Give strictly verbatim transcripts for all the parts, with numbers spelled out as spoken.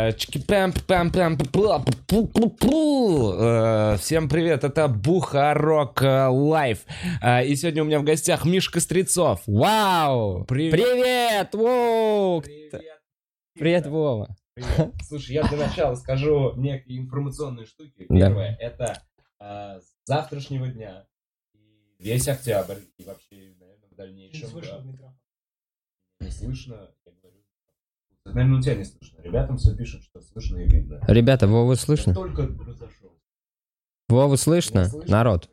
Всем привет, это Бухарок Лайв. И сегодня у меня в гостях Мишка Стрецов. Вау! Привет! Привет! Воу! Привет, Привет, Вова. Привет. Слушай, я для начала скажу некие информационные штуки. Да. Первое, это а, с завтрашнего дня, весь октябрь и вообще, наверное, в дальнейшем. Не слышно, да, не слышно, я говорю. Наверное, у тебя не слышно. Ребятам все пишут, что слышно и видно. Ребята, Вову слышно? Я только разошел. Вову слышно? слышно? Народ.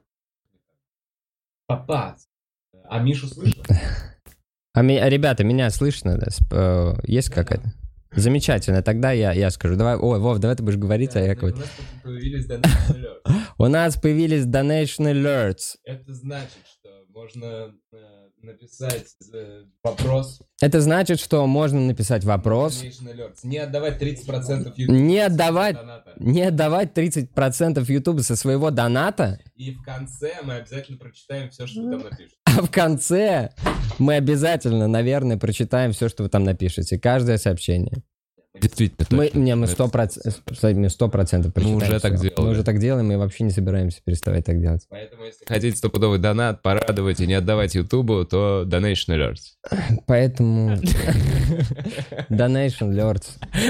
Папа. А Мишу слышно? А, ми- а ребята, меня слышно? Да? Сп- э, Есть какая-то? Замечательно, тогда я, я скажу. Давай, ой, Вов, давай ты будешь говорить, а я У какой-то. нас тут появились Donation Alerts. У нас появились donation alerts. Это значит, что можно э, написать э, вопрос. Это значит, что можно написать вопрос. Donation Alerts. Не отдавать тридцать процентов YouTube. Не отдавать, доната. не отдавать тридцать процентов YouTube со своего доната, И в конце мы обязательно прочитаем все, что вы там напишете. а в конце мы обязательно, наверное, прочитаем все, что вы там напишете. Каждое сообщение. Действительно, Мы, не, мы сто процентов, мы сто процентов прочитаем. уже так всё. делали. Мы уже так делаем, и вообще не собираемся переставать так делать. Поэтому, если хотите стопудовый донат, порадовать и не отдавать Ютубу, то Donation Alerts. Поэтому donation alerts.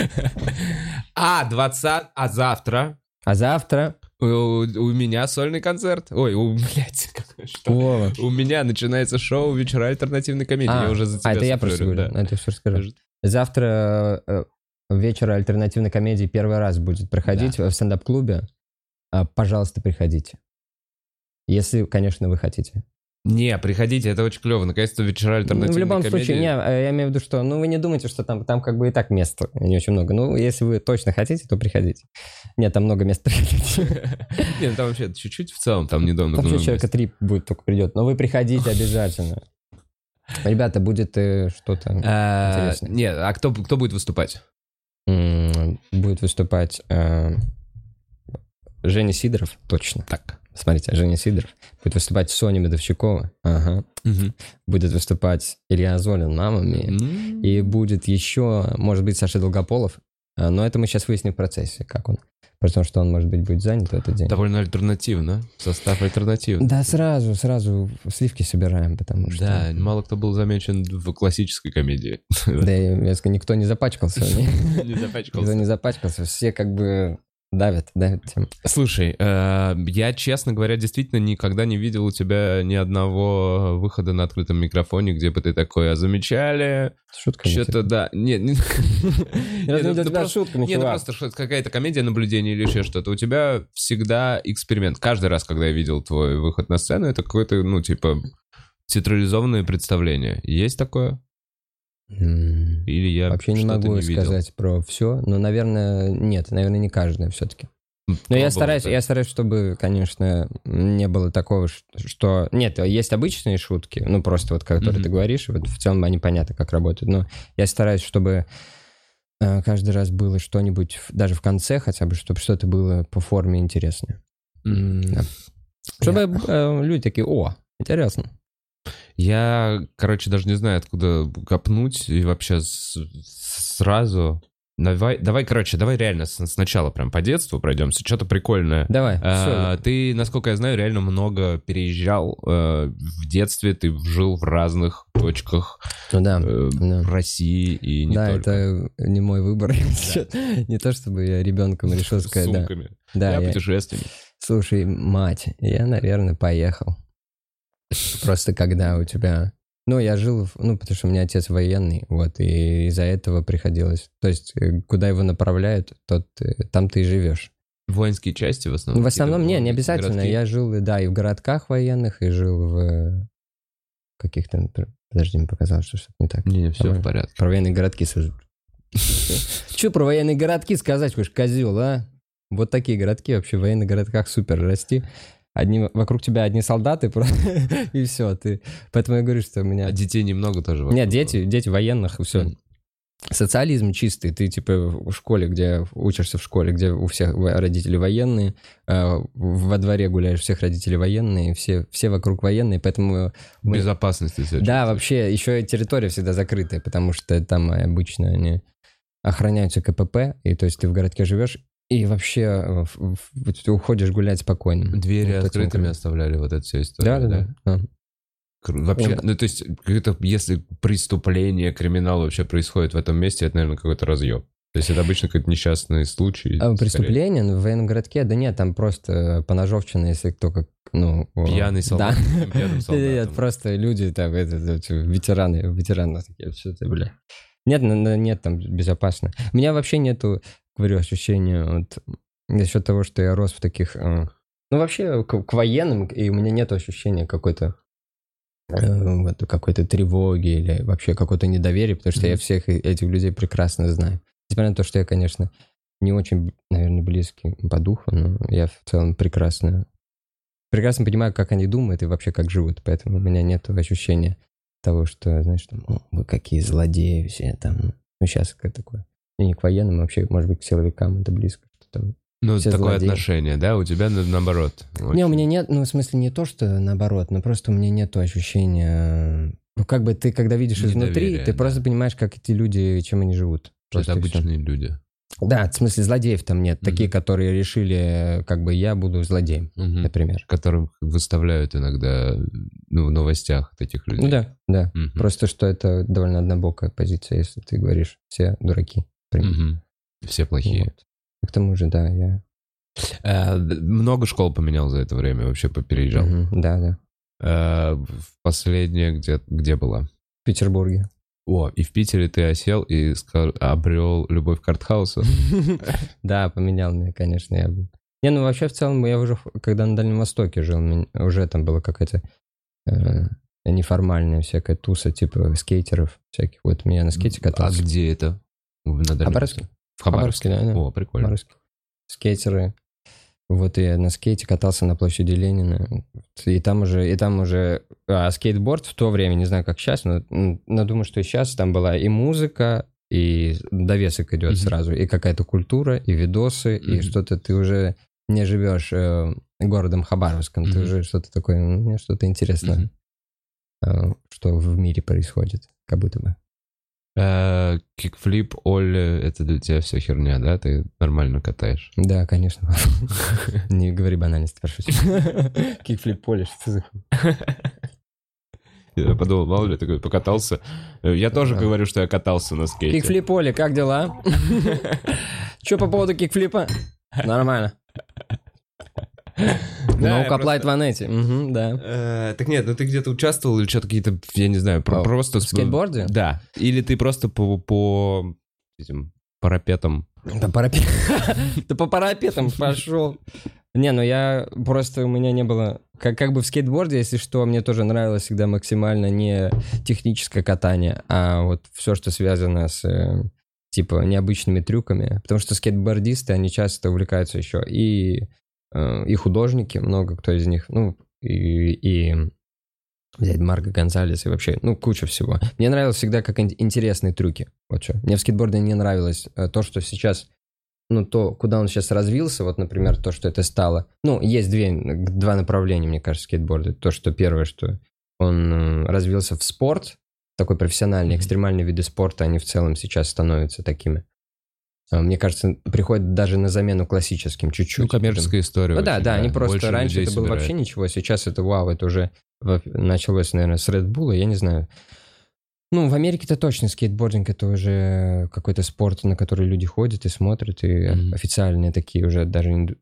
А, двадцать, а завтра А завтра... у, у меня сольный концерт. Ой, у, блядь, какое что? Вова. У меня начинается шоу «Вечера альтернативной комедии». А, я уже за тебя а, это я спорю, просто говорю. да. Это все расскажу. Завтра э, вечер альтернативной комедии первый раз будет проходить в стендап-клубе. А, пожалуйста, приходите. Если, конечно, вы хотите. Не, приходите, это очень клево. Наконец-то вечера Ну, альтернативной в любом комедии. случае, не, я имею в виду, что, ну, вы не думайте, что там, там как бы и так места не очень много. Ну, если вы точно хотите, то приходите. Нет, там много мест, приходите. Нет, там вообще чуть-чуть в целом, там недавно. Там еще человека три будет только придет. Но вы приходите обязательно. Ребята, будет э, что-то интересное. Нет, а кто, кто будет выступать? М, Будет выступать э, Женя Сидоров, точно. Так. Смотрите, Женя Сидоров. Будет выступать Соня Медовщикова. Ага. Будет выступать Илья Золин, мама мия. И будет еще, может быть, Саша Долгополов. А, Но это мы сейчас выясним в процессе, как он. Потому что он, может быть, будет занят в этот день. Довольно альтернативно. Состав альтернативный. Да, сразу, сразу сливки собираем, потому что... Да, мало кто был замечен в классической комедии. Да, и, я скажу, никто не запачкался. не- Не Никто запачкался. не запачкался. Все как бы давят, давят тем. Слушай, э, я, честно говоря, действительно никогда не видел у тебя ни одного выхода на открытом микрофоне, где бы ты такой, а замечали? Шутка. не Что-то, да. Нет, не... Я Нет, не ну, видел ну, тебя просто- шутками, Не, ну чувак. просто что-то какая-то комедия, наблюдение или еще что-то. У тебя всегда эксперимент. Каждый раз, когда я видел твой выход на сцену, это какое-то, ну, типа, театрализованное представление. Есть такое? М, Или я Вообще не что-то могу не видел? сказать про все, но, наверное, нет, наверное, не каждое все-таки. Но я Пробовал, стараюсь, да? я стараюсь, чтобы, конечно, не было такого, ш- что... Нет, есть обычные шутки, ну, просто вот, которые Мгм. ты говоришь, вот в целом они понятно, как работают, но я стараюсь, чтобы э, каждый раз было что-нибудь, в- даже в конце хотя бы, чтобы что-то было по форме интересное. М, Да. Чтобы э, люди такие, о, интересно. Я, короче, даже не знаю, откуда копнуть и вообще с- сразу... Давай, давай, короче, давай реально с- сначала прям по детству пройдемся. Что-то прикольное. Давай, А, всё. ты, насколько я знаю, реально много переезжал э, в детстве. Ты жил в разных точках Ну да, э, да. России и не да, только. это не мой выбор. Не то, чтобы я ребенком решил С сказать, да. сумками. Да, я я- путешественник. Слушай, мать, я, наверное, поехал. Просто когда у тебя... Ну, я жил, в- ну, потому что у меня отец военный, вот, и из-за этого приходилось... То есть, э, куда его направляют, тот, э, там ты и живешь. Воинские части в основном? Ну, в основном, не, не Какие-то обязательно. городки? Я жил, да, и в городках военных, и жил в э, каких-то... например, Подожди, мне показалось, что что-то не так. Не, все Давай. в порядке. Про военные городки сразу. Че про военные городки сказать, хочешь, козел, а? Вот такие городки вообще, в военных городках супер расти. Одни, вокруг тебя одни солдаты, про- и все. Ты... Поэтому я говорю, что у меня... А детей немного тоже вокруг? Нет, дети, дети военных, и все. Мгм. Социализм чистый. Ты типа в школе, где учишься в школе, где у всех родители военные, э, во дворе гуляешь, всех родители военные, все, все вокруг военные, поэтому... мы- Безопасности. себя Да, чувствуешь. вообще, еще и территория всегда закрытая, потому что там обычно они охраняются КПП, и то есть ты в городке живешь, и вообще в, в, ты уходишь гулять спокойно. Двери вот открытыми оставляли, вот эта вся история. Да, да, да. да. Вообще, ну то есть, это, если преступление, криминал вообще происходит в этом месте, это, наверное, какой-то разъеб. То есть это обычно какой-то несчастный случай. А преступление в военном городке? Да нет, там просто поножовщина, если кто как, ну... Пьяный солдат. Да. Пьяным солдатом. Нет, просто люди там, это, это, ветераны, ветераны такие, все это, бля. Нет, нет, там безопасно. У меня вообще нету, говорю, ощущения вот, за счет того, что я рос в таких... Ну, вообще, к, к военным, и у меня нет ощущения какой-то э, какой-то тревоги или вообще какого-то недоверия, потому что mm-hmm. я всех этих людей прекрасно знаю. Несмотря на то, что я, конечно, не очень, наверное, близкий по духу, но я в целом прекрасно, прекрасно понимаю, как они думают и вообще как живут, поэтому у меня нет ощущения того, что, знаешь, там, о, вы какие злодеи все там. Ну, сейчас как такое. И не к военным, а вообще, может быть, к силовикам это близко. Что там ну, такое злодеи. Отношение, да? У тебя наоборот. Очень. Не, у меня нет, ну, в смысле, не то, что наоборот, но просто у меня нет ощущения... Ну, как бы ты, когда видишь изнутри, ты да. просто понимаешь, как эти люди, чем они живут. Просто это обычные все. Люди. Да, в смысле, злодеев там нет. Mm-hmm. Такие, которые решили, как бы, я буду злодеем, mm-hmm. например. Которых выставляют иногда ну, в новостях таких людей. Да, да. Mm-hmm. Просто, что это довольно однобокая позиция, если ты говоришь, все дураки. Mm-hmm. Все плохие. Вот. К тому же, да, я... А, много школ поменял за это время, вообще переезжал. Mm-hmm. Да, да. А, в последнее где, где была? В Петербурге. О, и в Питере ты осел и обрел любовь к артхаусу? Да, поменял меня, конечно, я был. Не, ну вообще в целом я уже, когда на Дальнем Востоке жил, уже там была какая-то э, неформальная всякая туса, типа скейтеров всяких. Вот меня на скейте катался. А где это? В Хабаровске. В Хабаровске, да, да. О, прикольно. Хабаровске. Скейтеры. Вот я на скейте катался на площади Ленина, и там уже, и там уже а, скейтборд в то время, не знаю, как сейчас, но, но думаю, что и сейчас там была и музыка, и довесок идет mm-hmm. сразу, и какая-то культура, и видосы, mm-hmm. и что-то ты уже не живешь э, городом Хабаровском, mm-hmm. ты уже что-то такое, ну, что-то интересное, mm-hmm. э, что в мире происходит, как будто бы. Кикфлип, Олли, это для тебя все херня, да? Ты нормально катаешь? Да, конечно. Не говори банальность, прошу тебя. Кикфлип, Олли, что за... Я подумал, мало ли, такой покатался. Я тоже говорю, что я катался на скейте. Кикфлип, Олли, как дела? Че по поводу кикфлипа? Нормально. No Applied Vanity, угу, да. Э, так нет, ну ты где-то участвовал или что-то какие-то, я не знаю, про, О, просто... В скейтборде? Да. Или ты просто по, по этим парапетам... Да парапет... Да по парапетам пошел. Не, ну я просто, у меня не было... Как, как бы в скейтборде, если что, мне тоже нравилось всегда максимально не техническое катание, а вот все, что связано с... типа необычными трюками. Потому что скейтбордисты, они часто увлекаются еще и... и художники, много кто из них, ну, и, и взять Марго Гонсалес и вообще, ну, куча всего. Мне нравилось всегда как интересные трюки, вот что. Мне в скейтборде не нравилось то, что сейчас, ну, то, куда он сейчас развился, вот, например, то, что это стало. Ну, есть две, два направления, мне кажется, в скейтборде. То, что первое, что он развился в спорт, такой профессиональный, экстремальные виды спорта, они в целом сейчас становятся такими. Мне кажется, приходит даже на замену классическим чуть-чуть. Ну, коммерческая история. Ну, да, очень, да, да, они просто... Раньше это было собирают. Вообще ничего, сейчас это вау, это уже началось, наверное, с Red Bull, я не знаю. Ну, в Америке-то точно скейтбординг — это уже какой-то спорт, на который люди ходят и смотрят, и mm-hmm. официальные такие уже даже...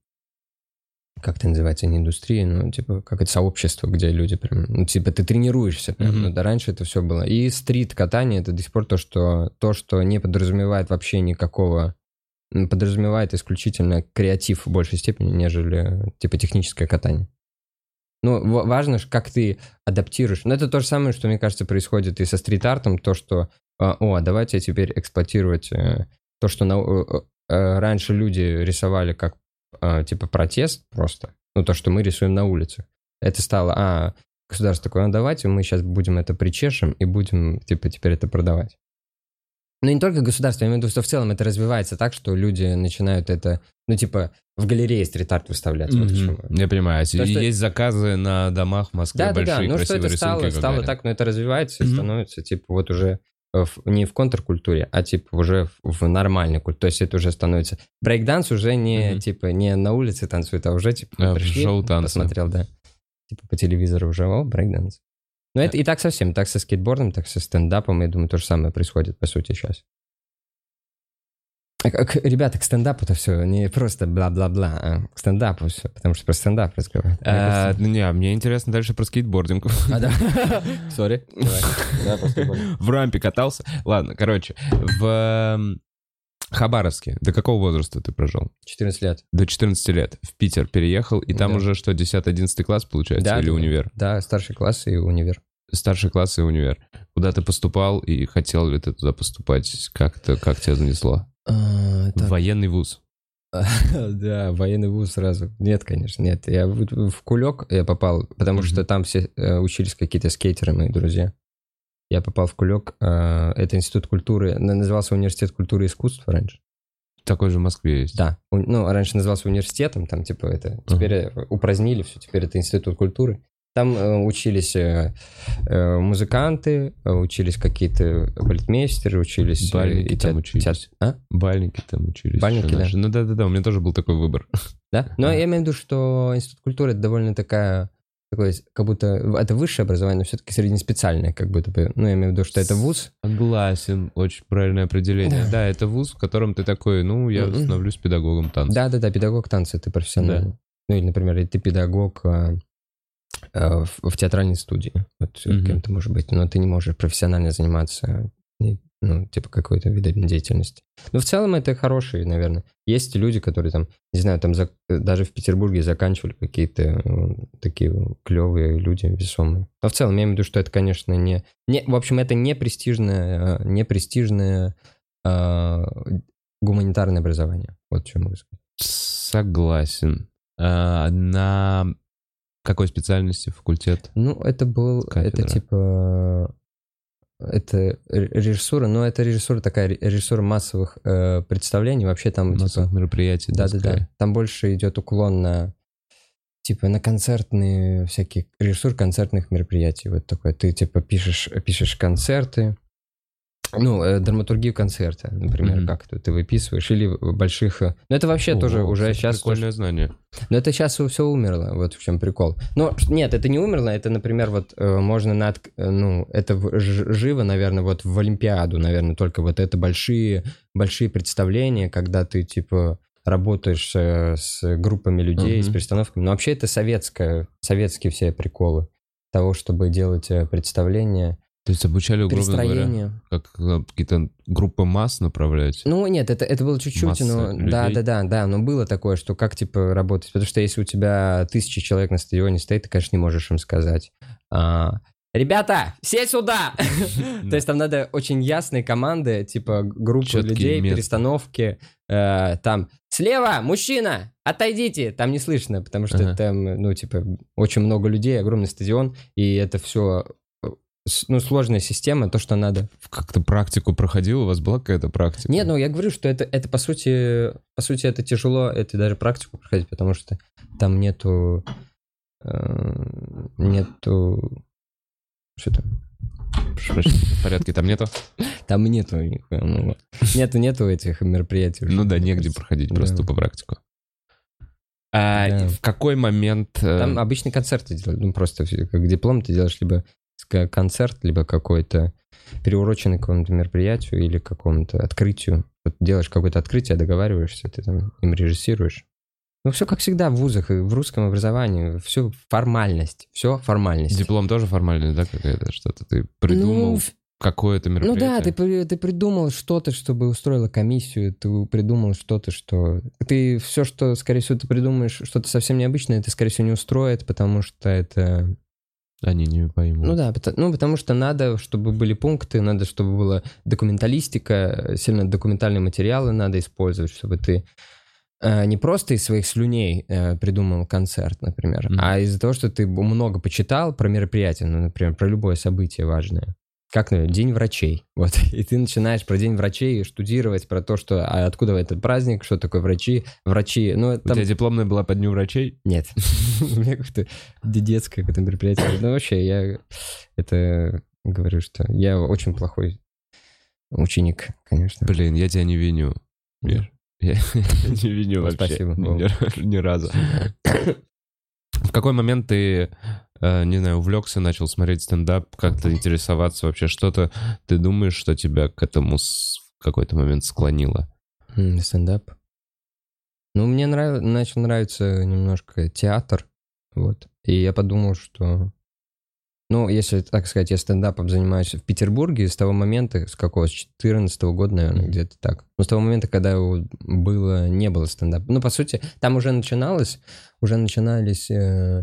Как это называется? Не индустрия, но типа как это сообщество, где люди прям... Ну, типа ты тренируешься прям. Mm-hmm. Ну, да, раньше это все было. И стрит-катание — это до сих пор то, что, то, что не подразумевает вообще никакого... подразумевает исключительно креатив в большей степени, нежели типа техническое катание. Ну, важно, как ты адаптируешь. Но это то же самое, что, мне кажется, происходит и со стрит-артом, то, что, о, давайте теперь эксплуатировать то, что на, раньше люди рисовали как типа протест просто, ну, то, что мы рисуем на улицах. Это стало, а, государство такое, ну, давайте мы сейчас будем это причешем и будем, типа, теперь это продавать. Ну, не только государство, я имею в виду, что в целом это развивается так, что люди начинают это, ну, типа, в галерее стрит-арт выставлять. Mm-hmm. Вот почему. Я понимаю. То, что... Есть заказы на домах в Москве, да, большие, да, да. Ну, красивые что это рисунки. стало, стало так, но это развивается mm-hmm. и становится, типа, вот уже в, не в контркультуре, а типа уже в, в нормальной культуре. То есть это уже становится... Брейкданс уже не, mm-hmm. типа, не на улице танцует, а уже типа а, пришли, посмотрел, да. Типа по телевизору уже, о, брейкданс. Но это и так со всем, так со скейтбордом, так со стендапом, я думаю, то же самое происходит, по сути, сейчас. А, к, ребята, к стендапу-то все, не просто бла-бла-бла, а к стендапу все, потому что про стендап разговариваю. А, не, мне интересно дальше про скейтбординг. А, да? Сори. В рампе катался? Ладно, короче, в Хабаровске до какого возраста ты прожил? четырнадцать лет. До четырнадцати лет. В Питер переехал, и там да. уже что, десятый-одиннадцатый класс, получается, да, или да, универ? Да, старший класс и универ. Старший класс и универ. Куда ты поступал, и хотел ли ты туда поступать? Как-то, как тебя занесло? А, в военный вуз. Да, военный вуз сразу. Нет, конечно, нет. Я в, в Кулек я попал, потому mm-hmm. что там все э, учились какие-то скейтеры, мои друзья. Я попал в Кулек. Э, это институт культуры, назывался университет культуры и искусств раньше. Такой же в Москве есть. Да. Ну, раньше назывался университетом, там типа это... Теперь uh-huh. упразднили все, теперь это институт культуры. Там э, учились э, э, музыканты, э, учились какие-то балетмейстеры, учились... Бальники э, там те... учились. А? Бальники там учились. Бальники, да. Ну да-да-да, у меня тоже был такой выбор. Да? Но а. я имею в виду, что институт культуры это довольно такая... Такое, как будто... Это высшее образование, но все-таки среднеспециальное, как будто бы. Ну, я имею в виду, что это вуз. Согласен, очень правильное определение. Да, да это вуз, в котором ты такой, ну, я mm-hmm. становлюсь педагогом танца. Да-да-да, педагог танца, ты профессиональный. Да. Ну, или, например, ты педагог... В, в театральной студии. Вот mm-hmm. кем-то может быть. Но ты не можешь профессионально заниматься, ну, типа какой-то видом деятельности. Но в целом это хорошие, наверное. Есть люди, которые там, не знаю, там за, даже в Петербурге заканчивали какие-то такие клевые люди, весомые. Но в целом я имею в виду, что это, конечно, не... не в общем, это не престижное, не престижное а, гуманитарное образование. Вот что могу сказать. Согласен. А, на... Какой специальности, факультет? Ну, это был, кафедра. Это типа, это режиссура, но это режиссура такая, режиссура массовых э, представлений, вообще там массовых типа, мероприятий. Да-да-да, там больше идет уклон на, типа, на концертные всякие, режиссур концертных мероприятий, вот такой. Ты, типа, пишешь, пишешь концерты, ну, э, драматургию концерта, например, mm-hmm. как-то ты выписываешь, или больших... Ну, это вообще О, тоже уже сейчас... Прикольное тоже... знание. Но это сейчас все умерло, вот в чем прикол. Но нет, это не умерло, это, например, вот э, можно над... Ну, это в, ж, живо, наверное, вот в Олимпиаду, наверное, только вот это большие, большие представления, когда ты, типа, работаешь э, с группами людей, mm-hmm. с перестановками. Но вообще это советское, советские все приколы того, чтобы делать представления... То есть обучали, грубо говоря, как какие-то группы масс направлять? Ну, нет, это, это было чуть-чуть, Масса но... людей. Да, да, да, да, но было такое, что как, типа, работать. Потому что если у тебя тысячи человек на стадионе стоит, ты, конечно, не можешь им сказать... А, ребята, все сюда! То есть там надо очень ясные команды, типа, группы людей, перестановки. Там, слева, мужчина, отойдите! Там не слышно, потому что там, ну, типа, очень много людей, огромный стадион, и это все... Ну, сложная система, то, что надо. Как-то практику проходил, у вас была какая-то практика? Нет, ну, я говорю, что это, это по сути, по сути, это тяжело, это даже практику проходить, потому что там нету, э, нету, что там? В порядке, там нету? Там нету, ну, нету, нету этих мероприятий. Ну да, негде проходить просто тупо практику. А да. В какой момент... Там обычные концерты делают, ну, просто как диплом ты делаешь либо концерт, либо какой-то переуроченный к какому-то мероприятию или к какому-то открытию. Вот делаешь какое-то открытие, договариваешься, ты там им режиссируешь. Ну, все как всегда в вузах и в русском образовании. Все формальность, все формальность. Диплом тоже формальный, да, какая-то? Что-то ты придумал ну, какое-то мероприятие? Ну да, ты, ты придумал что-то, чтобы устроила комиссию, ты придумал что-то, что... Ты все, что, скорее всего, ты придумаешь, что-то совсем необычное, это, скорее всего, не устроит, потому что это... Они не поймут. Ну да, потому, ну, потому что надо, чтобы были пункты, надо, чтобы была документалистика, сильно документальные материалы надо использовать, чтобы ты э, не просто из своих слюней э, придумал концерт, например, mm-hmm. а из-за того, что ты много почитал про мероприятие, ну, например, про любое событие важное. Как, например, День врачей. Вот. И ты начинаешь про День врачей штудировать, про то, что а откуда этот праздник, что такое врачи. Врачи, ну, там... У тебя дипломная была по Дню врачей? Нет. У меня как-то детское какое-то мероприятие. Ну, вообще, я это говорю, что я очень плохой ученик, конечно. Блин, я тебя не виню. Мир. Я не виню вообще. Спасибо. Ни разу. В какой момент ты, не знаю, увлекся, начал смотреть стендап, как-то интересоваться вообще? Что-то ты думаешь, что тебя к этому в какой-то момент склонило? Стендап? Ну, мне нрав... начал нравиться немножко театр, вот. И я подумал, что... Ну, если так сказать, я стендапом занимаюсь в Петербурге с того момента, с какого, с четырнадцатого года, наверное, mm-hmm. где-то так. Ну, с того момента, когда было, не было стендапа. Ну, по сути, там уже начиналось, уже начинались э,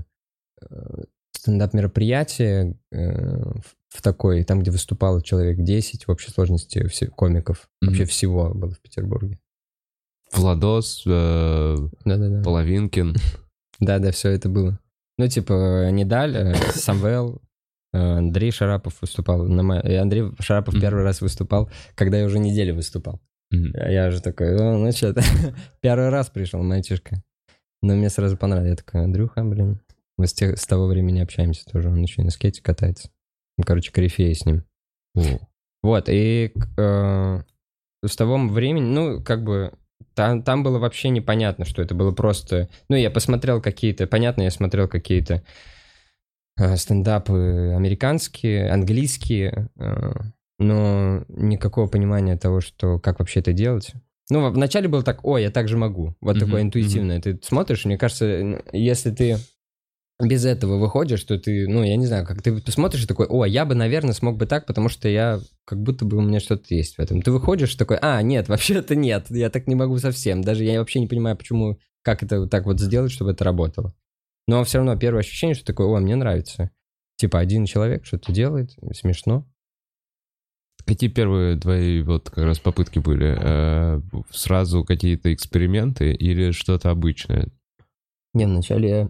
стендап-мероприятия э, в, в такой, там, где выступало человек десять в общей сложности все, комиков. Mm-hmm. Вообще всего было в Петербурге. Владос, э, Половинкин. Да-да, все это было. Ну, типа, Недаль, Самвел, Андрей Шарапов выступал. И Андрей Шарапов mm-hmm. первый раз выступал, когда я уже неделю выступал. Mm-hmm. Я уже такой, ну, ну что-то, первый раз пришел, мальчишка. Но мне сразу понравилось. Я такой, Андрюха, блин, мы с, тех, с того времени общаемся тоже. Он еще и на скейте катается. Ну, короче, корифей с ним. Mm-hmm. Вот, и э, с того времени, ну, как бы... Там, там было вообще непонятно, что это было просто... Ну, я посмотрел какие-то... Понятно, я смотрел какие-то э, стендапы американские, английские, э, но никакого понимания того, что как вообще это делать. Ну, вначале было так, ой, я так же могу. Вот mm-hmm. такое интуитивное. Mm-hmm. Ты смотришь, мне кажется, если ты без этого выходишь, то ты, ну, я не знаю, как ты посмотришь и такой, о, я бы, наверное, смог бы так, потому что я, как будто бы у меня что-то есть в этом. Ты выходишь такой, а, нет, вообще-то нет, я так не могу совсем. Даже я вообще не понимаю, почему, как это так вот сделать, чтобы это работало. Но все равно первое ощущение, что такое, о, мне нравится. Типа один человек что-то делает, смешно. Какие первые твои вот как раз попытки были? Э, сразу какие-то эксперименты или что-то обычное? Не, вначале я...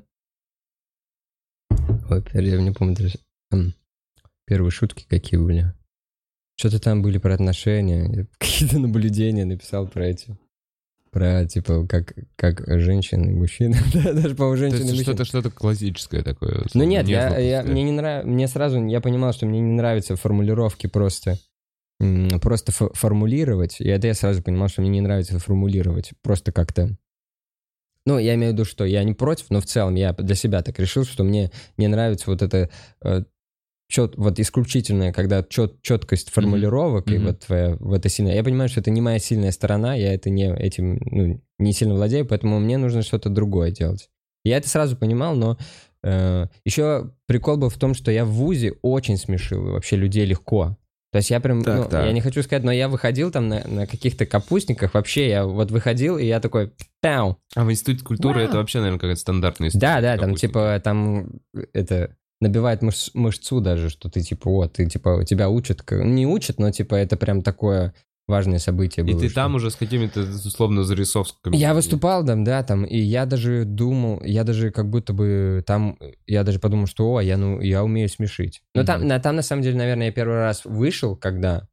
Ой, я не помню даже. Первые шутки какие были. Что-то там были про отношения, какие-то наблюдения написал про эти. Про, типа, как, как женщины и мужчины. Даже по женщинам и мужчинам. Что-то, что-то классическое такое. Ну нет, я, я, мне не нравится. Мне сразу, я понимал, что мне не нравятся формулировки просто. Просто ф- формулировать. И это я сразу понимал, что мне не нравится формулировать. Просто как-то... Ну, я имею в виду, что я не против, но в целом я для себя так решил, что мне не нравится вот это э, чет, вот исключительное, когда чет, четкость формулировок, mm-hmm. и вот твоя, в это сильная. Я понимаю, что это не моя сильная сторона, я это не, этим ну, не сильно владею, поэтому мне нужно что-то другое делать. Я это сразу понимал, но э, еще прикол был в том, что я в вузе очень смешил вообще людей легко. То есть я прям, так, ну, так. я не хочу сказать, но я выходил там на, на каких-то капустниках, вообще я вот выходил, и я такой, пяу. А в институте культуры Вау. Это вообще, наверное, какая-то стандартная история. Да, да, там типа, там это набивает мыш, мышцу даже, что ты типа, вот, ты типа, тебя учат, не учат, но типа это прям такое важное событие было. И ты что... там уже с какими-то, условно, зарисовками? Я выступал там, да, там, и я даже думал, я даже как будто бы там, я даже подумал, что, о, я, ну, я умею смешить. Но mm-hmm. там, на, там, на самом деле, наверное, я первый раз вышел, когда,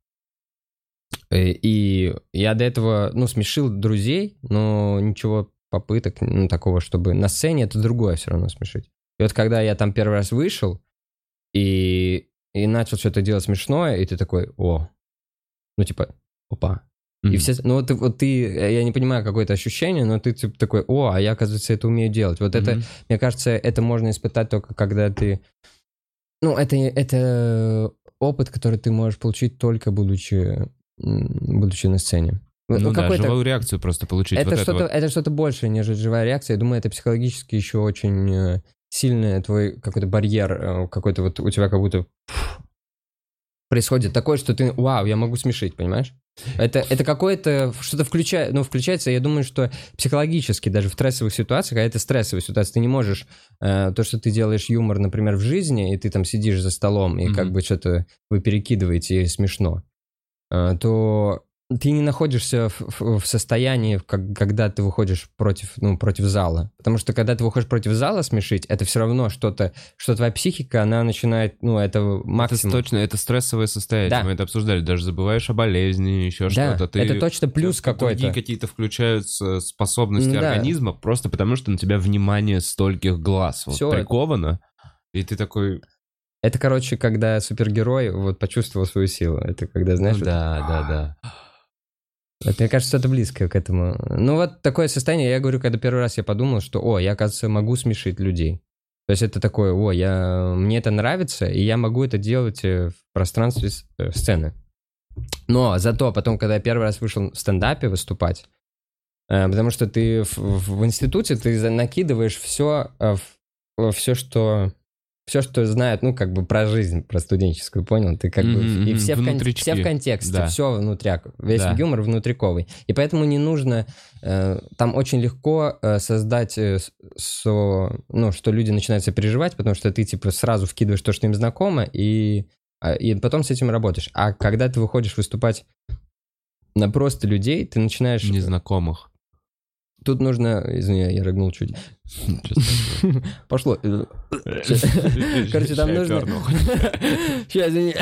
и, и я до этого, ну, смешил друзей, но ничего попыток, ну, такого, чтобы на сцене это другое все равно смешить. И вот когда я там первый раз вышел, и, и начал что-то делать смешное, и ты такой, о, ну, типа, опа. Mm-hmm. И все, ну вот ты, вот ты, я не понимаю, какое-то ощущение, но ты типа такой, о, а я, оказывается, это умею делать. Вот mm-hmm. это, мне кажется, это можно испытать только когда ты, ну, это, это опыт, который ты можешь получить только будучи, будучи на сцене. Ну, ну да, живую реакцию просто получить. Это, вот что-то, это, вот. это что-то большее, нежели живая реакция. Я думаю, это психологически еще очень сильный твой какой-то барьер, какой-то вот у тебя как будто... происходит такое, что ты, вау, я могу смешить, понимаешь? Это, это какое-то, что-то включает, ну, включается, я думаю, что психологически, даже в стрессовых ситуациях, а это стрессовая ситуация, ты не можешь, э, то, что ты делаешь юмор, например, в жизни, и ты там сидишь за столом, и mm-hmm. как бы что-то вы перекидываете, и смешно, э, то ты не находишься в, в, в состоянии, как, когда ты выходишь против, ну, против зала. Потому что когда ты выходишь против зала смешить, это все равно что-то, что твоя психика, она начинает, ну, это максимум. Это точно, это стрессовое состояние. Да. Мы это обсуждали. Даже забываешь о болезни, еще да, что-то. Ты, это точно плюс какой-то. Другие какие-то включаются способности ну, организма, да. просто потому что на тебя внимание стольких глаз вот, приковано. И ты такой... Это, короче, когда супергерой вот почувствовал свою силу. Это когда, знаешь... Ну, вот... да, да, да. Это, мне кажется, это близко к этому. Ну вот такое состояние, я говорю, когда первый раз я подумал, что, о, я, оказывается, могу смешить людей. То есть это такое, о, я... мне это нравится, и я могу это делать в пространстве сцены. Но зато потом, когда я первый раз вышел в стендапе выступать, потому что ты в, в институте, ты накидываешь все, все, что... Все, что знают, ну, как бы про жизнь, про студенческую, понял? Ты как mm-hmm, бы... И все в, кон... все в контексте, да. Все внутряк. Весь да. юмор внутриковый. И поэтому не нужно... Э, там очень легко э, создать... Э, со, ну, что люди начинают сопереживать, потому что ты, типа, сразу вкидываешь то, что им знакомо, и, и потом с этим работаешь. А когда ты выходишь выступать на просто людей, ты начинаешь... Незнакомых. Тут нужно... Извини, я рыгнул чуть. Пошло. Короче, там нужно... Сейчас, извини.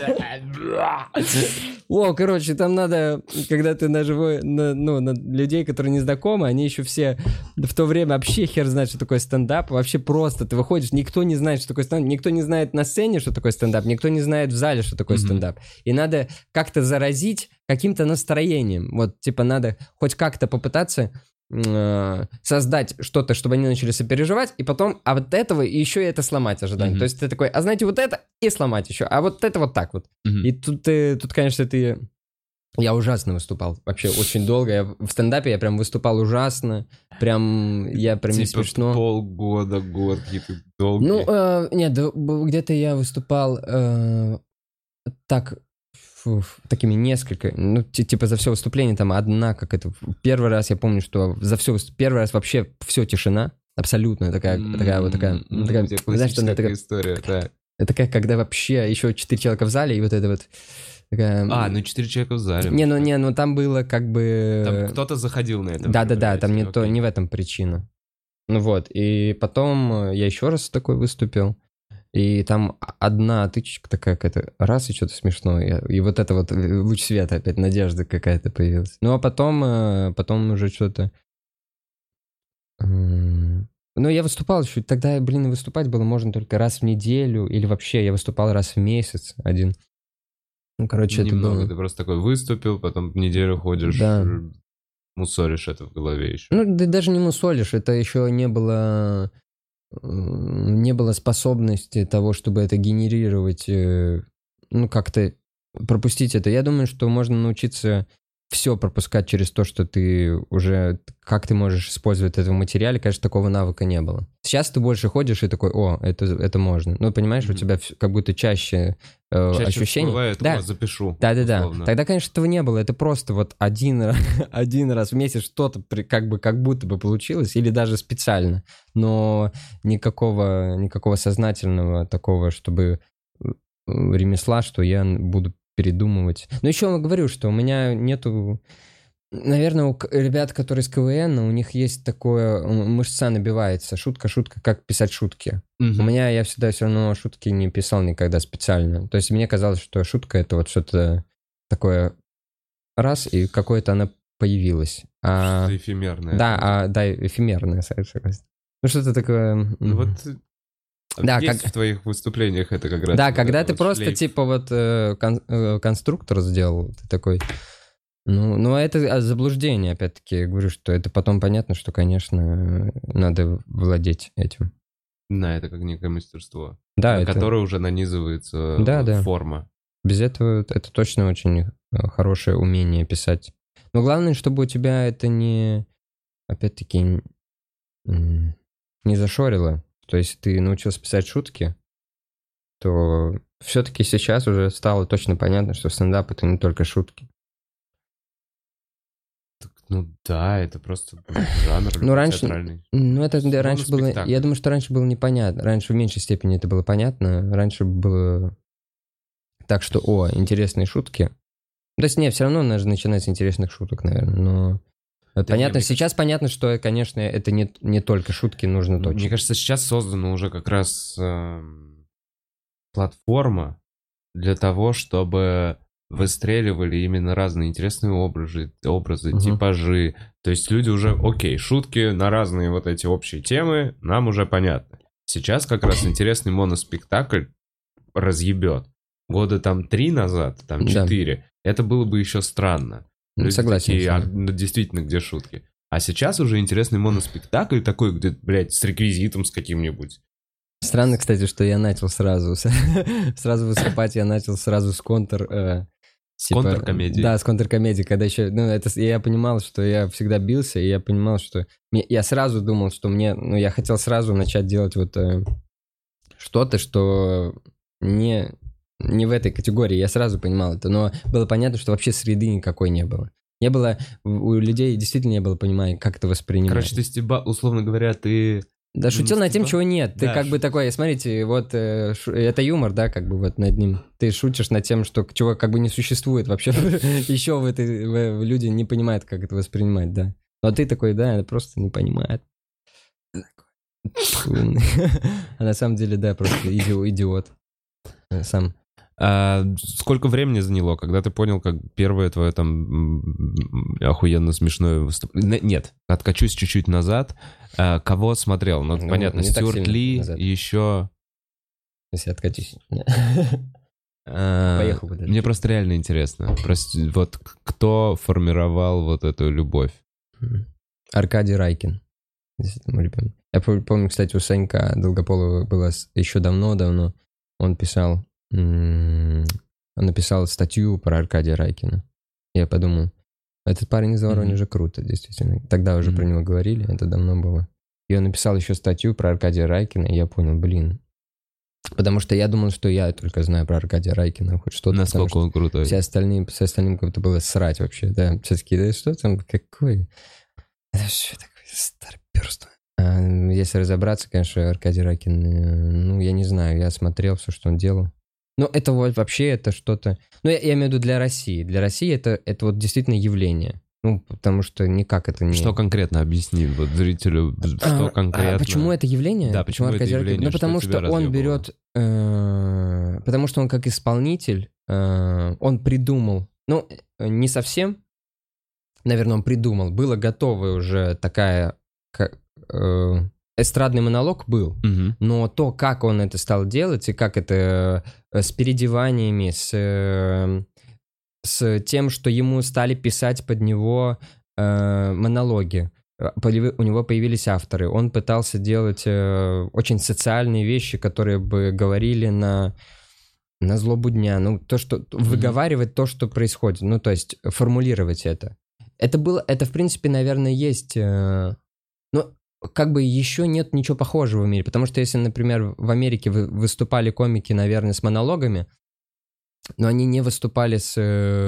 О, короче, там надо, когда ты на живой... Ну, на людей, которые не знакомы, они еще все в то время вообще хер знает, что такое стендап. Вообще просто ты выходишь, никто не знает, что такое стендап. Никто не знает на сцене, что такое стендап. Никто не знает в зале, что такое стендап. И надо как-то заразить каким-то настроением. Вот, типа, надо хоть как-то попытаться... создать что-то, чтобы они начали сопереживать, и потом, а вот этого и еще и это сломать ожидание. Mm-hmm. То есть ты такой, а знаете, вот это и сломать еще, а вот это вот так вот. Mm-hmm. И тут, ты, тут, конечно, ты... Я ужасно выступал, вообще очень долго. Я, в стендапе я прям выступал ужасно, прям, я прям не типа смешно. полгода, год, какие-то долгие. Ну, э, нет, где-то я выступал э, так... такими несколько, ну, типа за все выступление там одна, как это, первый раз я помню, что за все, первый раз вообще все тишина, абсолютно такая, mm-hmm. такая вот такая, mm-hmm. такая, знаешь, что такая история, да. Это как, когда вообще еще четыре человека в зале, и вот это вот такая... А, ну четыре человека в зале. Не, ну не, ну там было как бы... Там кто-то заходил на это. Да-да-да, там не, то, не в этом причина. Ну вот, и потом я еще раз такой выступил. И там одна тычечка такая какая-то, раз, и что-то смешное. И вот это вот луч света, опять надежда какая-то появилась. Ну, а потом, потом уже что-то... Ну, я выступал еще, тогда, блин, выступать было можно только раз в неделю, или вообще я выступал раз в месяц один. Ну, короче, Немного, это было... ты просто такой выступил, потом неделю ходишь, да. мусоришь это в голове еще. Ну, да даже не мусолишь, это еще не было... не было способности того, чтобы это генерировать, ну, как-то пропустить это. Я думаю, что можно научиться все пропускать через то, что ты уже... Как ты можешь использовать это в материале, конечно, такого навыка не было. Сейчас ты больше ходишь и такой, о, это, это можно. Ну, понимаешь, mm-hmm. у тебя как будто чаще, э, чаще ощущение... Всплывает, да. о, запишу. Да-да-да. Тогда, конечно, этого не было. Это просто вот один, один раз в месяц что-то как бы как будто бы получилось, или даже специально. Но никакого, никакого сознательного такого, чтобы ремесла, что я буду передумывать. Но еще говорю, что у меня нету... Наверное, у ребят, которые с КВН, у них есть такое... Мышца набивается. Шутка, шутка, как писать шутки. Mm-hmm. У меня я всегда все равно шутки не писал никогда специально. То есть мне казалось, что шутка — это вот что-то такое раз, и какое-то она появилась. А... Что-то эфемерное. Да, а, да, эфемерное, согласен. Ну, что-то такое... Ну, вот... Да, есть как... в твоих выступлениях это как раз... Да, вот когда ты вот просто шлейф. типа вот э, кон- э, конструктор сделал, ты такой... Ну, ну, это заблуждение, опять-таки. Я говорю, что это потом понятно, что, конечно, надо владеть этим. Да, это как некое мастерство. Да, на это... которое уже нанизывается да, да. форма. Без этого это точно очень хорошее умение писать. Но главное, чтобы у тебя это не... Опять-таки, не зашорило. То есть ты научился писать шутки, то все-таки сейчас уже стало точно понятно, что стендап — это не только шутки. Так, ну да, это просто жанр ну, раньше, театральный. Ну, это да, раньше было... Спектакль. Я думаю, что раньше было непонятно. Раньше в меньшей степени это было понятно. Раньше было так, что, о, интересные шутки. То есть, нет, все равно надо начинать с интересных шуток, наверное, но... Да понятно, не, сейчас кажется... понятно, что, конечно, это не, не только шутки, нужно точно. Мне кажется, сейчас создана уже как раз э, платформа для того, чтобы выстреливали именно разные интересные образы, образы, угу. типажи. То есть люди уже, окей, шутки на разные вот эти общие темы, нам уже понятно. Сейчас как раз интересный моноспектакль разъебет. Года там три назад, там четыре, да. Это было бы еще странно. Ну, согласен. Такие, а, ну, действительно, где шутки? А сейчас уже интересный моноспектакль такой, где, блядь, с реквизитом с каким-нибудь. Странно, кстати, что я начал сразу, сразу выступать, я начал сразу с контр... Э, с типа, контркомедии. Да, с контркомедии, когда еще... Ну, это, я понимал, что я всегда бился, и я понимал, что... Я сразу думал, что мне... Ну, я хотел сразу начать делать вот э, что-то, что не, не в этой категории. Я сразу понимал это, но было понятно, что вообще среды никакой не было. Не было... У людей действительно не было понимания, как это воспринимать. Короче, ты стеба... условно говоря, ты... Да, шутил над тем, чего нет. Ты да, как ш... бы такой, смотрите, вот э, ш... это юмор, да, как бы вот над ним. Ты шутишь над тем, что чего как бы не существует вообще. Еще в этой в, люди не понимают, как это воспринимать, да. Но ты такой, да, просто не понимает. А на самом деле, да, просто идиот. Сам. А сколько времени заняло, когда ты понял, как первое твое там охуенно смешное выступление? Нет, откачусь чуть-чуть назад. А, кого смотрел? Ну, ну понятно, Стюарт Ли, еще... Если откатись. А, Поехал бы. Мне просто реально интересно. Прости, вот кто формировал вот эту любовь? Аркадий Райкин. Я помню, кстати, у Санька Долгополова было еще давно-давно. Он писал... Он написал статью про Аркадия Райкина. Я подумал, этот парень из Воронежа mm-hmm. круто, действительно. Тогда уже mm-hmm. про него говорили, это давно было. И он написал еще статью про Аркадия Райкина, и я понял, блин. Потому что я думал, что я только знаю про Аркадия Райкина, хоть что-то. Насколько он крутой. Все остальные, все остальным как-то было срать вообще, да. Все такие, да что там, какой? Это что такое старперство? А если разобраться, конечно, Аркадий Райкин, ну, я не знаю, я смотрел все, что он делал. Ну, это вот вообще, это что-то... Ну, я, я имею в виду для России. Для России это, это вот действительно явление. Ну, потому что никак это не... Что конкретно объясни вот зрителю, что а, конкретно... А почему это явление? Да, почему, почему это явление? Ну, потому что, что он берет... Э, потому что он как исполнитель, э, он придумал... Ну, не совсем, наверное, он придумал. Было готово уже такая... Как, э, эстрадный монолог был, угу. но то, как он это стал делать, и как это с переодеваниями, с, с тем, что ему стали писать под него э, монологи, у него появились авторы, он пытался делать э, очень социальные вещи, которые бы говорили на, на злобу дня, ну, то, что, mm-hmm. выговаривать то, что происходит, ну, то есть формулировать это. Это было, это, в принципе, наверное, есть... Э, ну, как бы еще нет ничего похожего в мире, потому что если, например, в Америке вы, выступали комики, наверное, с монологами, но они не выступали с,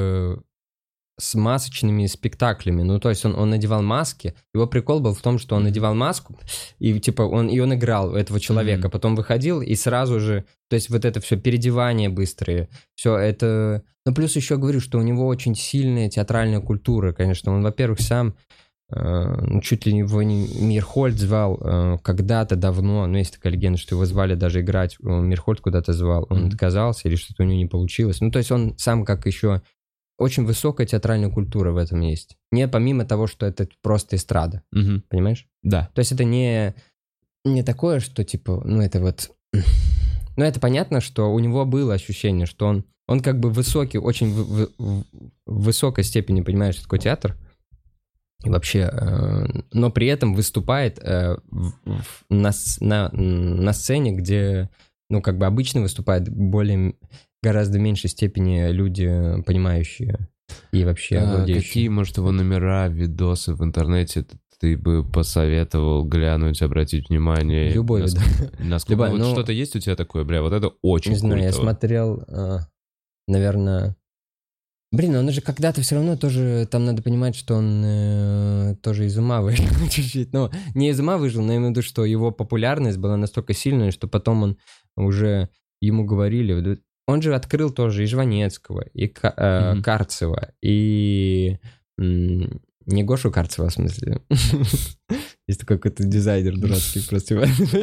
с масочными спектаклями, ну, то есть он, он надевал маски, его прикол был в том, что он надевал маску, и, типа, он, и он играл этого человека, mm-hmm. потом выходил, и сразу же, то есть вот это все переодевания быстрые, все это... Ну, плюс еще говорю, что у него очень сильная театральная культура, конечно, он, во-первых, сам... Ну, чуть ли его не Мирхольд звал э, когда-то давно, ну, есть такая легенда, что его звали даже играть, Мирхольд куда-то звал, он mm-hmm. отказался или что-то у него не получилось. Ну, то есть он сам как еще... Очень высокая театральная культура в этом есть. Не помимо того, что это просто эстрада, mm-hmm. понимаешь? Да. То есть это не, не такое, что типа, ну, это вот... Ну, это понятно, что у него было ощущение, что он, он как бы высокий, очень в, в, в высокой степени понимает, что такое театр, и вообще, э, но при этом выступает э, в, в, на, на, на сцене, где, ну, как бы обычно выступают более, гораздо меньшей степени люди, понимающие и вообще а, владеющие. Какие, может, его номера, видосы в интернете ты бы посоветовал глянуть, обратить внимание? Любой видос. Насколько вот ну, что-то есть у тебя такое, бля, вот это очень не знаю, культово. Я смотрел, э, наверное... Блин, он же когда-то все равно тоже, там надо понимать, что он э, тоже из ума выжил чуть-чуть. Ну, не из ума выжил, но я имею в виду, что его популярность была настолько сильная, что потом он уже, ему говорили... Он же открыл тоже и Жванецкого, и э, mm-hmm. Карцева, и... М- не Гошу Карцева, в смысле. Есть такой какой-то дизайнер дурацкий, просто...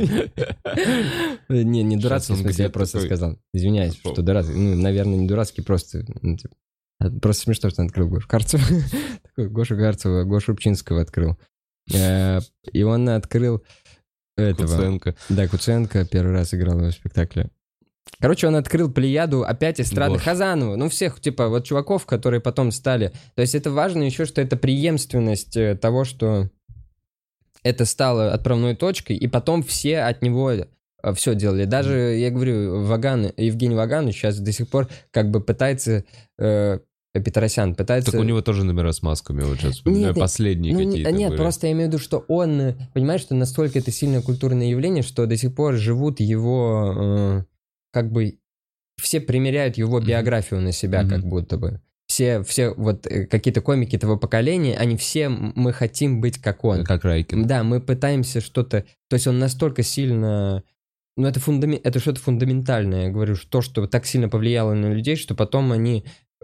Не, не дурацкий, в смысле, я просто сказал. Извиняюсь, что дурацкий. Ну, наверное, не дурацкий, просто... Просто смешно, что он открыл Гошу Карцева. Такой Гошу Карцева, Гошу Рубчинского открыл. И он открыл этого... Куценко. Да, Куценко первый раз играл в спектакле. Короче, он открыл плеяду опять эстрады Гош. Хазанову. Ну, всех, типа, вот чуваков, которые потом стали... То есть это важно еще, что это преемственность э, того, что это стало отправной точкой, и потом все от него э, все делали. Даже, я говорю, Ваган, Евгений Ваган сейчас до сих пор как бы пытается... Э, Петросян пытается... Так у него тоже номера с масками, вот сейчас вспоминаю, Нет, последние ну, какие-то Нет, были. просто я имею в виду, что он, понимаешь, что настолько это сильное культурное явление, что до сих пор живут его, э, как бы, все примеряют его биографию на себя, Mm-hmm. как будто бы. Все, все вот э, какие-то комики того поколения, они все, мы хотим быть как он. Как Райкин. Да, мы пытаемся что-то... То есть он настолько сильно... Ну, это, фундамент, это что-то фундаментальное, я говорю, что, что так сильно повлияло на людей, что потом они...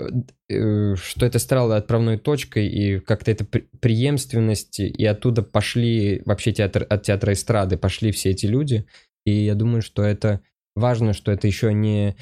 что это стало отправной точкой, и как-то это преемственность, и оттуда пошли вообще театр, от театра эстрады пошли все эти люди, и я думаю, что это важно, что это еще не...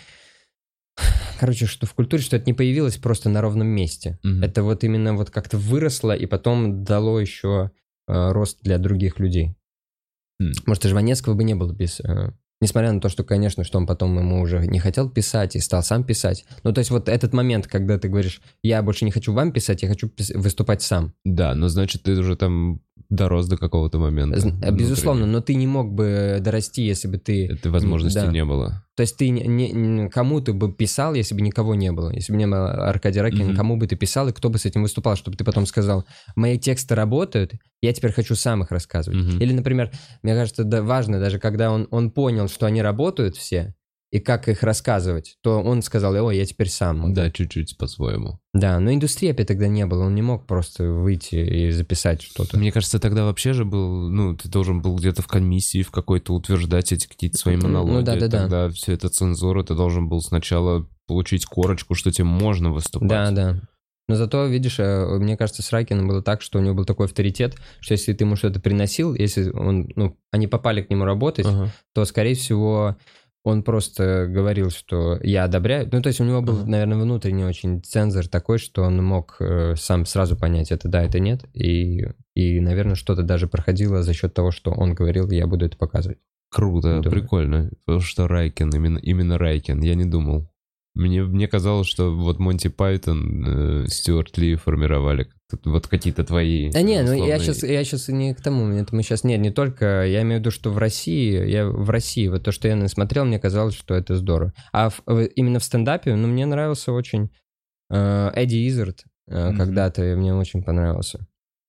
Короче, что в культуре, что это не появилось просто на ровном месте. Mm-hmm. Это вот именно вот как-то выросло, и потом дало еще э, рост для других людей. Mm. Может, и Жванецкого бы не было без... Э, Несмотря на то, что, конечно, что он потом ему уже не хотел писать и стал сам писать. Ну, то есть вот этот момент, когда ты говоришь, я больше не хочу вам писать, я хочу пис- выступать сам. Да, но значит, ты уже там дорос до какого-то момента. Безусловно, внутренне. Но ты не мог бы дорасти, если бы ты... Этой возможности да. не было. То есть ты не, не, кому ты бы писал, если бы никого не было? Если бы не было Аркадия Райкина, mm-hmm. кому бы ты писал и кто бы с этим выступал, чтобы ты потом сказал, мои тексты работают, я теперь хочу сам их рассказывать. Mm-hmm. Или, например, мне кажется, да, важно, даже когда он, он понял, что они работают все, и как их рассказывать, то он сказал, ой, я теперь сам могу. Да, чуть-чуть по-своему. Да, но индустрии опять тогда не было, он не мог просто выйти и записать что-то. Мне кажется, тогда вообще же был, ну, ты должен был где-то в комиссии в какой-то утверждать эти какие-то свои монологи. Ну да, да, да. Тогда все это цензура, ты должен был сначала получить корочку, что тебе можно выступать. Да, да. Но зато, видишь, мне кажется, с Райкиным было так, что у него был такой авторитет, что если ты ему что-то приносил, если он, ну, они попали к нему работать, ага. то, скорее всего... Он просто говорил, что я одобряю. Ну, то есть у него был, uh-huh. наверное, внутренний очень цензор такой, что он мог э, сам сразу понять, это да, это нет. И, и, наверное, что-то даже проходило за счет того, что он говорил, я буду это показывать. Круто, да. Прикольно. Потому что Райкин, именно, именно Райкин, я не думал. Мне, мне казалось, что вот Монти Пайтон, э, Стюарт Ли формировали вот какие-то твои... А не, ну я сейчас, я сейчас не к тому, это мы сейчас... Нет, не только... Я имею в виду, что в России, я в России, вот то, что я смотрел, мне казалось, что это здорово. А в, именно в стендапе, ну, мне нравился очень э, Эдди Иззард э, mm-hmm. когда-то, мне очень понравился.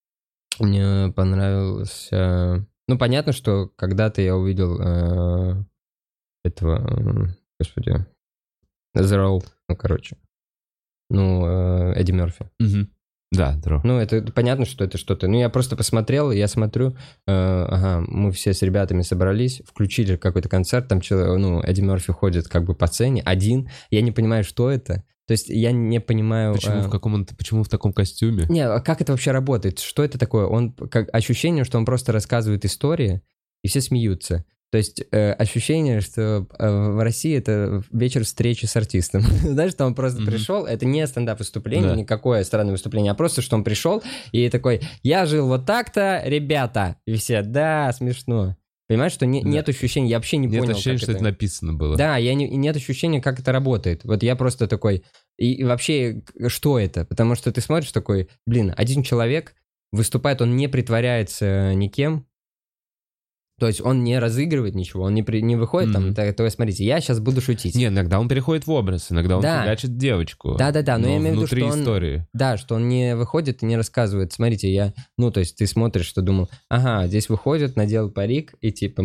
Мне понравился... Ну, понятно, что когда-то я увидел э, этого... Э, господи... The Row, ну, короче. Ну, э, Эдди Мерфи. Mm-hmm. Да, здорово. Ну, это понятно, что это что-то. Ну, я просто посмотрел, я смотрю, э, ага, мы все с ребятами собрались, включили какой-то концерт, там, ну, Эдди Мерфи ходит как бы по сцене, один, я не понимаю, что это. То есть я не понимаю... Почему, э... в, каком он, почему в таком костюме? Не, а как это вообще работает? Что это такое? Он, как, ощущение, что он просто рассказывает истории, и все смеются. То есть э, ощущение, что э, в России это вечер встречи с артистом. Знаешь, что он просто mm-hmm. пришел, это не стендап-выступление, да. никакое странное выступление, а просто, что он пришел и такой, я жил вот так-то, ребята. И все, да, смешно. Понимаешь, что не, да. нет ощущения, я вообще не нет понял, Нет ощущения, что это написано было. Да, я не, нет ощущения, как это работает. Вот я просто такой, и, и вообще, что это? Потому что ты смотришь такой, блин, один человек выступает, он не притворяется никем, то есть он не разыгрывает ничего, он не, при, не выходит mm-hmm. там, то, то, смотрите, я сейчас буду шутить. Нет, иногда он переходит в образ, иногда он да. фигачит девочку. Да-да-да, но, но я имею в виду, что он... истории. Да, что он не выходит и не рассказывает. Смотрите, я... Ну, то есть ты смотришь, что думал, ага, здесь выходит, надел парик и типа...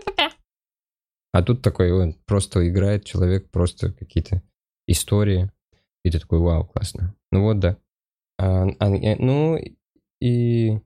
А тут такой, он просто играет человек, просто какие-то истории. И ты такой, вау, классно. Ну вот, да. А, а, ну, и...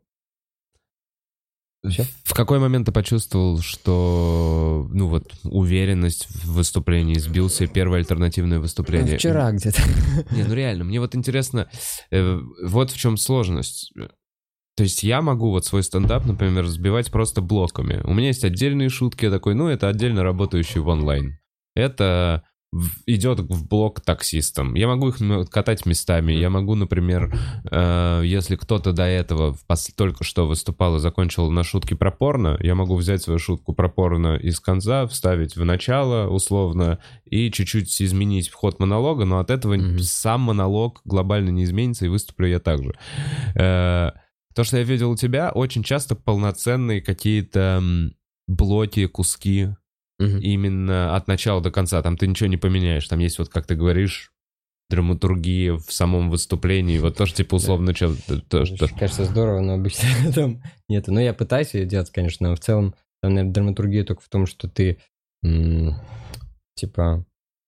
Все? В какой момент ты почувствовал, что, ну вот, уверенность в выступлении, сбился первое альтернативное выступление? Вчера где-то. Не, ну реально, мне вот интересно, э, вот в чем сложность. То есть я могу вот свой стендап, например, сбивать просто блоками. У меня есть отдельные шутки, я такой, ну это отдельно работающий в онлайн. Это идет в блок таксистам. Я могу их катать местами. Я могу, например, э, если кто-то до этого пос- только что выступал и закончил на шутке про порно, я могу взять свою шутку про порно из конца, вставить в начало, условно, и чуть-чуть изменить ход монолога, но от этого mm-hmm. сам монолог глобально не изменится, и выступлю я так же. Э, то, что я видел у тебя, очень часто полноценные какие-то блоки, куски, Uh-huh. именно от начала до конца. Там ты ничего не поменяешь. Там есть, вот как ты говоришь, драматургия в самом выступлении. Вот тоже, типа, условно, что... То, что... Кажется, здорово, но обычно там нет. Ну, я пытаюсь ее делать, конечно, но в целом, там, наверное, драматургия только в том, что ты, м- типа...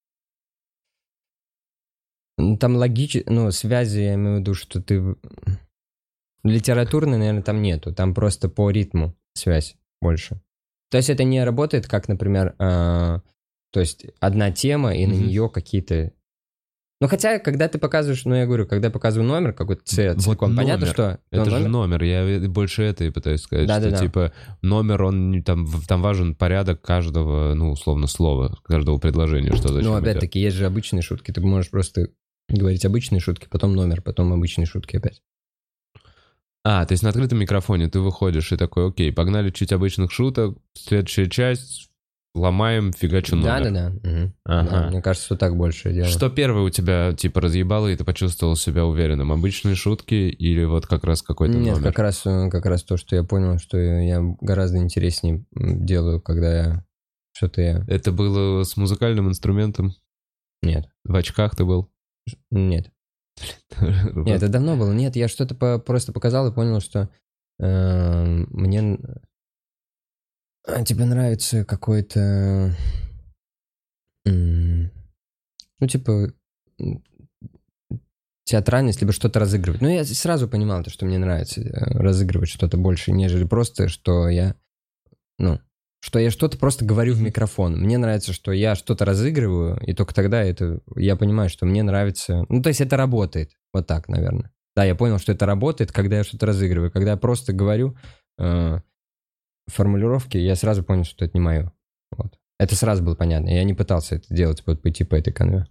Там логически... Ну, связи, я имею в виду, что ты... Литературной, наверное, там нету. Там просто по ритму связь больше. То есть это не работает, как, например, э, то есть одна тема, и mm-hmm. на нее какие-то... Ну, хотя, когда ты показываешь, ну, я говорю, когда я показываю номер какой-то целиком, вот понятно, номер. что... Это номер? же номер, я больше это и пытаюсь сказать, да, что, да, типа, да. номер, он там, там важен порядок каждого, ну, условно, слова, каждого предложения, что зачем. Ну, опять-таки, есть же обычные шутки, ты можешь просто говорить обычные шутки, потом номер, потом обычные шутки опять. А, то есть на открытом микрофоне ты выходишь и такой, окей, погнали чуть обычных шуток, следующая часть, ломаем, фигачу номер. Да-да-да. Угу. Ага. Да, мне кажется, что так больше дело. Что первое у тебя, типа, разъебало, и ты почувствовал себя уверенным? Обычные шутки или вот как раз какой-то Нет, номер? как раз, как раз то, что я понял, что я гораздо интереснее делаю, когда я что-то я... Это было с музыкальным инструментом? Нет. В очках ты был? Нет. Нет, это давно было. Нет, я что-то по- просто показал и понял, что э, мне а, тебе нравится какой-то, э, ну, типа, театральность, либо что-то разыгрывать. Ну, я сразу понимал, то, что мне нравится э, разыгрывать что-то больше, нежели просто, что я, ну, что я что-то просто говорю в микрофон. Мне нравится, что я что-то разыгрываю, и только тогда это я понимаю, что мне нравится... Ну, то есть это работает. Вот так, наверное. Да, я понял, что это работает, когда я что-то разыгрываю. Когда я просто говорю э, формулировки, я сразу понял, что это не мое. Вот. Это сразу было понятно. Я не пытался это делать, вот пойти по этой конве.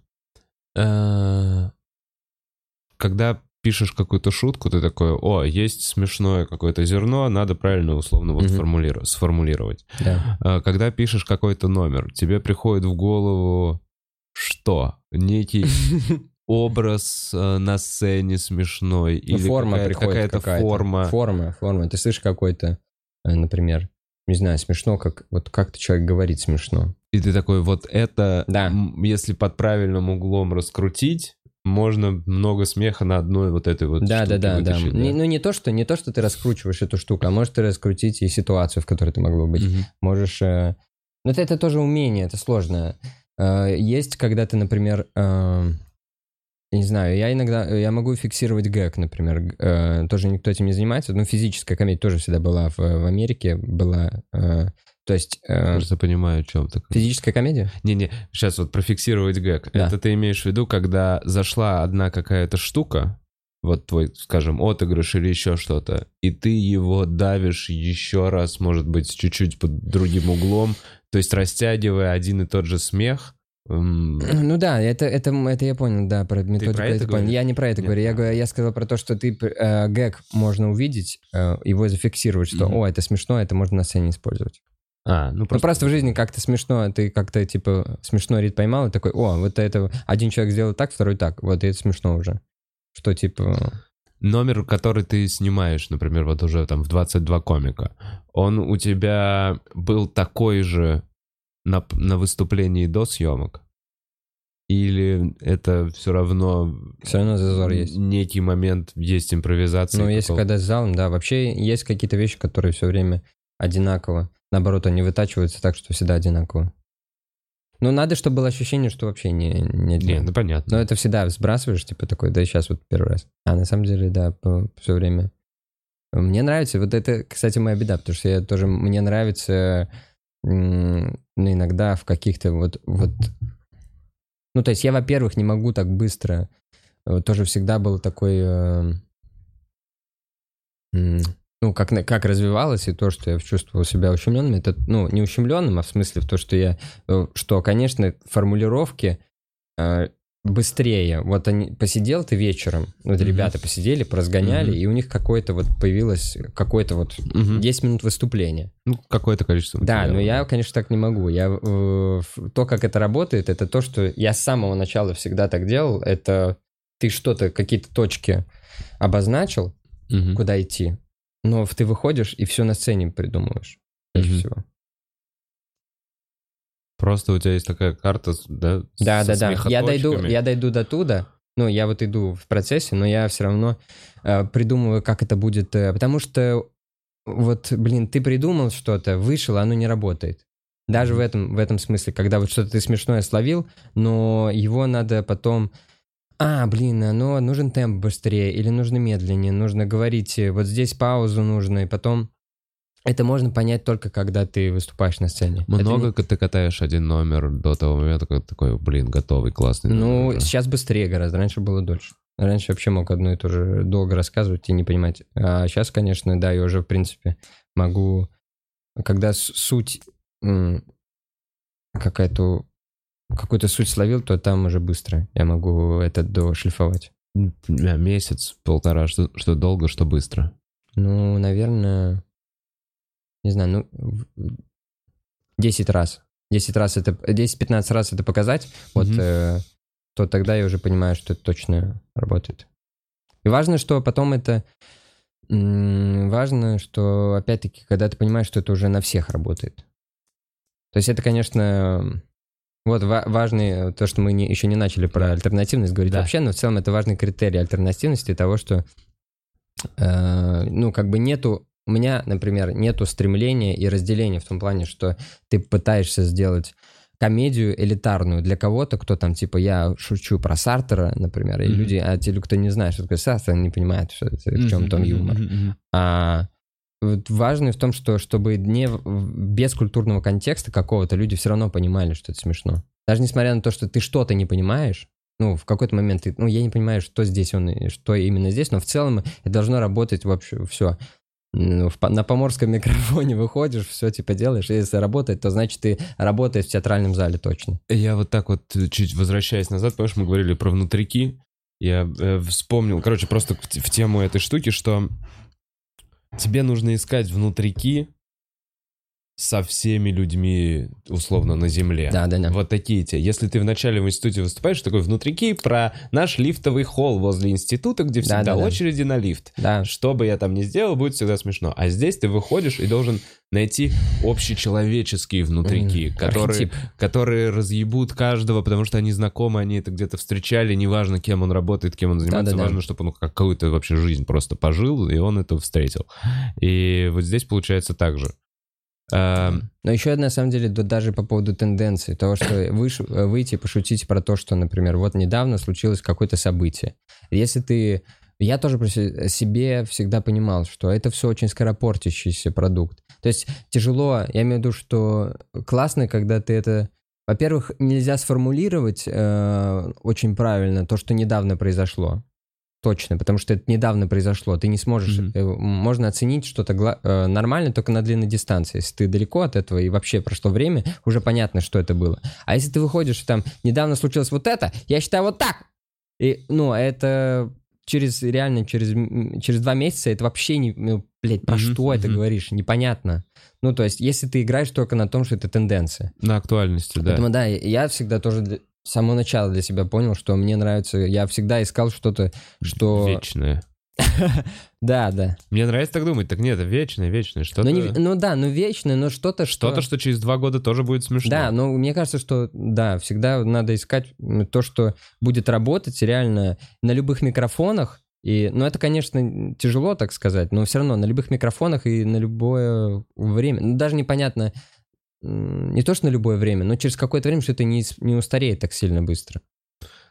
Когда пишешь какую-то шутку, ты такой, о, есть смешное какое-то зерно, надо правильно, условно, вот mm-hmm. сформулировать. Да. Когда пишешь какой-то номер, тебе приходит в голову что? Некий образ на сцене смешной? Ну, или форма какая-то, приходит какая-то, какая-то форма? Форма, форма. Ты слышишь какой-то, например, не знаю, смешно, как вот как-то человек говорит смешно. И ты такой, вот это, да. если под правильным углом раскрутить, можно много смеха на одной вот этой вот да, штуке да, да, вытащить. Да. Да. Не, ну, не то, что, не то, что ты раскручиваешь эту штуку, а можешь ты раскрутить и ситуацию, в которой ты могло быть. Mm-hmm. Можешь... Э... Ну, это, это тоже умение, это сложно. Э, есть, когда ты, например... Э... Я не знаю, я иногда... Я могу фиксировать гэг, например. Э, тоже никто этим не занимается. Ну, физическая комедия тоже всегда была в, в Америке. Была... Э... То есть... Э... Кажется, понимаю, о чем ты. Физическая комедия? Не-не, сейчас вот профиксировать гэг. Да. Это ты имеешь в виду, когда зашла одна какая-то штука, вот твой, скажем, отыгрыш или еще что-то, и ты его давишь еще раз, может быть, чуть-чуть под другим углом, то есть растягивая один и тот же смех. Ну да, это, это, это я понял, да, про методику. Ты про это понял. Я не про это Нет, говорю. Я, да. я сказал про то, что ты э, гэг можно увидеть, э, его зафиксировать, что, mm-hmm. о, это смешно, это можно на сцене использовать. А, ну, просто... ну просто в жизни как-то смешно, ты как-то типа смешно рит поймал и такой, о, вот это один человек сделал так, второй так, вот и это смешно уже. Что типа... Номер, который ты снимаешь, например, вот уже там в двадцать два комика, он у тебя был такой же на, на выступлении до съемок? Или это все равно... Все равно зазор есть. Некий момент есть импровизация? Ну, если когда с залом, да, вообще есть какие-то вещи, которые все время одинаково. Наоборот, они вытачиваются так, что всегда одинаково. Ну, надо, чтобы было ощущение, что вообще не... Не, не ну понятно. Но это всегда сбрасываешь, типа такой, да, сейчас вот первый раз. А на самом деле, да, все время. Мне нравится, вот это, кстати, моя беда, потому что я тоже, мне нравится м- ну, иногда в каких-то вот, вот... Ну, то есть я, во-первых, не могу так быстро. Вот тоже всегда был такой... Э- м- ну, как, как развивалось, и то, что я чувствовал себя ущемленным, это, ну, не ущемленным, а в смысле в то, что я, что, конечно, формулировки э, быстрее. Вот они, посидел ты вечером, вот mm-hmm. ребята посидели, поразгоняли, mm-hmm. и у них какое-то вот появилось, какое-то вот mm-hmm. десять минут выступления. Ну, какое-то количество. Да, но я, конечно, так не могу. Я, э, то, как это работает, это то, что я с самого начала всегда так делал, это ты что-то, какие-то точки обозначил, mm-hmm. куда идти, но ты выходишь и все на сцене придумываешь, прежде mm-hmm. всего. Просто у тебя есть такая карта, да? Да, да, да. Я дойду, я дойду до туда. Ну, я вот иду в процессе, но я все равно э, придумываю, как это будет. Э, потому что, вот, блин, ты придумал что-то, вышел, оно не работает. Даже mm-hmm. в этом, в этом смысле, когда вот что-то ты смешное словил, но его надо потом... А, блин, оно нужен темп быстрее или нужно медленнее, нужно говорить, вот здесь паузу нужно, и потом... Это можно понять только, когда ты выступаешь на сцене. Много это... ты катаешь один номер до того момента, когда такой, блин, готовый, классный Ну, номер. Сейчас быстрее гораздо, раньше было дольше. Раньше вообще мог одно и то же долго рассказывать и не понимать. А сейчас, конечно, да, я уже, в принципе, могу... Когда суть какая-то... какую-то суть словил, то там уже быстро. Я могу это дошлифовать. Месяц, полтора, что, что долго, что быстро? Ну, наверное... Не знаю, ну, десять раз. десять раз это, десять-пятнадцать раз это показать, mm-hmm. вот, э, то тогда я уже понимаю, что это точно работает. И важно, что потом это... М- важно, что, опять-таки, когда ты понимаешь, что это уже на всех работает. То есть это, конечно... Вот ва- важный, то, что мы не, еще не начали про да. альтернативность говорить да. вообще, но в целом это важный критерий альтернативности того, что, э, ну, как бы нету... У меня, например, нету стремления и разделения в том плане, что ты пытаешься сделать комедию элитарную для кого-то, кто там, типа, я шучу про Сартера, например, mm-hmm. и люди, а те, кто не знает, что такое Сартер, не понимают, что это, в чем там юмор. Mm-hmm. А вот важно в том, что чтобы не без культурного контекста какого-то люди все равно понимали, что это смешно. Даже несмотря на то, что ты что-то не понимаешь, ну, в какой-то момент ты, ну, я не понимаю, что здесь он, что именно здесь, но в целом это должно работать вообще все. Ну, на поморском микрофоне выходишь, все типа делаешь, и если работает, то значит ты работаешь в театральном зале точно. Я вот так вот, чуть возвращаясь назад, потому что мы говорили про внутрики, я э, вспомнил, короче, просто в, в тему этой штуки, что тебе нужно искать внутрики со всеми людьми, условно, на земле. Да, да, да. Вот такие те. Если ты вначале в институте выступаешь, такой внутрики про наш лифтовый холл возле института, где всегда да, да, очереди да. на лифт. Да. Что бы я там ни сделал, будет всегда смешно. А здесь ты выходишь и должен найти общечеловеческие внутрики, mm, которые, которые разъебут каждого, потому что они знакомы, они это где-то встречали, неважно, кем он работает, кем он занимается, да, да, важно, да. чтобы он какую-то вообще жизнь просто пожил, и он это встретил. И вот здесь получается так же. Но еще, на самом деле, даже по поводу тенденции, того, что выш... выйти и пошутить про то, что, например, вот недавно случилось какое-то событие. Если ты... Я тоже про себе всегда понимал, что это все очень скоропортящийся продукт. То есть тяжело, я имею в виду, что классно, когда ты это... Во-первых, нельзя сформулировать э, очень правильно то, что недавно произошло. Точно, потому что это недавно произошло. Ты не сможешь... Mm-hmm. Можно оценить что-то гла- э, нормально только на длинной дистанции. Если ты далеко от этого и вообще прошло время, уже понятно, что это было. А если ты выходишь, там, недавно случилось вот это, я считаю вот так. И, ну, это через, реально, через, через два месяца это вообще не... Ну, блядь, про mm-hmm. что mm-hmm. это говоришь? Непонятно. Ну, то есть, если ты играешь только на том, что это тенденция. На актуальности, да. Поэтому, да, я всегда тоже... С самого начала для себя понял, что мне нравится... Я всегда искал что-то, что... Вечное. Да, да. Мне нравится так думать. Так нет, это вечное, вечное. Что-то... Ну, не, ну да, ну вечное, но что-то, что... Что-то, что через два года тоже будет смешно. Да, но мне кажется, что, да, всегда надо искать то, что будет работать реально на любых микрофонах. И, ну, это, конечно, тяжело, так сказать, но все равно на любых микрофонах и на любое время. Ну, даже непонятно... Не то, что на любое время, но через какое-то время что-то не, не устареет так сильно быстро.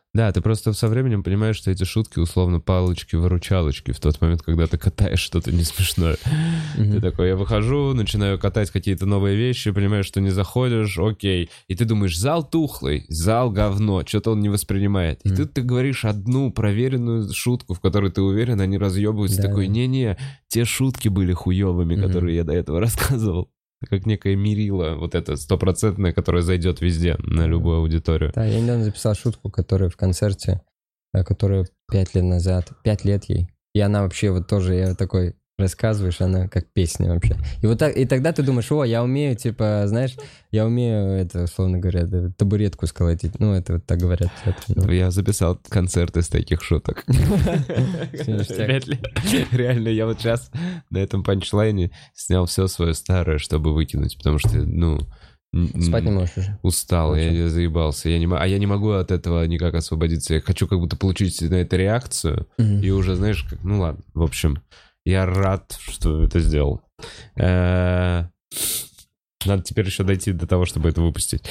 Да, ты просто со временем понимаешь, что эти шутки условно палочки-выручалочки в тот момент, когда ты катаешь что-то не смешное. Mm-hmm. Ты такой, я выхожу, начинаю катать какие-то новые вещи, понимаешь, что не заходишь, окей. И ты думаешь, зал тухлый, зал говно, что-то он не воспринимает. Mm-hmm. И тут ты говоришь одну проверенную шутку, в которой ты уверен, они разъебываются. Да, такой, не-не, те шутки были хуевыми, mm-hmm. которые я до этого рассказывал. Как некое мерило, вот это стопроцентное, которое зайдет везде, на любую аудиторию. Да, я недавно записал шутку, которая в концерте, которая пять лет назад, пять лет ей, и она вообще вот тоже, я такой рассказываешь, она как песня вообще. И вот так, и тогда ты думаешь, о, я умею, типа, знаешь, я умею, это, условно говоря, табуретку сколотить. Ну, это вот так говорят. Это, ну. Я записал концерт из таких шуток. Реально, я вот сейчас на этом панчлайне снял все свое старое, чтобы выкинуть, потому что, ну... Спать не можешь уже. Устал, я заебался. Я не, а я не могу от этого никак освободиться. Я хочу как будто получить на это реакцию. И уже, знаешь, как, ну ладно, в общем... Я рад, что это сделал. Надо теперь еще дойти до того, чтобы это выпустить.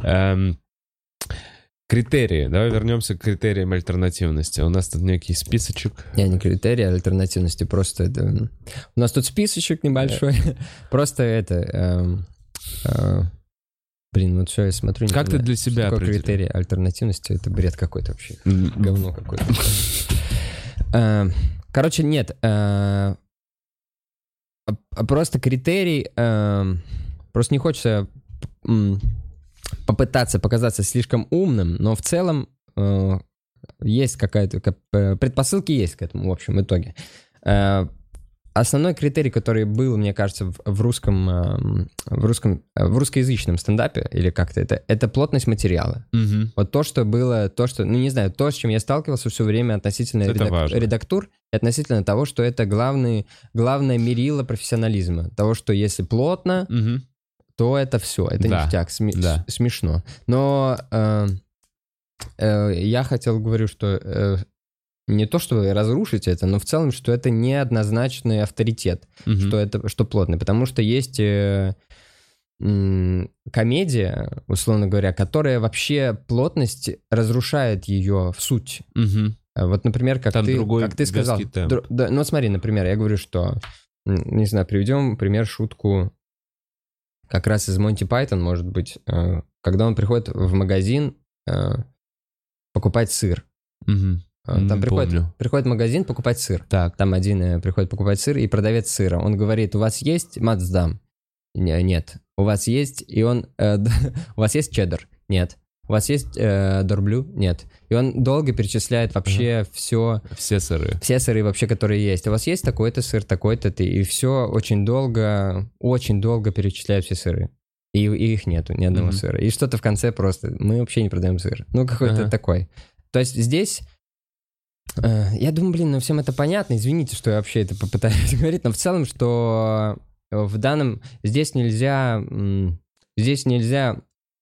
Критерии. Давай вернемся к критериям альтернативности. У нас тут некий списочек. Не, не критерии альтернативности, просто это... У нас тут списочек небольшой. Просто это... Блин, вот все, я смотрю... Как ты для себя определил? Критерий альтернативности? Это бред какой-то вообще. Говно какое-то. Короче, нет, э, просто критерий, э, просто не хочется э, попытаться показаться слишком умным, но в целом э, есть какая-то, как, предпосылки есть к этому, в общем, итоге. Э, основной критерий, который был, мне кажется, в, в русском, э, в русском, э, в русскоязычном стендапе, или как-то это, это плотность материала. Угу. Вот то, что было, то, что, ну не знаю, то, с чем я сталкивался все время относительно редак, редактур, относительно того, что это главный, главное мерило профессионализма. Того, что если плотно, угу. то это все, это да. ништяк, сме- да. смешно. Но э, э, я хотел, говорю, что э, не то, что разрушить это, но в целом, что это неоднозначный авторитет, угу. что это что плотно, потому что есть э, э, комедия, условно говоря, которая вообще плотность разрушает ее в суть. Угу. Вот, например, как там ты, другой как ты сказал. Дру, да, ну, смотри, например, я говорю, что, не знаю, приведем пример, шутку как раз из Монти Пайтон, может быть, когда он приходит в магазин покупать сыр. Угу. Там приходит, приходит в магазин покупать сыр. Так. Там один приходит покупать сыр, и продавец сыра. Он говорит, у вас есть Матсдам? Нет. У вас есть, и он, э, у вас есть чеддер? Нет. У вас есть э, дорблю? Нет. И он долго перечисляет вообще uh-huh. все... Все сыры. Все сыры вообще, которые есть. У вас есть такой-то сыр, такой-то ты. И все очень долго, очень долго перечисляет все сыры. И, и их нету, ни одного uh-huh. сыра. И что-то в конце просто... Мы вообще не продаем сыр. Ну, какой-то uh-huh. такой. То есть здесь... Э, я думаю, блин, ну всем это понятно. Извините, что я вообще это попытаюсь говорить. Но в целом, что в данном... Здесь нельзя... Здесь нельзя...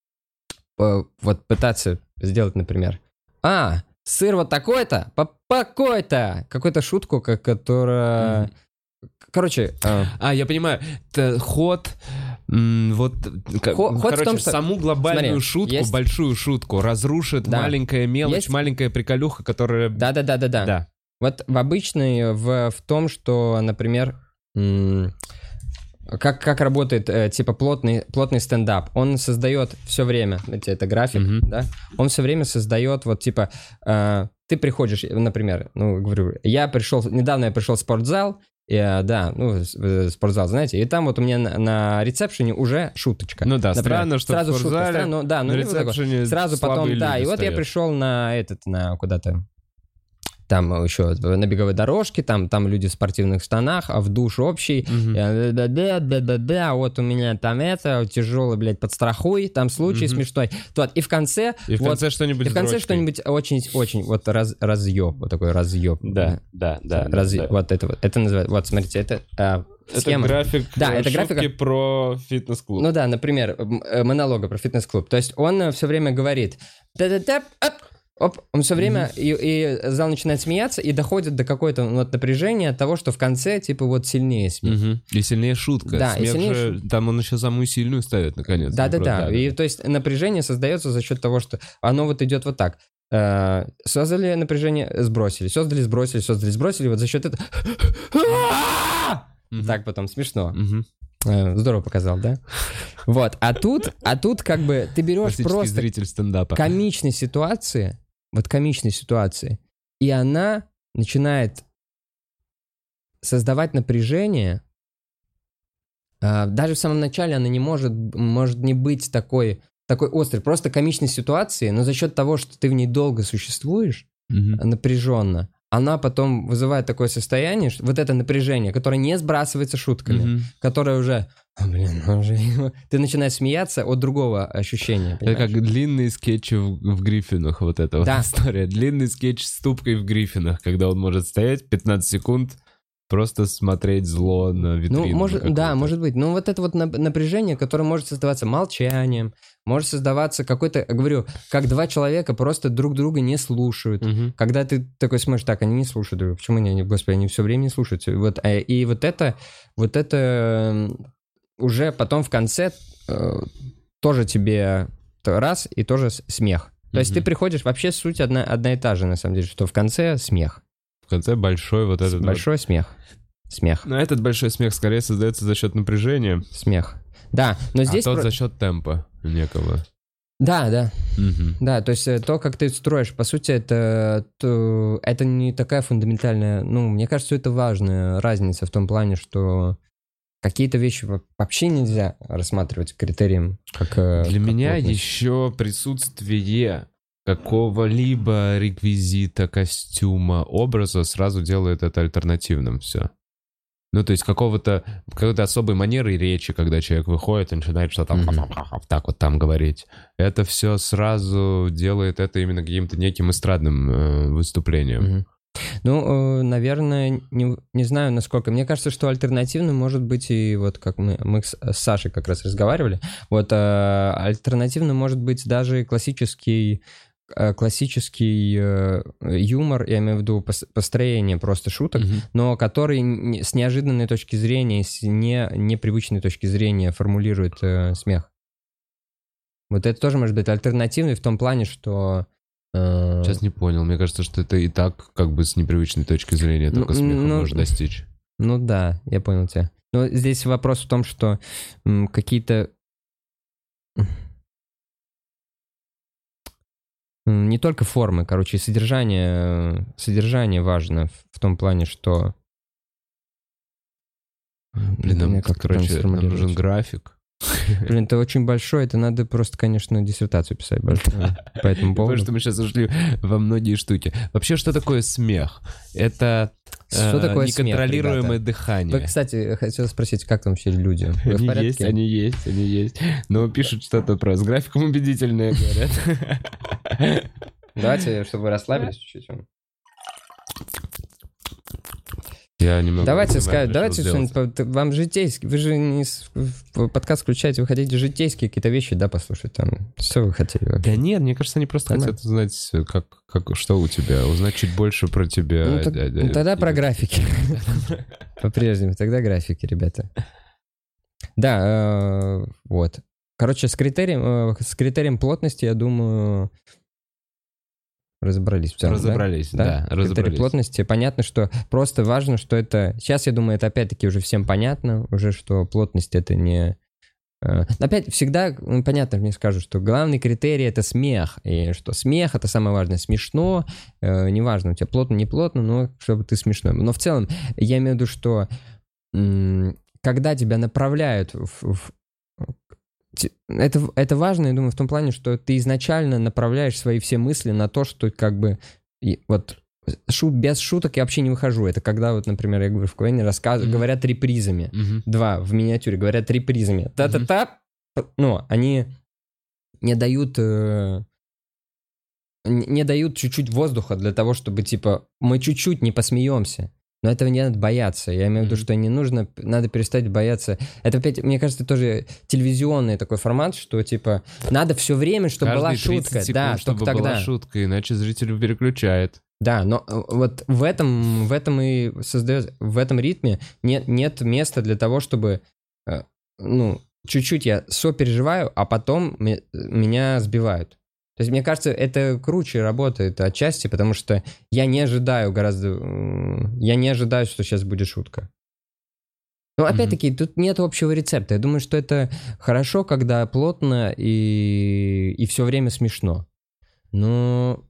вот пытаться сделать, например, а, сыр вот такой-то, такой-то, какую-то шутку, которая... Mm-hmm. Короче... А, а я понимаю, это ход... М- вот, ход, короче, в том, что... саму глобальную Смотри, шутку, есть... большую шутку разрушит да. маленькая мелочь, есть... маленькая приколюха, которая... Да-да-да-да-да. Да. Вот в обычной, в, в том, что, например... М- Как, как работает, э, типа, плотный, плотный стендап? Он создает все время, знаете, это график, mm-hmm. да? Он все время создает, вот, типа, э, ты приходишь, например, ну, говорю, я пришел, недавно я пришел в спортзал, и, э, да, ну, спортзал, знаете, и там вот у меня на, на ресепшене уже шуточка. Ну да, например, странно, что сразу в спортзале шутка, странно, ну, да, ну, на ресепшене сразу потом, да, и вот стоят. я пришел на этот, на куда-то, там еще на беговой дорожке, там, там люди в спортивных штанах, а в душ общий. Mm-hmm. Да-да-да-да-да, вот у меня там это, тяжелый, блядь, подстрахуй, там случай mm-hmm. смешной. Тот. И в конце... И в вот, конце что-нибудь И в конце что-нибудь очень-очень, вот раз, разъеб, вот такой разъеб. Да, да, да. Разъ... да. Вот это вот, это называется, вот смотрите, это... А, это схема. график да, это шутки графика... про фитнес-клуб. Ну да, например, монолога про фитнес-клуб. То есть он все время говорит... Оп, он все время, mm-hmm. и, и зал начинает смеяться, и доходит до какой-то вот напряжения от того, что в конце, типа, вот сильнее смех. Mm-hmm. И сильнее шутка. Да, смех и сильнее же, шут... там он еще самую сильную ставит, наконец. Да-да-да, и то есть напряжение создается за счет того, что оно вот идет вот так. э, создали напряжение, сбросили, создали, сбросили, создали, сбросили, вот за счет этого... Так потом смешно. Здорово показал, да? Вот, а тут, а тут как бы ты берешь просто зритель стендапа. комичной ситуации, вот комичной ситуации, и она начинает создавать напряжение. Даже в самом начале она не может, может не быть такой, такой острой, просто комичной ситуации, но за счет того, что ты в ней долго существуешь, mm-hmm. напряженно, она потом вызывает такое состояние, что вот это напряжение, которое не сбрасывается шутками, mm-hmm. которое уже, о, блин, уже... ты начинаешь смеяться от другого ощущения. Понимаешь? Это как длинные скетчи в, в Гриффинах, вот эта да. вот история. Длинный скетч с тупкой в Гриффинах, когда он может стоять пятнадцать секунд, просто смотреть зло на витрину. Ну, может, да, может быть. Ну, вот это вот напряжение, которое может создаваться молчанием, может создаваться какой-то, говорю, как два человека просто друг друга не слушают. Угу. Когда ты такой смотришь, так, они не слушают друг друга. Почему они, господи, они все время не слушают? Вот, и вот это, вот это уже потом в конце э, тоже тебе раз и тоже смех. То угу. есть ты приходишь, вообще суть одна, одна и та же, на самом деле, что в конце смех. В конце большой вот этот... Большой вот... смех. Смех. Но этот большой смех скорее создается за счет напряжения. Смех. Да, но здесь... А тот про... за счет темпа некого. Да, да. Угу. Да, то есть то, как ты строишь, по сути, это, то, это не такая фундаментальная... Ну, мне кажется, это важная разница в том плане, что какие-то вещи вообще нельзя рассматривать критерием как... Для как меня плотность. еще присутствие какого-либо реквизита, костюма, образа сразу делает это альтернативным все. Ну, то есть какого-то, какой-то особой манеры речи, когда человек выходит и начинает что-то mm-hmm. так вот там говорить. Это все сразу делает это именно каким-то неким эстрадным э, выступлением. Mm-hmm. Ну, э, наверное, не, не знаю, насколько. Мне кажется, что альтернативным может быть и вот как мы, мы с, с Сашей как раз разговаривали, вот э, альтернативным может быть даже классический классический э, юмор, я имею в виду построение просто шуток, mm-hmm. но который не, с неожиданной точки зрения, с не, непривычной точки зрения формулирует э, смех. Вот это тоже может быть альтернативный в том плане, что... Э... Сейчас не понял. Мне кажется, что это и так как бы с непривычной точки зрения только смеха ну, можно достичь. Ну да, я понял тебя. Но здесь вопрос в том, что м, какие-то... Не только формы, короче, содержание, содержание важно в, в том плане, что... Блин, нам, как короче, нам нужен график. Блин, это очень большое, это надо просто, конечно, диссертацию писать большую по этому поводу. Потому что мы сейчас ушли во многие штуки. Вообще, что такое смех? Это что такое неконтролируемое смех, дыхание. Вы, кстати, хотел спросить, как там вообще люди? Вы они в порядке? Есть, они есть, они есть. Но пишут что-то про с графиком убедительное, говорят. Давайте, чтобы вы расслабились чуть-чуть. Я не могу. Давайте сказать, давайте что-нибудь, вам житейский, вы же не подкаст включаете, вы хотите житейские какие-то вещи, да, послушать там, что вы хотели вообще? Да нет, мне кажется, они просто хотят узнать, как, как, что у тебя, узнать чуть больше про тебя. Ну, так, ну, тогда про графики. По-прежнему, тогда графики, ребята. Да, вот. Короче, с критерием, с критерием плотности, я думаю... Разобрались в целом, Разобрались, да, да, да разобрались. Критерии плотности. Понятно, что просто важно, что это... Сейчас, я думаю, это опять-таки уже всем понятно, уже что плотность это не... Опять всегда, ну, понятно, мне скажут, что главный критерий это смех, и что смех это самое важное, смешно, э, неважно, у тебя плотно, не плотно, но чтобы ты смешной. Но в целом, я имею в виду, что м- когда тебя направляют в... в Это, это важно, я думаю, в том плане, что ты изначально направляешь свои все мысли на то, что как бы и, вот шут, без шуток я вообще не выхожу. Это когда вот, например, я говорю в КВН, рассказывают, mm-hmm. говорят репризами. Mm-hmm. Два в миниатюре говорят репризами. Та-та-та. Mm-hmm. Ну, они не дают... Э, не дают чуть-чуть воздуха для того, чтобы, типа, мы чуть-чуть не посмеемся. Но этого не надо бояться. Я имею в виду, что не нужно, надо перестать бояться. Это опять, мне кажется, тоже телевизионный такой формат, что типа надо все время, чтобы каждые была шутка, секунд, да, чтобы только тогда. Была шутка, иначе зритель переключает. Да, но вот в этом, в этом и создает, в этом ритме нет, нет места для того, чтобы, ну, чуть-чуть я сопереживаю, а потом меня сбивают. То есть, мне кажется, это круче работает отчасти, потому что я не ожидаю гораздо... Я не ожидаю, что сейчас будет шутка. Но опять-таки, mm-hmm. тут нет общего рецепта. Я думаю, что это хорошо, когда плотно и, и все время смешно. Но...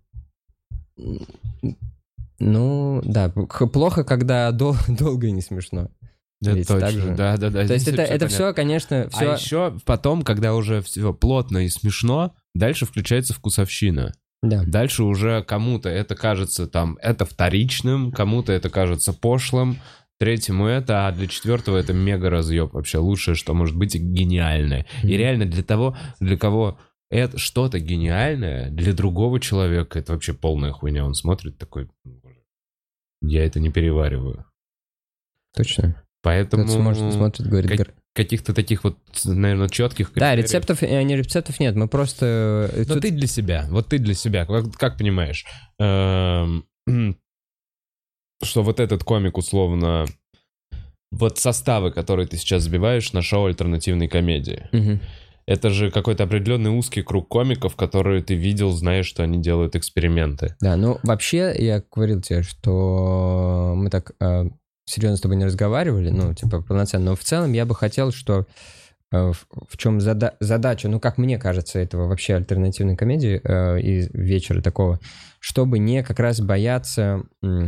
Ну, да, плохо, когда дол- долго и не смешно. Да, Ведь точно, да, да, да. То есть это, все, это все, конечно, все... А еще потом, когда уже все плотно и смешно, дальше включается вкусовщина. Да. Дальше уже кому-то это кажется там, это вторичным, кому-то это кажется пошлым, третьему это, а для четвертого это мега разъеб вообще. Лучшее, что может быть, гениальное. Mm-hmm. И реально для того, для кого это что-то гениальное, для другого человека это вообще полная хуйня. Он смотрит такой, я это не перевариваю. Точно. Поэтому смотрит, смотрит, говорит, как, каких-то таких вот, наверное, четких критериев. Да, рецептов, не рецептов нет, мы просто... Но Тут... ты для себя, вот ты для себя, как, как понимаешь, эм, что вот этот комик условно, вот составы, которые ты сейчас сбиваешь на шоу альтернативной комедии, угу. это же какой-то определенный узкий круг комиков, которые ты видел, знаешь, что они делают эксперименты. Да, ну вообще я говорил тебе, что мы так... серьезно с тобой не разговаривали, ну, типа, полноценно, но в целом я бы хотел, что э, в, в чем зада- задача, ну, как мне кажется, этого вообще альтернативной комедии э, и вечера такого, чтобы не как раз бояться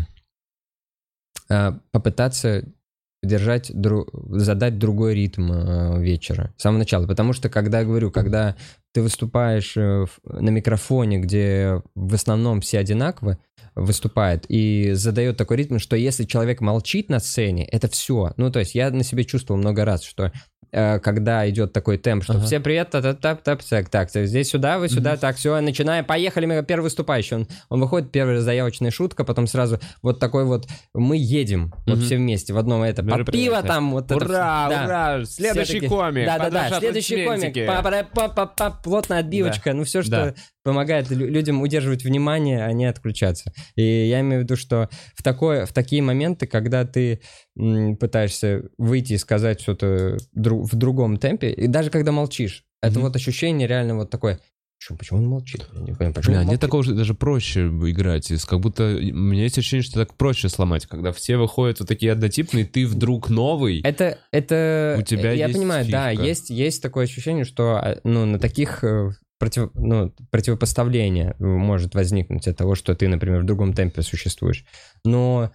э, попытаться держать, дру- задать другой ритм э, вечера с самого начала, потому что, когда я говорю, когда ты выступаешь э, на микрофоне, где в основном все одинаково выступает и задает такой ритм, что если человек молчит на сцене, это все. Ну, то есть я на себе чувствовал много раз, что э, когда идет такой темп, что ага. все привет, так, так, так, так, здесь сюда, вы сюда, mm-hmm. так, все, начинаем, поехали, мы первый выступающий. Он, он выходит, первая заявочная шутка, потом сразу вот такой вот, мы едем, mm-hmm. вот все вместе в одном, это, под пиво там, вот ура, это. Ура, да. ура, следующий таки, комик. Да-да-да, следующий комик, па-па-па-па-па, плотная отбивочка, да. ну все, что... Да. помогает людям удерживать внимание, а не отключаться. И я имею в виду, что в, такое, в такие моменты, когда ты м, пытаешься выйти и сказать что-то дру, в другом темпе, и даже когда молчишь, mm-hmm. это вот ощущение реально вот такое... Почему, почему он молчит? Я не понимаю, почему Бля, он молчит? Нет такого же даже проще играть. Как будто... У меня есть ощущение, что так проще сломать, когда все выходят вот такие однотипные, ты вдруг новый. Это... это у тебя я есть понимаю, фишка. Да, есть, есть такое ощущение, что ну, на таких... Против, ну, противопоставление может возникнуть от того, что ты, например, в другом темпе существуешь. Но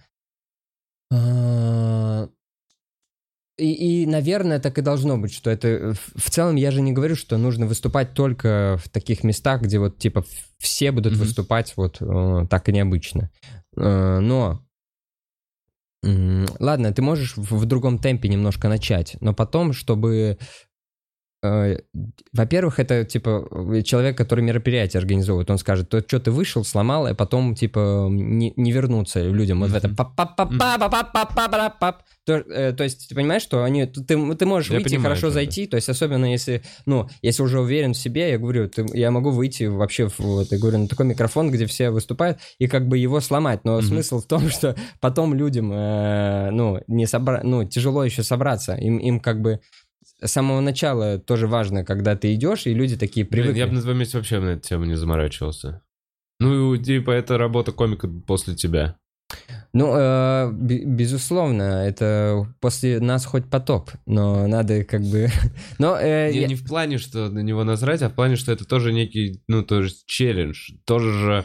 э, и, и, наверное, так и должно быть, что это... В целом, я же не говорю, что нужно выступать только в таких местах, где вот, типа, все будут mm-hmm. выступать вот э, так и необычно. Э, но... Э, ладно, ты можешь в, в другом темпе немножко начать, но потом, чтобы... Во-первых, это, типа, человек, который мероприятие организовывает, он скажет, то, что ты вышел, сломал, а потом, типа, не, не вернуться людям вот в это пап-пап-пап-пап-пап-пап-пап. То, то есть, ты понимаешь, что они, ты, ты можешь я выйти, понимаю, хорошо зайти, то есть, особенно если, ну, если уже уверен в себе, я говорю, ты, я могу выйти вообще, в, вот, я говорю, на такой микрофон, где все выступают, и как бы его сломать, но mm-hmm. смысл в том, что потом людям, э, ну, не собра... ну, тяжело еще собраться, им, им как бы с самого начала тоже важно, когда ты идешь, и люди такие привыкли. Блин, я бы на твоем месте вообще на эту тему не заморачивался. Ну, типа, это работа комика после тебя. Ну, э, б- безусловно, это после нас хоть потоп, но надо как бы... но, э, не, я... не в плане, что на него насрать, а в плане, что это тоже некий, ну, тоже челлендж. Тоже же...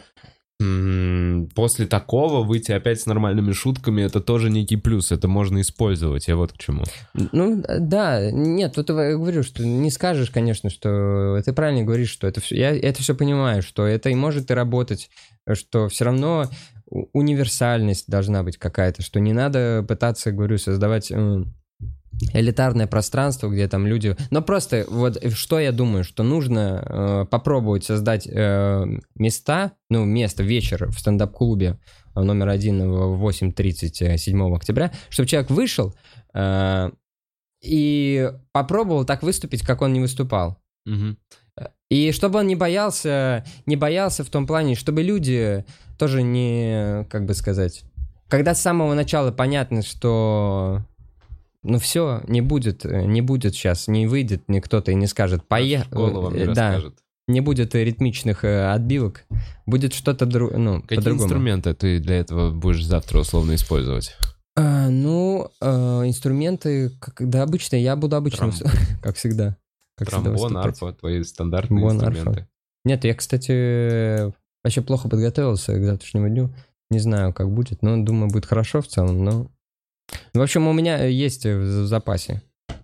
После такого выйти опять с нормальными шутками, это тоже некий плюс, это можно использовать, я вот к чему. Ну, да, нет, тут я говорю, что не скажешь, конечно, что ты правильно говоришь, что это все, я это все понимаю, что это и может и работать, что все равно универсальность должна быть какая-то, что не надо пытаться, говорю, создавать... элитарное пространство, где там люди... Но просто вот что я думаю, что нужно э, попробовать создать э, места, ну, место, вечер в стендап-клубе номер один в восемь тридцать седьмого октября, чтобы человек вышел э, и попробовал так выступить, как он не выступал. Угу. И чтобы он не боялся, не боялся в том плане, чтобы люди тоже не, как бы сказать... Когда с самого начала понятно, что... Ну все, не будет, не будет сейчас, не выйдет мне кто-то и не скажет, поехали. Голову мне да. расскажет. не будет ритмичных э, отбивок, будет что-то дру... ну, Какие по-другому. инструменты ты для этого будешь завтра условно использовать? А, ну, э, инструменты, как, да, обычные, я буду обычным, как всегда. Как Тромбон, арфа, твои стандартные Тромбон, инструменты. Арфа. Нет, я, кстати, вообще плохо подготовился к завтрашнему дню. Не знаю, как будет, но думаю, будет хорошо в целом, но... В общем, у меня есть в запасе.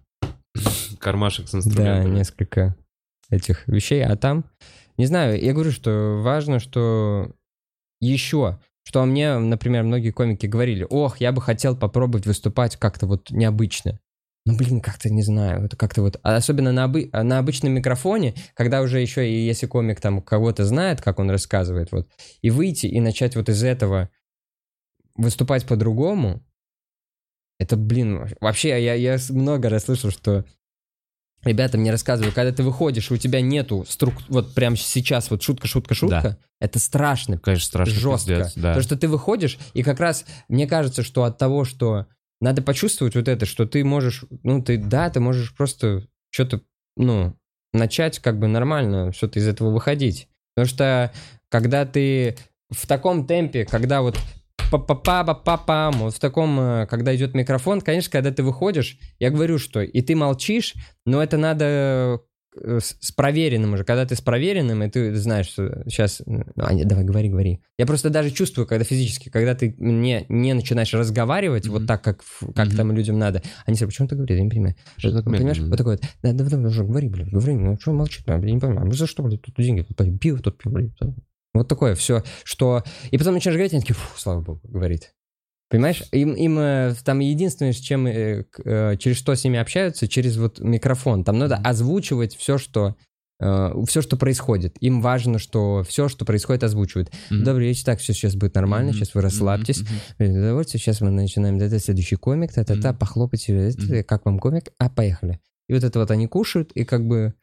Кармашек с инструментами. Да, несколько этих вещей, а там... Не знаю, я говорю, что важно, что еще... Что мне, например, многие комики говорили, ох, я бы хотел попробовать выступать как-то вот необычно. Ну, блин, как-то не знаю, это как-то вот... Особенно на, обы... на обычном микрофоне, когда уже еще и если комик там кого-то знает, как он рассказывает, вот, и выйти и начать вот из этого выступать по-другому, это, блин, вообще я, я много раз слышал, что ребята мне рассказывают, когда ты выходишь, и у тебя нету струк... вот прямо сейчас вот шутка, шутка, шутка, да. Это страшно, конечно, страшно, жестко. Пиздец, да. Потому что ты выходишь, и как раз мне кажется, что от того, что надо почувствовать вот это, что ты можешь, ну, ты, да, ты можешь просто что-то, ну, начать как бы нормально что-то из этого выходить. Потому что когда ты в таком темпе, когда вот па-па-па-па-пам, вот в таком, когда идет микрофон, конечно, когда ты выходишь, я говорю, что и ты молчишь, но это надо с, с проверенным уже. Когда ты с проверенным, и ты знаешь, что сейчас... Ну, давай, говори, говори. Я просто даже чувствую, когда физически, когда ты не, не начинаешь разговаривать mm-hmm. вот так, как, как mm-hmm. там людям надо, они говорят, почему ты говоришь? Я не понимаю. Что вот, понимаешь? Mm-hmm. Вот такой вот, да, да, да, да, говори, блин, говори, ну что молчит? Я не понимаю, ну за что, блин, тут деньги, тут пиво, тут пиво, блин. Вот такое все, что... И потом начинаешь говорить, они такие, фу, слава богу, говорит. Понимаешь, им, им э, там единственное, с чем, э, э, через что с ними общаются, через вот микрофон. Там надо озвучивать все, что, э, все, что происходит. Им важно, что все, что происходит, озвучивают. Mm-hmm. Добрый вечер, так, все сейчас будет нормально, mm-hmm. сейчас вы расслабьтесь. Mm-hmm. Давайте, сейчас мы начинаем, это следующий комик, та-та-та, mm-hmm. похлопайте, mm-hmm. как вам комик, а поехали. И вот это вот они кушают, и как бы...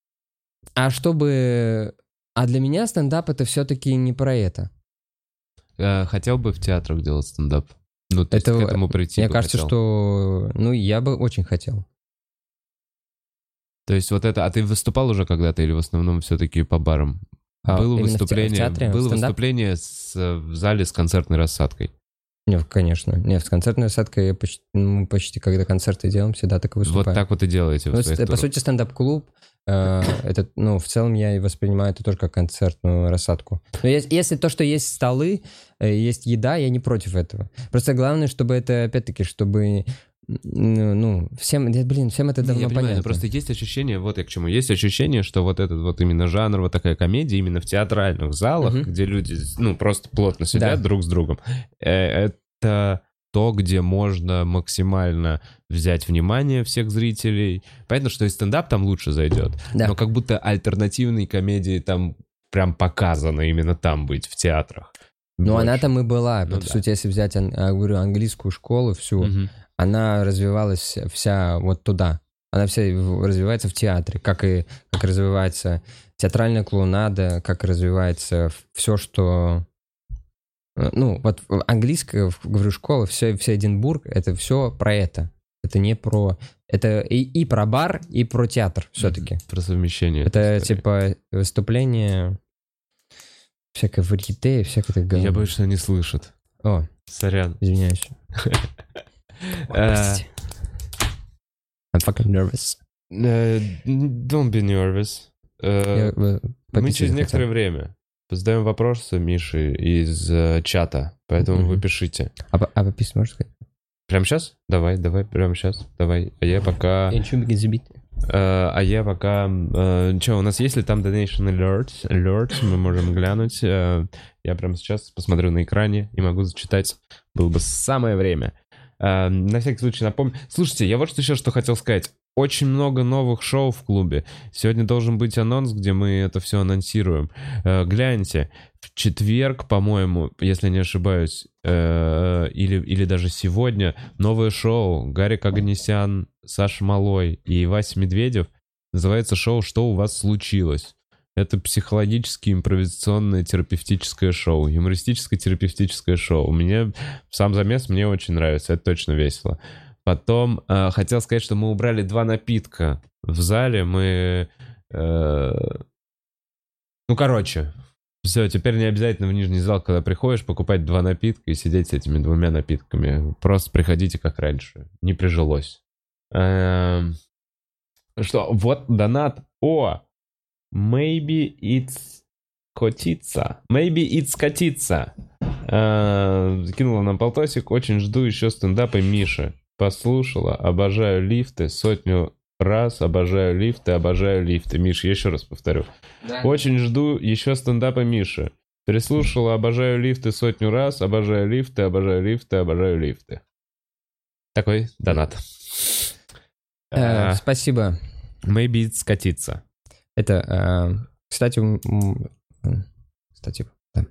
А чтобы... А для меня стендап это все-таки не про это. Хотел бы в театрах делать стендап? Ну, то это, есть к этому прийти Мне бы кажется, хотел. что... Ну, я бы очень хотел. То есть вот это... А ты выступал уже когда-то или в основном все-таки по барам? А, было выступление, в театре, было в выступление с, в зале с концертной рассадкой? Нет, конечно. Нет, с концертной рассадкой я почти, мы почти когда концерты делаем, всегда так и выступаем. Вот так вот и делаете в ну, своих По турах. сути, стендап-клуб, э, это, ну, в целом я и воспринимаю это тоже как концертную рассадку. Но если, если то, что есть столы, э, есть еда, я не против этого. Просто главное, чтобы это, опять-таки, чтобы... Ну, всем, блин, всем это давно я понимаю, понятно. Просто есть ощущение, вот я к чему, есть ощущение, что вот этот вот именно жанр, вот такая комедия, именно в театральных залах, uh-huh. где люди, ну, просто плотно сидят да. друг с другом, это то, где можно максимально взять внимание всех зрителей. Понятно, что и стендап там лучше зайдет, да. но как будто альтернативные комедии там прям показано именно там быть, в театрах. Ну, больше. Она там и была, ну, по да. сути, если взять, я говорю, английскую школу всю, uh-huh. она развивалась вся вот туда. Она вся развивается в театре, как и как развивается театральная клоунада, как развивается все, что... Ну, вот английская, говорю, школа, все, все Эдинбург, это все про это. Это не про... Это и, и про бар, и про театр все-таки. Про совмещение. Это типа выступление всякое варьете, всякое такое. Я боюсь, что они слышат. О, сорян. Извиняюсь. I'm fucking nervous. Uh, don't be nervous. Uh, мы через некоторое время задаем вопросы Мише из uh, чата, поэтому mm-hmm. вы пишите. А, а пописать можешь сказать? Прямо сейчас? Давай, давай, прямо сейчас. Давай. А я пока... Я ничего не забить. Uh, а я пока... Uh, что, у нас есть ли там donation alerts? Alerts, мы можем глянуть. Uh, я прямо сейчас посмотрю на экране и могу зачитать. Было бы самое время. Uh, на всякий случай напомню. Слушайте, я вот что еще что хотел сказать. Очень много новых шоу в клубе. Сегодня должен быть анонс, где мы это все анонсируем. Uh, гляньте. В четверг, по-моему, если не ошибаюсь, uh, или, или даже сегодня, новое шоу. Гарик Оганесян, Саша Малой и Вася Медведев. Называется шоу «Что у вас случилось?». Это психологически импровизационное терапевтическое шоу. Юмористическое терапевтическое шоу. Мне сам замес мне очень нравится. Это точно весело. Потом э, хотел сказать, что мы убрали два напитка в зале. Мы... Э, Ну, короче, все, теперь не обязательно в нижний зал, когда приходишь, покупать два напитка и сидеть с этими двумя напитками. Просто приходите как раньше. Не прижилось. Эм... Что, вот донат. О! Maybe it's котица. Maybe it's котица. Э, Кинула нам полтосик. Очень жду еще стендапа Миши. Послушала. Обожаю лифты. Сотню раз. Обожаю лифты. Обожаю лифты. Миш, я еще раз повторю. Да. Очень жду еще стендапа Миши. Переслушала. Обожаю лифты сотню раз. Обожаю лифты. Обожаю лифты. Обожаю лифты. Такой донат. Э, а, спасибо. Maybe it's котица. Это, э, кстати, кстати, да.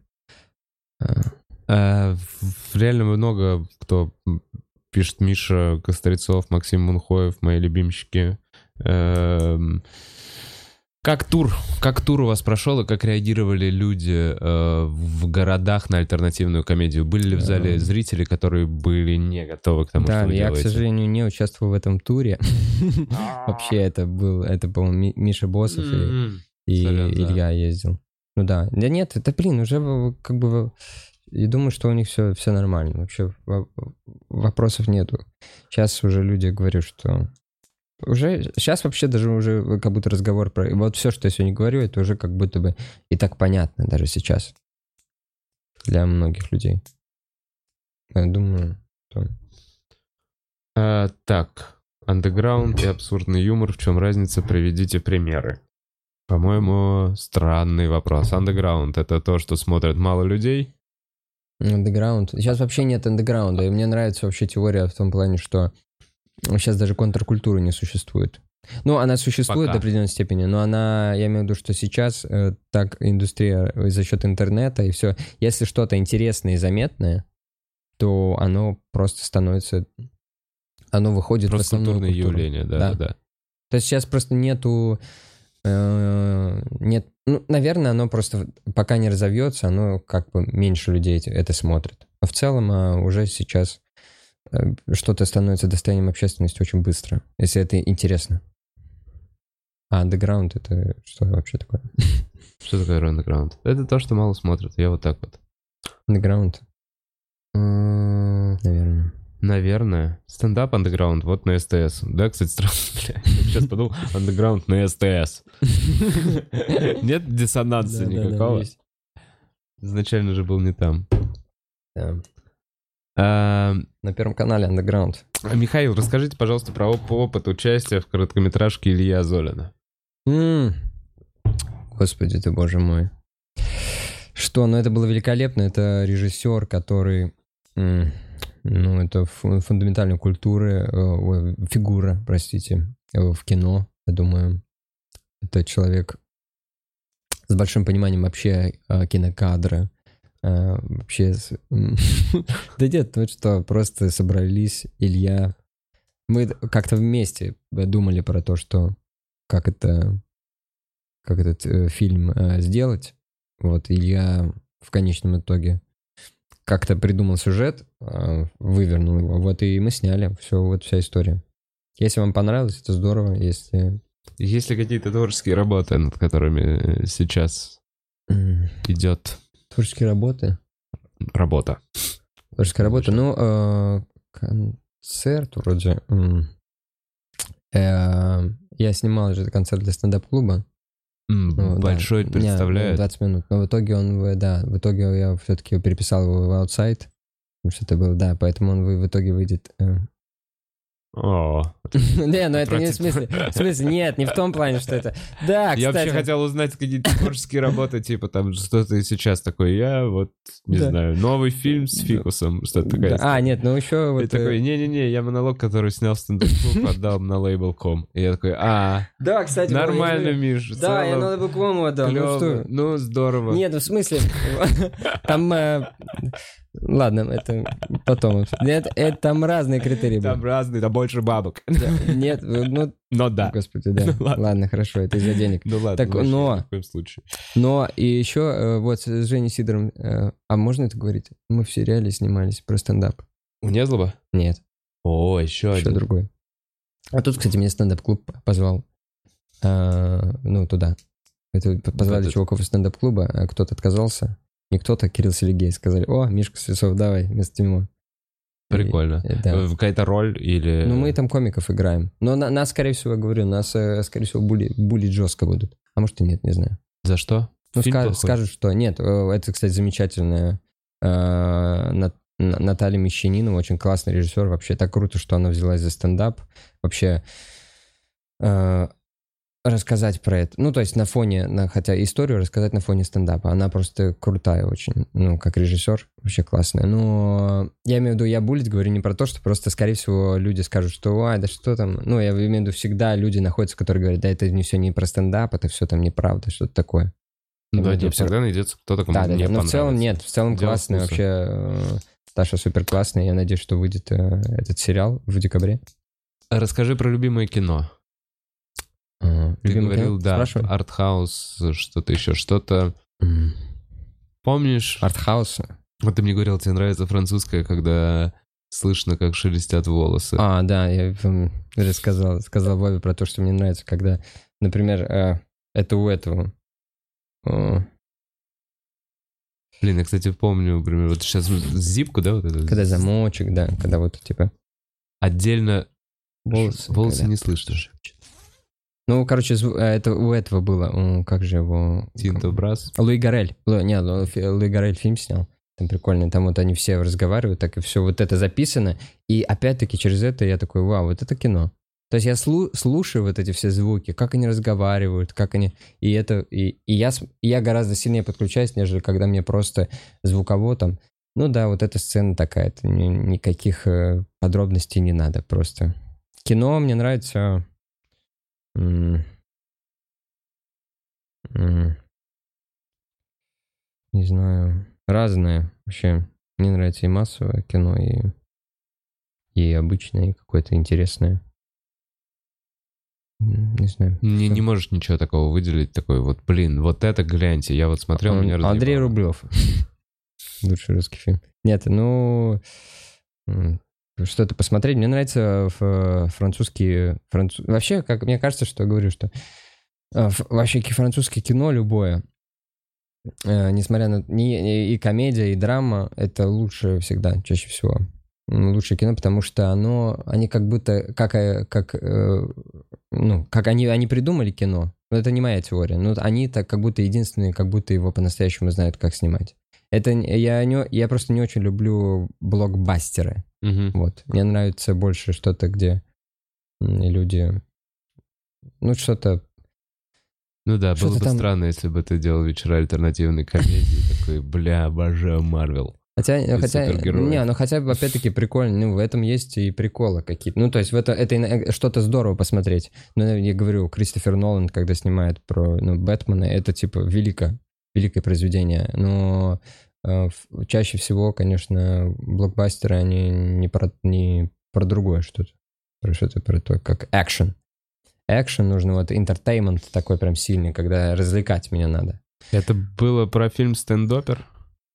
А, реально много кто пишет: Миша Кострецов, Максим Мунхоев, мои любимчики. А, как тур? Как тур у вас прошел, и как реагировали люди э, в городах на альтернативную комедию? Были ли в зале зрители, которые были не готовы к тому, да, что вы я, делаете? к сожалению, не участвовал в этом туре. Вообще, это был, это, по-моему, Миша Босов и Илья ездил. Ну да. Да нет, это, блин, уже как бы... Я думаю, что у них все, все нормально. Вообще вопросов нету. Сейчас уже люди говорят, что... Уже сейчас вообще даже уже как будто разговор про... Вот все, что я сегодня говорю, это уже как будто бы и так понятно даже сейчас. Для многих людей. Я думаю, что... А, так, андеграунд и абсурдный юмор. В чем разница? Приведите примеры. По-моему, странный вопрос. Андеграунд — это то, что смотрят мало людей? Андеграунд. Сейчас вообще нет андеграунда. И мне нравится вообще теория в том плане, что сейчас даже контркультуры не существует. Ну, она существует Пока. До определенной степени, но она, я имею в виду, что сейчас э, так индустрия за счет интернета и все. Если что-то интересное и заметное, то оно просто становится... Оно выходит просто в основную культуру. Явление, да, да, да. То есть сейчас просто нету... Э, нет, ну, наверное, оно просто пока не разовьется, оно как бы меньше людей это смотрит. Но в целом а уже сейчас э, что-то становится достоянием общественности очень быстро, если это интересно. А андеграунд — это что вообще такое? Что такое андеграунд? Это то, что мало смотрят. Я вот так вот. Андеграунд? Наверное. Наверное. Стендап андеграунд, вот на СТС. Да, кстати, странно, бля. Я сейчас подумал, андеграунд на СТС. Нет диссонанса никакого? Изначально же был не там. На Первом канале андеграунд. Михаил, расскажите, пожалуйста, про опыт участия в короткометражке Ильи Азолина. Господи ты, боже мой. Что, ну это было великолепно. Это режиссер, который... Ну, это фундаментальная культура, э, фигура, простите, э, в кино, я думаю. Это человек с большим пониманием вообще э, кинокадра. Э, вообще... С... Да нет, ну что, просто собрались, Илья. Мы как-то вместе думали про то, что как это... Как этот э, фильм э, сделать. Вот, Илья в конечном итоге как-то придумал сюжет, вывернул его, вот и мы сняли, все, вот вся история. Если вам понравилось, это здорово, если... Есть ли какие-то творческие работы, над которыми сейчас mm. идет? Творческие работы? Работа. Творческая работа, ну, э, концерт вроде. Э, я снимал же концерт для стендап-клуба. Mm, ну, большой да, представляет. двадцать минут. Но в итоге он, да, в итоге я все-таки переписал его в Outside. Потому что это был, да, поэтому он в итоге выйдет. О. Не, ну это не в смысле. В смысле, нет, не в том плане, что это. Да, кстати. Я вообще хотел узнать какие-то творческие работы, типа там что-то сейчас такое. Я вот, не знаю, новый фильм с фикусом, что-то такое. А, нет, ну еще вот... И такой, не-не-не, я монолог, который снял в стендап-клуб, отдал на лейбл точка ком. И я такой, а, да, кстати, нормально, Миш. Да, я на лейбл точка ком отдал. Ну что? Ну, здорово. Нет, ну в смысле, там... Ладно, это потом. Нет, это там разные критерии были. Там разные, там больше бабок. Да, нет, ну... Но да. Господи, да. Ну, ладно. ладно, хорошо, это из-за денег. Ну ладно, так, но, в коем случае. Но и еще вот с Женей Сидором, а можно это говорить? Мы в сериале снимались про стендап. У Незлова? Нет. О, еще, еще один. Еще другой. А тут, кстати, меня стендап-клуб позвал. А, ну, туда. Это позвали Этот... чуваков из стендап-клуба, а кто-то отказался. Не кто-то, Кирилл Селигей. Сказали, о, Мишка Свисов, давай, вместо него. Прикольно. И, да. Какая-то роль или... Ну, мы там комиков играем. Но на, нас, скорее всего, говорю, нас, скорее всего, були, булить жестко будут. А может и нет, не знаю. За что? Ну, скажут, скажут, что нет. Это, кстати, замечательная э, Наталья Мещанинова, очень классный режиссер. Вообще так круто, что она взялась за стендап. Вообще э, рассказать про это. Ну, то есть на фоне, на, хотя историю рассказать на фоне стендапа. Она просто крутая очень, ну, как режиссер. Вообще классная. Но я имею в виду, я булить говорю не про то, что просто, скорее всего, люди скажут, что, ой, да что там. Ну, я имею в виду, всегда люди находятся, которые говорят, да это не все не про стендап, это все там неправда, что-то такое. Ну, да, не всегда найдется кто-то, кому да, да, не да. Но понравится. в целом нет, в целом Дело классный вкуса. вообще. Таша супер классный. Я надеюсь, что выйдет э, этот сериал в декабре. Расскажи про любимое кино. А, Ты говорил, кино? да, Спрашивай. артхаус, что-то еще, что-то. Mm. Помнишь? Артхаус. Вот ты мне говорил, тебе нравится французская, когда слышно, как шелестят волосы. А, да, я рассказал, сказал Вове про то, что мне нравится, когда, например, э, это у этого. О, Блин, я, кстати, помню, например, вот сейчас зипку, да, вот это? когда замочек, да, когда вот типа Отдельно волосы. волосы когда... не слышно. Ну, короче, зву- э, это у этого было, о, как же его... Тинто Брас. Луи Гарель. Лу... Не, Лу... Фи- Луи Гарель фильм снял. Там прикольно. Там вот они все разговаривают, так и все вот это записано. И опять-таки через это я такой, вау, вот это кино. То есть я слу... слушаю вот эти все звуки, как они разговаривают, как они... И это... И, и я... с- и я гораздо сильнее подключаюсь, нежели когда мне просто звуково там... Ну да, вот эта сцена такая-то. ни- Никаких э, подробностей не надо просто. Кино мне нравится... м, м, Не знаю. Разное. Вообще, мне нравится и массовое кино, и, и обычное, и какое-то интересное. М, Не знаю. Не, Всё. не можешь ничего такого выделить, такой вот, блин, вот это гляньте, я вот смотрел, Ан- меня разъебало. Андрей Рублев. Лучший русский фильм. Нет, ну... м, Что-то посмотреть. Мне нравится ф- французские... француз- Вообще, как мне кажется, что я говорю, что э, ф- вообще ки- французское кино любое, э, несмотря на... не- И комедия, и драма, это лучше всегда, чаще всего. М, Лучшее кино, потому что оно... Они как будто... Как, э, как, э, ну, как они, они придумали кино. Но это не моя теория. Но они так как будто единственные, как будто его по-настоящему знают, как снимать. Это н- я, не, я просто не очень люблю блокбастеры. Мгм. Вот. Мне нравится больше что-то, где м, люди... Ну, что-то... Ну да, было Что-то бы там- странно, если бы ты делал вечера альтернативной комедии, такой, бля, обожаю Марвел. Хотя, Из хотя, супергероев. не, ну хотя бы опять-таки прикольно, ну в этом есть и приколы какие-то. Ну то есть в это, это ино- что-то здорово посмотреть. Ну я говорю, Кристофер Нолан, когда снимает про ну, Бэтмена, это типа великое, великое произведение. Но э, в- чаще всего, конечно, блокбастеры, они не про, не про другое что-то. Про что-то про то, как экшен. Экшен нужно, вот entertainment такой прям сильный, когда развлекать меня надо. Это было про фильм «Стендопер»?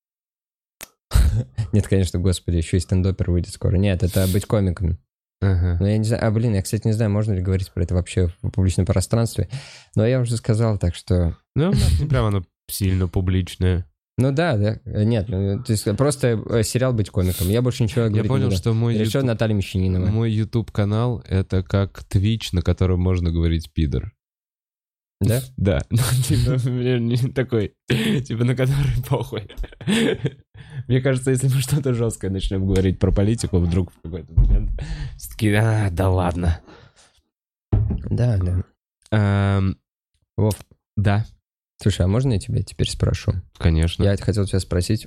Нет, конечно, господи, еще и стендопер выйдет скоро. Нет, это быть комиком. Ага. Ну, я не знаю, а, блин, я, кстати, не знаю, можно ли говорить про это вообще в публичном пространстве, но я уже сказал, так что... Ну, не прям оно сильно публичное. Ну да, да, нет, ну, то есть просто э, сериал «Быть комиком», я больше ничего Я говорить не понял, буду. что мой Решил YouTube, Наталья Мещанинова. мой YouTube-канал — это как Twitch, на котором можно говорить «пидор». Да? Да, ну, типа, мне не такой, типа, на который похуй. Мне кажется, если мы что-то жесткое начнем говорить про политику, вдруг в какой-то момент все таки, а, да ладно. Да, да. Эм, Вов, Да, слушай, а можно я тебя теперь спрошу? конечно. Я хотел тебя спросить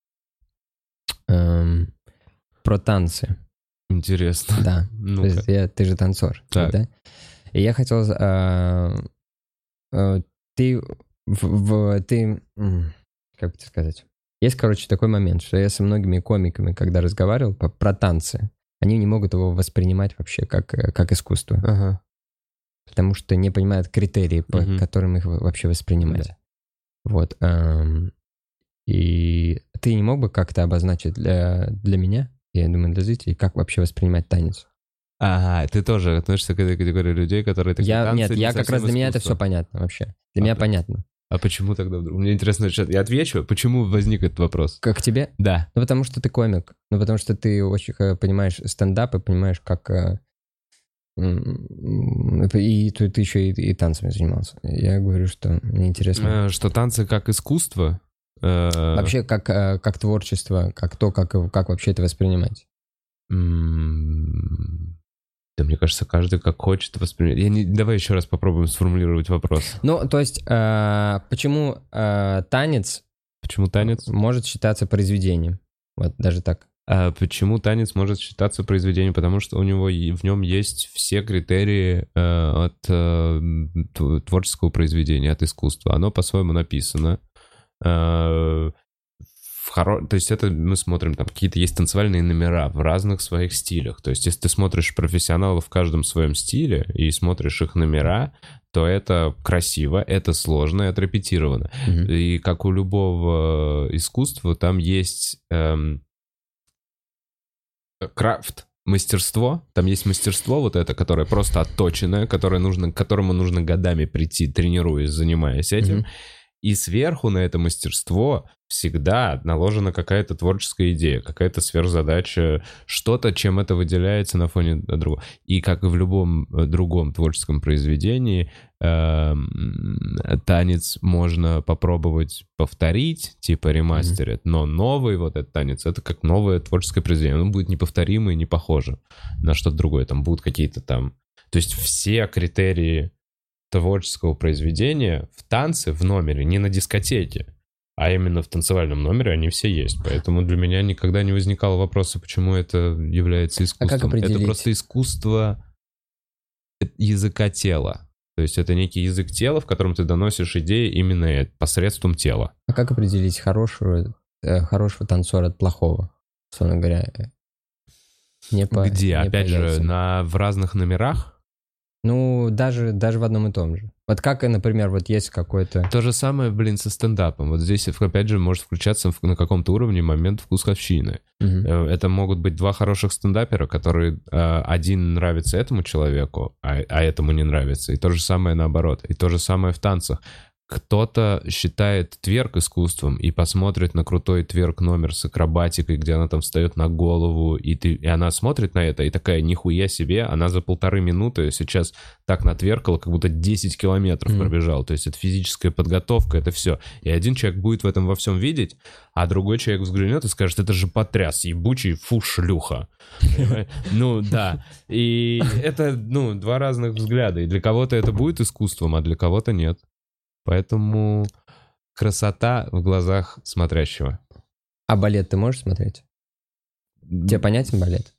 эм, про танцы. Интересно. Да, то Ну-ка. есть я- ты же танцор, Так. да? И я хотел... э, э, ты... В, в- ты... м, Как бы тебе сказать? Есть, короче, такой момент, что я со многими комиками, когда разговаривал по- про танцы, они не могут его воспринимать вообще как, э, как искусство. Ага. Потому что не понимают критерии, по Мгм. которым их вообще воспринимать. Вот. эм, И ты не мог бы как-то обозначить для, для меня, я думаю, для зрителей, как вообще воспринимать танец? Ага, ты тоже относишься к этой категории людей, которые такие Я, танцы нет, не я как совсем раз для меня это искусство. все понятно вообще. Для А меня ты- понятно. А почему тогда вдруг? Мне интересно, что- я отвечу, почему возник этот вопрос? Как тебе? Да. Ну, потому что ты комик. Ну, потому что ты очень э, понимаешь стендап и понимаешь, как... э, м, И ты, ты еще и, и танцами занимался. Я говорю, что мне интересно. Э, Что танцы как искусство? Э, Вообще, как, э, как творчество, как то, как, как вообще это воспринимать. м, Да, мне кажется, каждый как хочет воспринимать. Я не... Давай еще раз попробуем сформулировать вопрос. Ну, то есть, э, почему э, танец Почему танец? может считаться произведением? Вот даже так. А почему танец может считаться произведением? Потому что у него и- в нем есть все критерии э, от э, т- творческого произведения, от искусства. Оно по-своему написано. Э, в хоро... То есть это мы смотрим, там какие-то есть танцевальные номера в разных своих стилях. То есть если ты смотришь профессионалов в каждом своем стиле и смотришь их номера, то это красиво, это сложно и отрепетировано. Мгм. И как у любого искусства, там есть эм, крафт, мастерство. Там есть мастерство вот это, которое просто отточенное, которое нужно, к которому нужно годами прийти, тренируясь, занимаясь этим. Мгм. И сверху на это мастерство всегда наложена какая-то творческая идея, какая-то сверхзадача, что-то, чем это выделяется на фоне другого. И как и в любом э, другом творческом произведении, эм, танец можно попробовать повторить, типа ремастерить, но новый вот этот танец, это как новое творческое произведение. Он будет неповторимый, не похоже на что-то другое. Там будут какие-то там... То есть все критерии творческого произведения в танце, в номере, не на дискотеке, а именно в танцевальном номере они все есть. Поэтому для меня никогда не возникало вопроса, почему это является искусством. А как определить? Это просто искусство языка тела. То есть это некий язык тела, в котором ты доносишь идеи именно это, посредством тела. А как определить хорошего, э, хорошего танцора от плохого? Собственно говоря, э, не по, Где? не Опять по же, яйцам. на, в разных номерах? Ну, даже, даже в одном и том же. Вот как, например, вот есть какой-то... То же самое, блин, со стендапом. Вот здесь, опять же, может включаться в- на каком-то уровне момент вкусовщины. Мгм. Э, Это могут быть два хороших стендапера, которые э, один нравится этому человеку, а, а этому не нравится. И то же самое наоборот. И то же самое в танцах. Кто-то считает тверк искусством и посмотрит на крутой тверк номер с акробатикой, где она там встает на голову, и, ты, и она смотрит на это, и такая, нихуя себе, она за полторы минуты сейчас так натверкала, как будто десять километров Мгм. пробежал. То есть это физическая подготовка, это все. И один человек будет в этом во всем видеть, а другой человек взглянет и скажет, это же потряс, ебучий, фу, шлюха. Ну, да. И это, ну, два разных взгляда. И для кого-то это будет искусством, а для кого-то нет. Поэтому красота в глазах смотрящего. А балет ты можешь смотреть? Тебе понятен балет?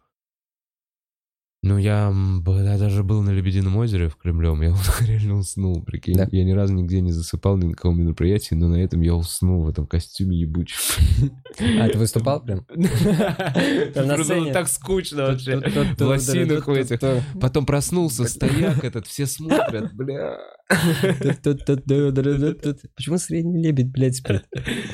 Ну, я, м, б- я даже был на Лебедином озере в Кремлем, я вот реально уснул, прикинь. Да? Я ни разу нигде не засыпал ни на каком мероприятии, но на этом я уснул в этом костюме ебучем. А, ты выступал прям? Там на Было сцене? так скучно вообще. В лосинах в этих. Потом проснулся, стояк этот, все смотрят, бля. Почему средний лебедь, блядь, спит?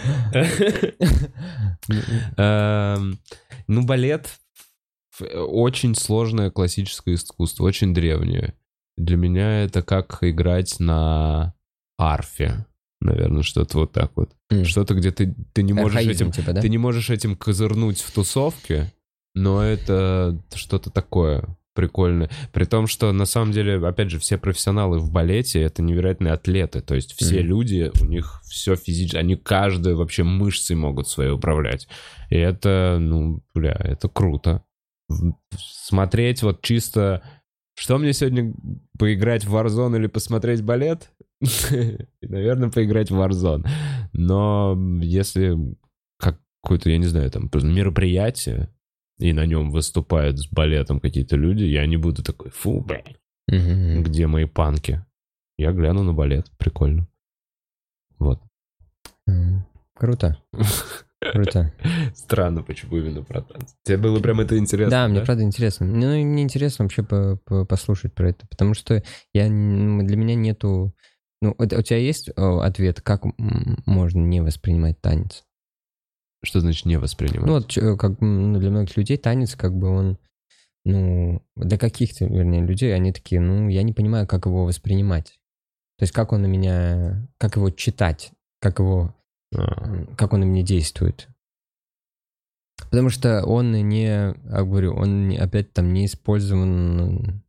Эм, Ну, балет ф- очень сложное классическое искусство, очень древнее. Для меня это как играть на арфе. Наверное, что-то вот так вот. М. Что-то, где ты, ты не можешь Архаизм, этим, типа, да? ты не можешь этим козырнуть в тусовке, но это что-то такое прикольное. При том, что на самом деле, опять же, все профессионалы в балете — это невероятные атлеты. То есть все Мгм. люди, у них все физически, они каждую вообще мышцей могут своей управлять. И это, ну, бля, это круто. В- Смотреть вот чисто... Что мне сегодня, поиграть в Warzone или посмотреть балет? Наверное, поиграть в Warzone. Но если какое-то, я не знаю, там мероприятие, и на нем выступают с балетом какие-то люди, я не буду такой, фу, блядь, Мгм. где мои панки? Я гляну на балет, прикольно. Вот. М. Круто. Круто. Странно, почему именно про танцы. Тебе было прям это интересно, Да, мне правда интересно. Ну, и мне интересно вообще по- по- послушать про это, потому что я, н- для меня нету... Ну, у у тебя есть о, ответ, как м, можно не воспринимать танец? Что значит не воспринимать? Ну, вот чё, как м, ну, для многих людей танец, как бы он ну, для каких-то, вернее, людей, они такие, ну, я не понимаю, как его воспринимать. То есть как он на меня, как его читать, как его, а. как он на меня действует. Потому что он не, я говорю, он не, опять там не использован,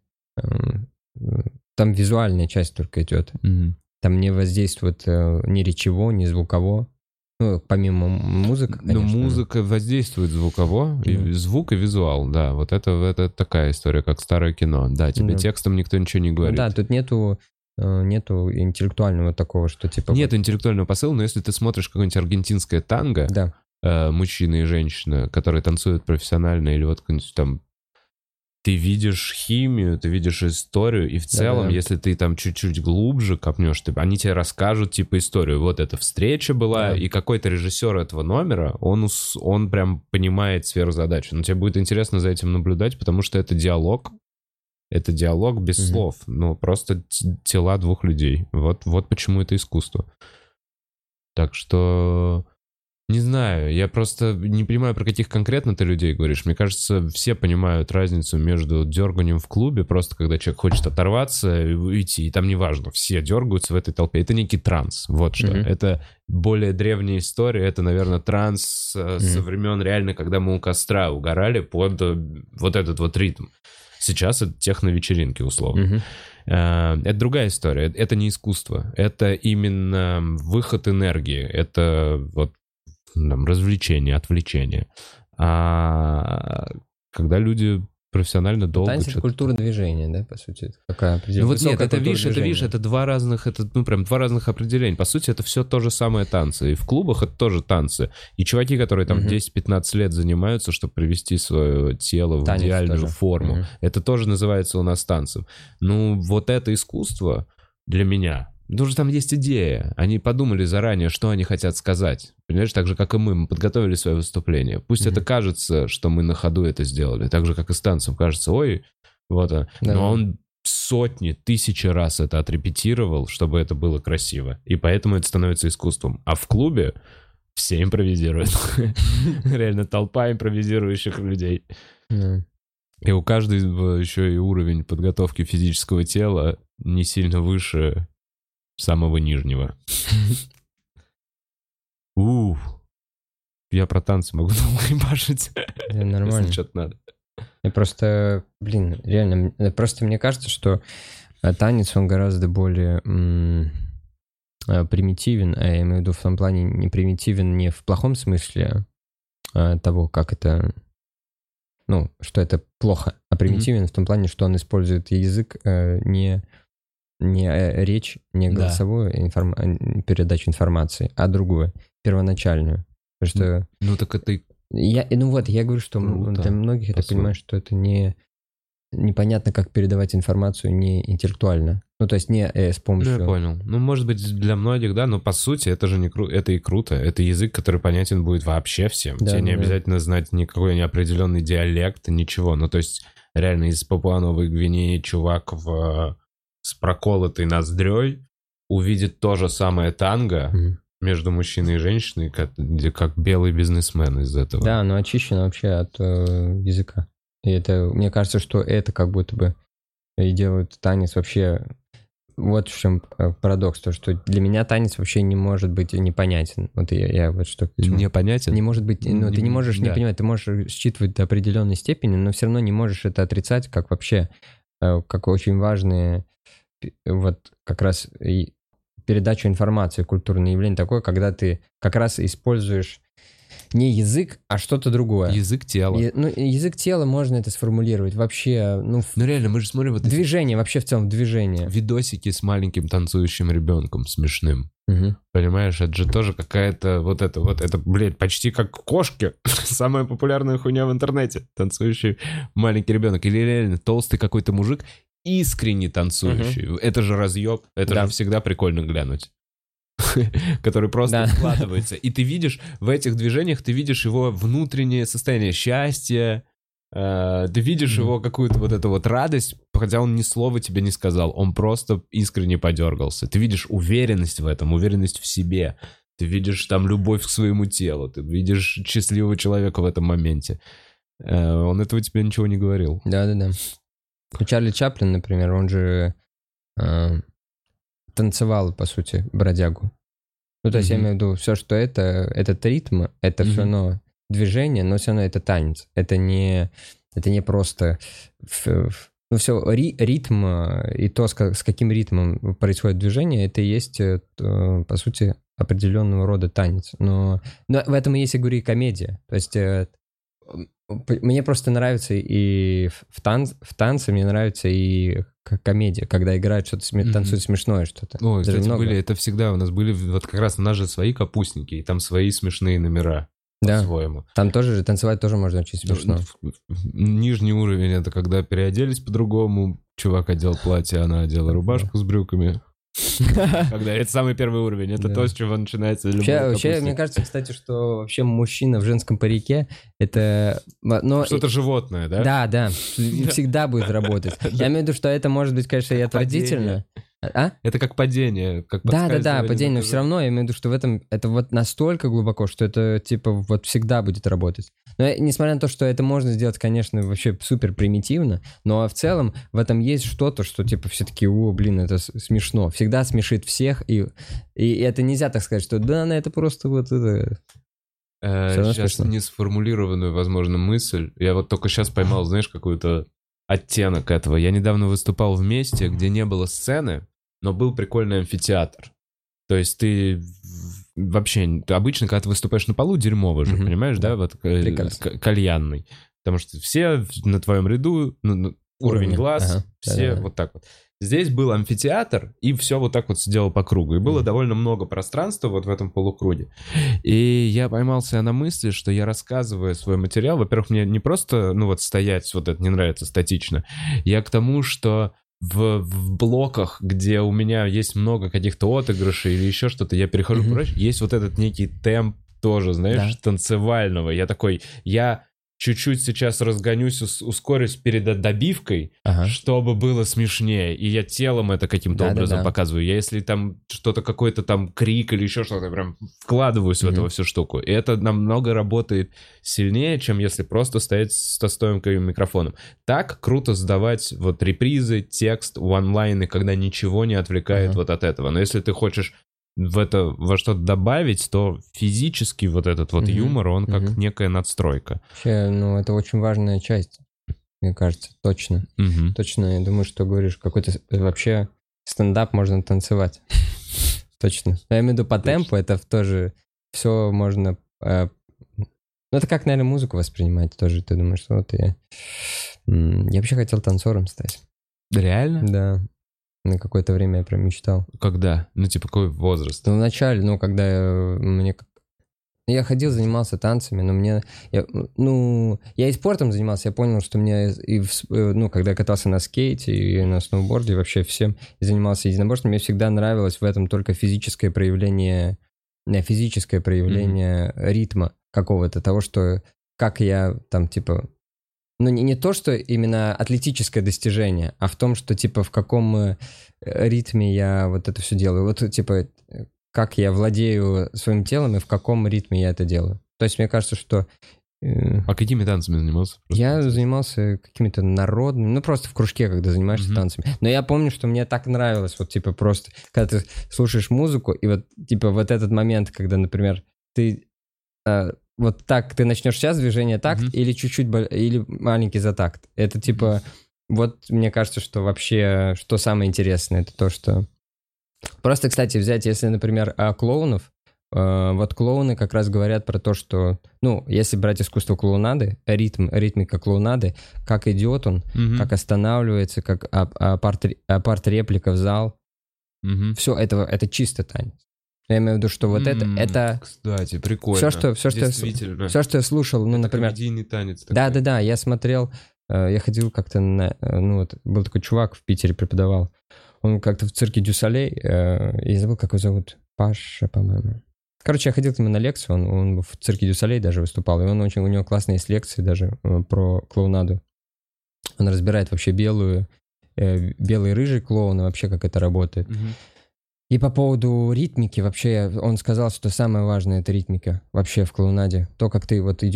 там визуальная часть только идет. Mm-hmm. Там не воздействует ни речево, ни звуково. Ну, помимо музыки, конечно. Ну, музыка воздействует звуково, mm-hmm. и звук и визуал, да. Вот это, это такая история, как старое кино. Да, тебе mm-hmm. текстом никто ничего не говорит. Ну, да, тут нету, нету интеллектуального такого, что типа... Нет вот... интеллектуального посыла, но если ты смотришь какое-нибудь аргентинское танго, да. э, мужчина и женщина, которые танцуют профессионально, или вот какой-нибудь там... Ты видишь химию, ты видишь историю, и в целом, да-да. Если ты там чуть-чуть глубже копнешь, ты, они тебе расскажут, типа, историю. Вот эта встреча была, да. И какой-то режиссер этого номера, он, он прям понимает сферу задачи. Но тебе будет интересно за этим наблюдать, потому что это диалог, это диалог без mm-hmm. слов, ну, просто тела двух людей. Вот, вот почему это искусство. Так что... Не знаю, я просто не понимаю, про каких конкретно ты людей говоришь. Мне кажется, все понимают разницу между дерганием в клубе, просто когда человек хочет оторваться и уйти, и там неважно, все дергаются в этой толпе. Это некий транс, вот что. Mm-hmm. Это более древняя история, это, наверное, транс mm-hmm. со времен реально, когда мы у костра угорали под вот этот вот ритм. Сейчас это техно-вечеринки, условно. Mm-hmm. Это другая история, это не искусство, это именно выход энергии, это вот там, развлечение, отвлечение. А когда люди профессионально долго... Танец — это культура движения, да, по сути? Какая ну вот нет, это видишь, это видишь, это два разных, это, ну прям два разных определения. По сути, это все то же самое танцы. И в клубах это тоже танцы. И чуваки, которые там uh-huh. десять-пятнадцать лет занимаются, чтобы привести свое тело в танец идеальную тоже. Форму, uh-huh. это тоже называется у нас танцем. Ну, вот это искусство для меня... Потому что там есть идея. Они подумали заранее, что они хотят сказать. Понимаешь, так же, как и мы. Мы подготовили свое выступление. Пусть mm-hmm. это кажется, что мы на ходу это сделали. Так же, как и с танцем. Кажется, ой, вот он. Да. Но он сотни, тысячи раз это отрепетировал, чтобы это было красиво. И поэтому это становится искусством. А в клубе все импровизируют. Реально толпа импровизирующих людей. И у каждого еще и уровень подготовки физического тела не сильно выше... самого нижнего. Ух. Я про танцы могу долго ебашить. Нормально. Если что-то надо. Я просто, блин, реально, просто мне кажется, что танец, он гораздо более м- примитивен, а я имею в виду в том плане не примитивен не в плохом смысле а того, как это, ну, что это плохо, а примитивен mm-hmm. в том плане, что он использует язык э, не... не речь, не голосовую да. информ... передачу информации, а другую, первоначальную. Потому что... Ну, так это... Я, ну вот, я говорю, что круто. Для многих, я так понимаю, что это не... непонятно, как передавать информацию не интеллектуально. Ну, то есть не э, с помощью... Ну, я понял. Ну, может быть, для многих, да, но по сути это же не кру... это и круто. Это язык, который понятен будет вообще всем. Да, Тебе да, не обязательно да. знать никакой неопределенный диалект, ничего. Ну, то есть реально из Папуа-Новой Гвинеи чувак в... с проколотой ноздрёй увидит то же самое танго mm-hmm. между мужчиной и женщиной, как, как белый бизнесмен из этого. Да, оно очищено вообще от э, языка. И это, мне кажется, что это как будто бы и делают танец вообще... Вот в чем парадокс, то, что для меня танец вообще не может быть непонятен. Вот я, я вот что... Непонятен? Не может быть... Ну, не, ты не можешь да. не понимать, ты можешь считывать до определенной степени, но все равно не можешь это отрицать, как вообще, как очень важные... вот как раз и передачу информации, культурное явление такое, когда ты как раз используешь не язык, а что-то другое. Язык тела. Я, ну, язык тела можно это сформулировать. Вообще, ну... Ну реально, мы же смотрим... Вот движение, вообще в целом движение. Видосики с маленьким танцующим ребенком, смешным. Угу. Понимаешь, это же тоже какая-то вот это, вот это, блядь, почти как кошки. Самая популярная хуйня в интернете. Танцующий маленький ребенок. Или реально толстый какой-то мужик, искренне танцующий. Угу. Это же разъеб. Это да. же всегда прикольно глянуть. Который просто да. складывается. И ты видишь, в этих движениях ты видишь его внутреннее состояние счастья, э, ты видишь mm-hmm. его какую-то вот эту вот радость, хотя он ни слова тебе не сказал, он просто искренне подергался. Ты видишь уверенность в этом, уверенность в себе, ты видишь там любовь к своему телу, ты видишь счастливого человека в этом моменте. Он этого тебе ничего не говорил. Да-да-да. Чарли Чаплин, например, он же э, танцевал, по сути, бродягу. Ну, то есть mm-hmm. я имею в виду, все, что это, этот ритм, это mm-hmm. все равно движение, но все равно это танец. Это не, это не просто... Ну, все, ри, ритм и то, с, с каким ритмом происходит движение, это и есть, по сути, определенного рода танец. Но, но в этом и есть, я говорю, и комедия. То есть мне просто нравится и в, тан, в танце, мне нравится и комедия, когда играют что-то, сме, mm-hmm. танцуют смешное что-то. Ой, даже кстати, много. Были, это всегда у нас были, вот как раз у нас же свои капустники, и там свои смешные номера. Да, по-своему. Там тоже танцевать тоже можно очень смешно. Нижний уровень — это когда переоделись по-другому, чувак одел платье, она одела рубашку с брюками. Когда это самый первый уровень, это то, с чего начинается любой. Вообще, мне кажется, кстати, что вообще мужчина в женском парике — это... Что-то животное, да? Да, да, всегда будет работать. Я имею в виду, что это может быть, конечно, и отвратительно. А? Это как падение, как да, да, да, падение, но все равно я имею в виду, что в этом это вот настолько глубоко, что это типа вот всегда будет работать. Но несмотря на то, что это можно сделать, конечно, вообще супер примитивно, но в целом в этом есть что-то, что типа все таки, о, блин, это смешно, всегда смешит всех, и, и это нельзя так сказать, что да, это просто вот это... Э, сейчас смешно. Несформулированную, возможно, мысль, я вот только сейчас поймал, знаешь, какую-то оттенок этого. Я недавно выступал в месте, где не было сцены, но был прикольный амфитеатр. То есть ты вообще... Обычно, когда ты выступаешь на полу, дерьмово же, mm-hmm. понимаешь, да? Вот к- кальянный. Потому что все на твоем ряду, ну, уровень Уровень. глаз, ага. все Да-да-да. вот так вот. Здесь был амфитеатр, и все вот так вот сидело по кругу. И было mm-hmm. довольно много пространства вот в этом полукруге. И я поймался на мысли, что я рассказываю свой материал. Во-первых, мне не просто, ну вот, стоять, вот это не нравится статично. Я к тому, что в, в блоках, где у меня есть много каких-то отыгрышей или еще что-то, я перехожу mm-hmm. прочь, есть вот этот некий темп тоже, знаешь, да. танцевального. Я такой, я... чуть-чуть сейчас разгонюсь, ускорюсь перед добивкой, ага. чтобы было смешнее. И я телом это каким-то да, образом да, да. показываю. Я если там что-то, какой-то там крик или еще что-то, прям вкладываюсь mm-hmm. в эту всю штуку. И это намного работает сильнее, чем если просто стоять с стоемкой микрофоном. Так круто сдавать вот репризы, текст, онлайны, когда ничего не отвлекает ага. вот от этого. Но если ты хочешь в это во что-то добавить, то физически вот этот вот mm-hmm. юмор, он как mm-hmm. некая надстройка. Вообще, ну, это очень важная часть, мне кажется, точно. Mm-hmm. Точно, я думаю, что говоришь, какой-то вообще стендап можно танцевать. Точно. Я имею в виду по темпу, это тоже все можно... Ну, это как, наверное, музыку воспринимать тоже. Ты думаешь, что вот я... Я вообще хотел танцором стать. Реально? Да. На какое-то время я прям мечтал. Когда? Ну, типа, какой возраст? Ну, в начале, ну, когда я, мне... Я ходил, занимался танцами, но мне... Я, ну, я и спортом занимался, я понял, что мне... И в, ну, когда я катался на скейте и на сноуборде, и вообще всем, и занимался единоборством, мне всегда нравилось в этом только физическое проявление... Физическое проявление mm-hmm. ритма какого-то, того, что... Как я там, типа... Ну, не, не то, что именно атлетическое достижение, а в том, что, типа, в каком ритме я вот это все делаю. Вот, типа, как я владею своим телом и в каком ритме я это делаю. То есть, мне кажется, что... Э, а какими танцами занимался? Я танцами? занимался какими-то народными, ну, просто в кружке, когда занимаешься mm-hmm. танцами. Но я помню, что мне так нравилось, вот, типа, просто, когда ты слушаешь музыку, и вот, типа, вот этот момент, когда, например, ты... Э, вот так ты начнешь сейчас движение такт mm-hmm. или чуть-чуть, или маленький затакт. Это типа, вот мне кажется, что вообще, что самое интересное, это то, что... Просто, кстати, взять, если, например, клоунов, вот клоуны как раз говорят про то, что, ну, если брать искусство клоунады, ритм, ритмика клоунады, как идет он, mm-hmm. как останавливается, как апарт-реплика в зал, mm-hmm. все это, это чисто танец. Я имею в виду, что вот mm, это, это... Кстати, прикольно. Все, что, все, что, я, все, что я слушал, ну, это например... комедийный танец такой. Да-да-да, я смотрел, я ходил как-то на... Ну, вот, был такой чувак в Питере, преподавал. Он как-то в цирке Дю Солей, я забыл, как его зовут, Паша, по-моему. Короче, я ходил к нему на лекцию, он, он в цирке Дю Солей даже выступал, и он очень, у него классные есть лекции даже про клоунаду. Он разбирает вообще белую, белый и рыжий клоун, и вообще как это работает. Mm-hmm. И по поводу ритмики, вообще, он сказал, что самое важное — это ритмика вообще в клоунаде. То, как ты вот идешь,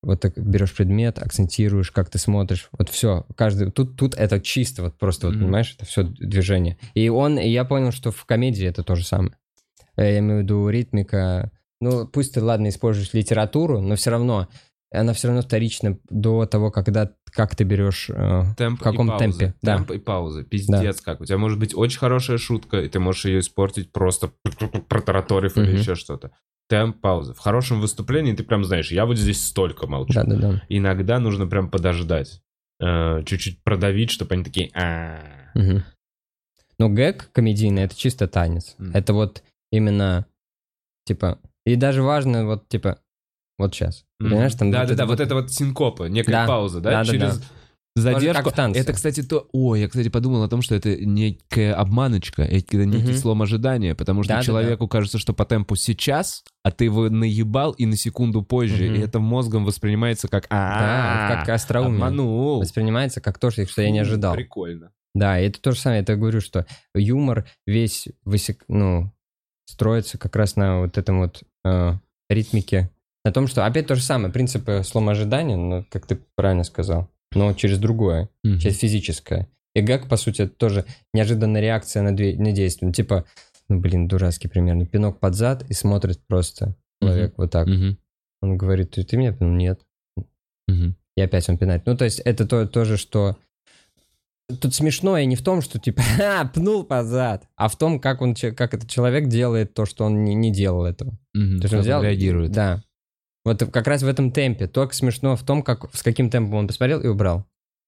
вот так берешь предмет, акцентируешь, как ты смотришь, вот все, каждый, тут, тут это чисто, вот просто, вот, mm-hmm. понимаешь, это все движение. И он, и я понял, что в комедии это то же самое. Я имею в виду ритмика, ну, пусть ты, ладно, используешь литературу, но все равно, она все равно вторична до того, когда, как ты берешь, э, темп в каком и паузы. темпе. Темп да. и паузы, пиздец да. как. У тебя может быть очень хорошая шутка, и ты можешь ее испортить просто протараторив mm-hmm. или еще что-то. Темп, пауза. В хорошем выступлении ты прям знаешь, я вот здесь столько молчу. Да-да-да. Иногда нужно прям подождать, э, чуть-чуть продавить, чтобы они такие... Угу. Но гэг комедийный — это чисто танец. Mm. Это вот именно, типа... И даже важно, вот, типа, вот сейчас. Mm. Понимаешь, там... Да-да-да, вот, вот это вот синкопа, некая да. пауза, да? Да, Через... Да, да. Задержку. Это, кстати, то... Ой, я, кстати, подумал о том, что это некая обманочка, это некий mm-hmm. слом ожидания, потому что да, человеку да, да. кажется, что по темпу сейчас, а ты его наебал и на секунду позже, mm-hmm. и это мозгом воспринимается как... Да, как остроумие. Обманул. Воспринимается как то, что я не ожидал. Прикольно. Да, и это то же самое, я говорю, что юмор весь высек... ну, строится как раз на вот этом вот э, ритмике, на том, что опять то же самое, принципы слома ожидания, ну, как ты правильно сказал. Но через другое, mm-hmm. через физическое. И гэг, по сути, это тоже неожиданная реакция на, две, на действие. Ну, типа, ну, блин, дурацкий пример. Пинок под зад, и смотрит просто человек mm-hmm. вот так. Mm-hmm. Он говорит, ты, ты меня пинул? Нет. Mm-hmm. И опять он пинает. Ну, то есть, это то, тоже, что... Тут смешное не в том, что, типа, ха, пнул под зад, а в том, как, он, как этот человек делает то, что он не, не делал этого. Mm-hmm. То есть, он взял, реагирует. Да. Вот как раз в этом темпе. Только смешно в том, как, с каким темпом он посмотрел и убрал.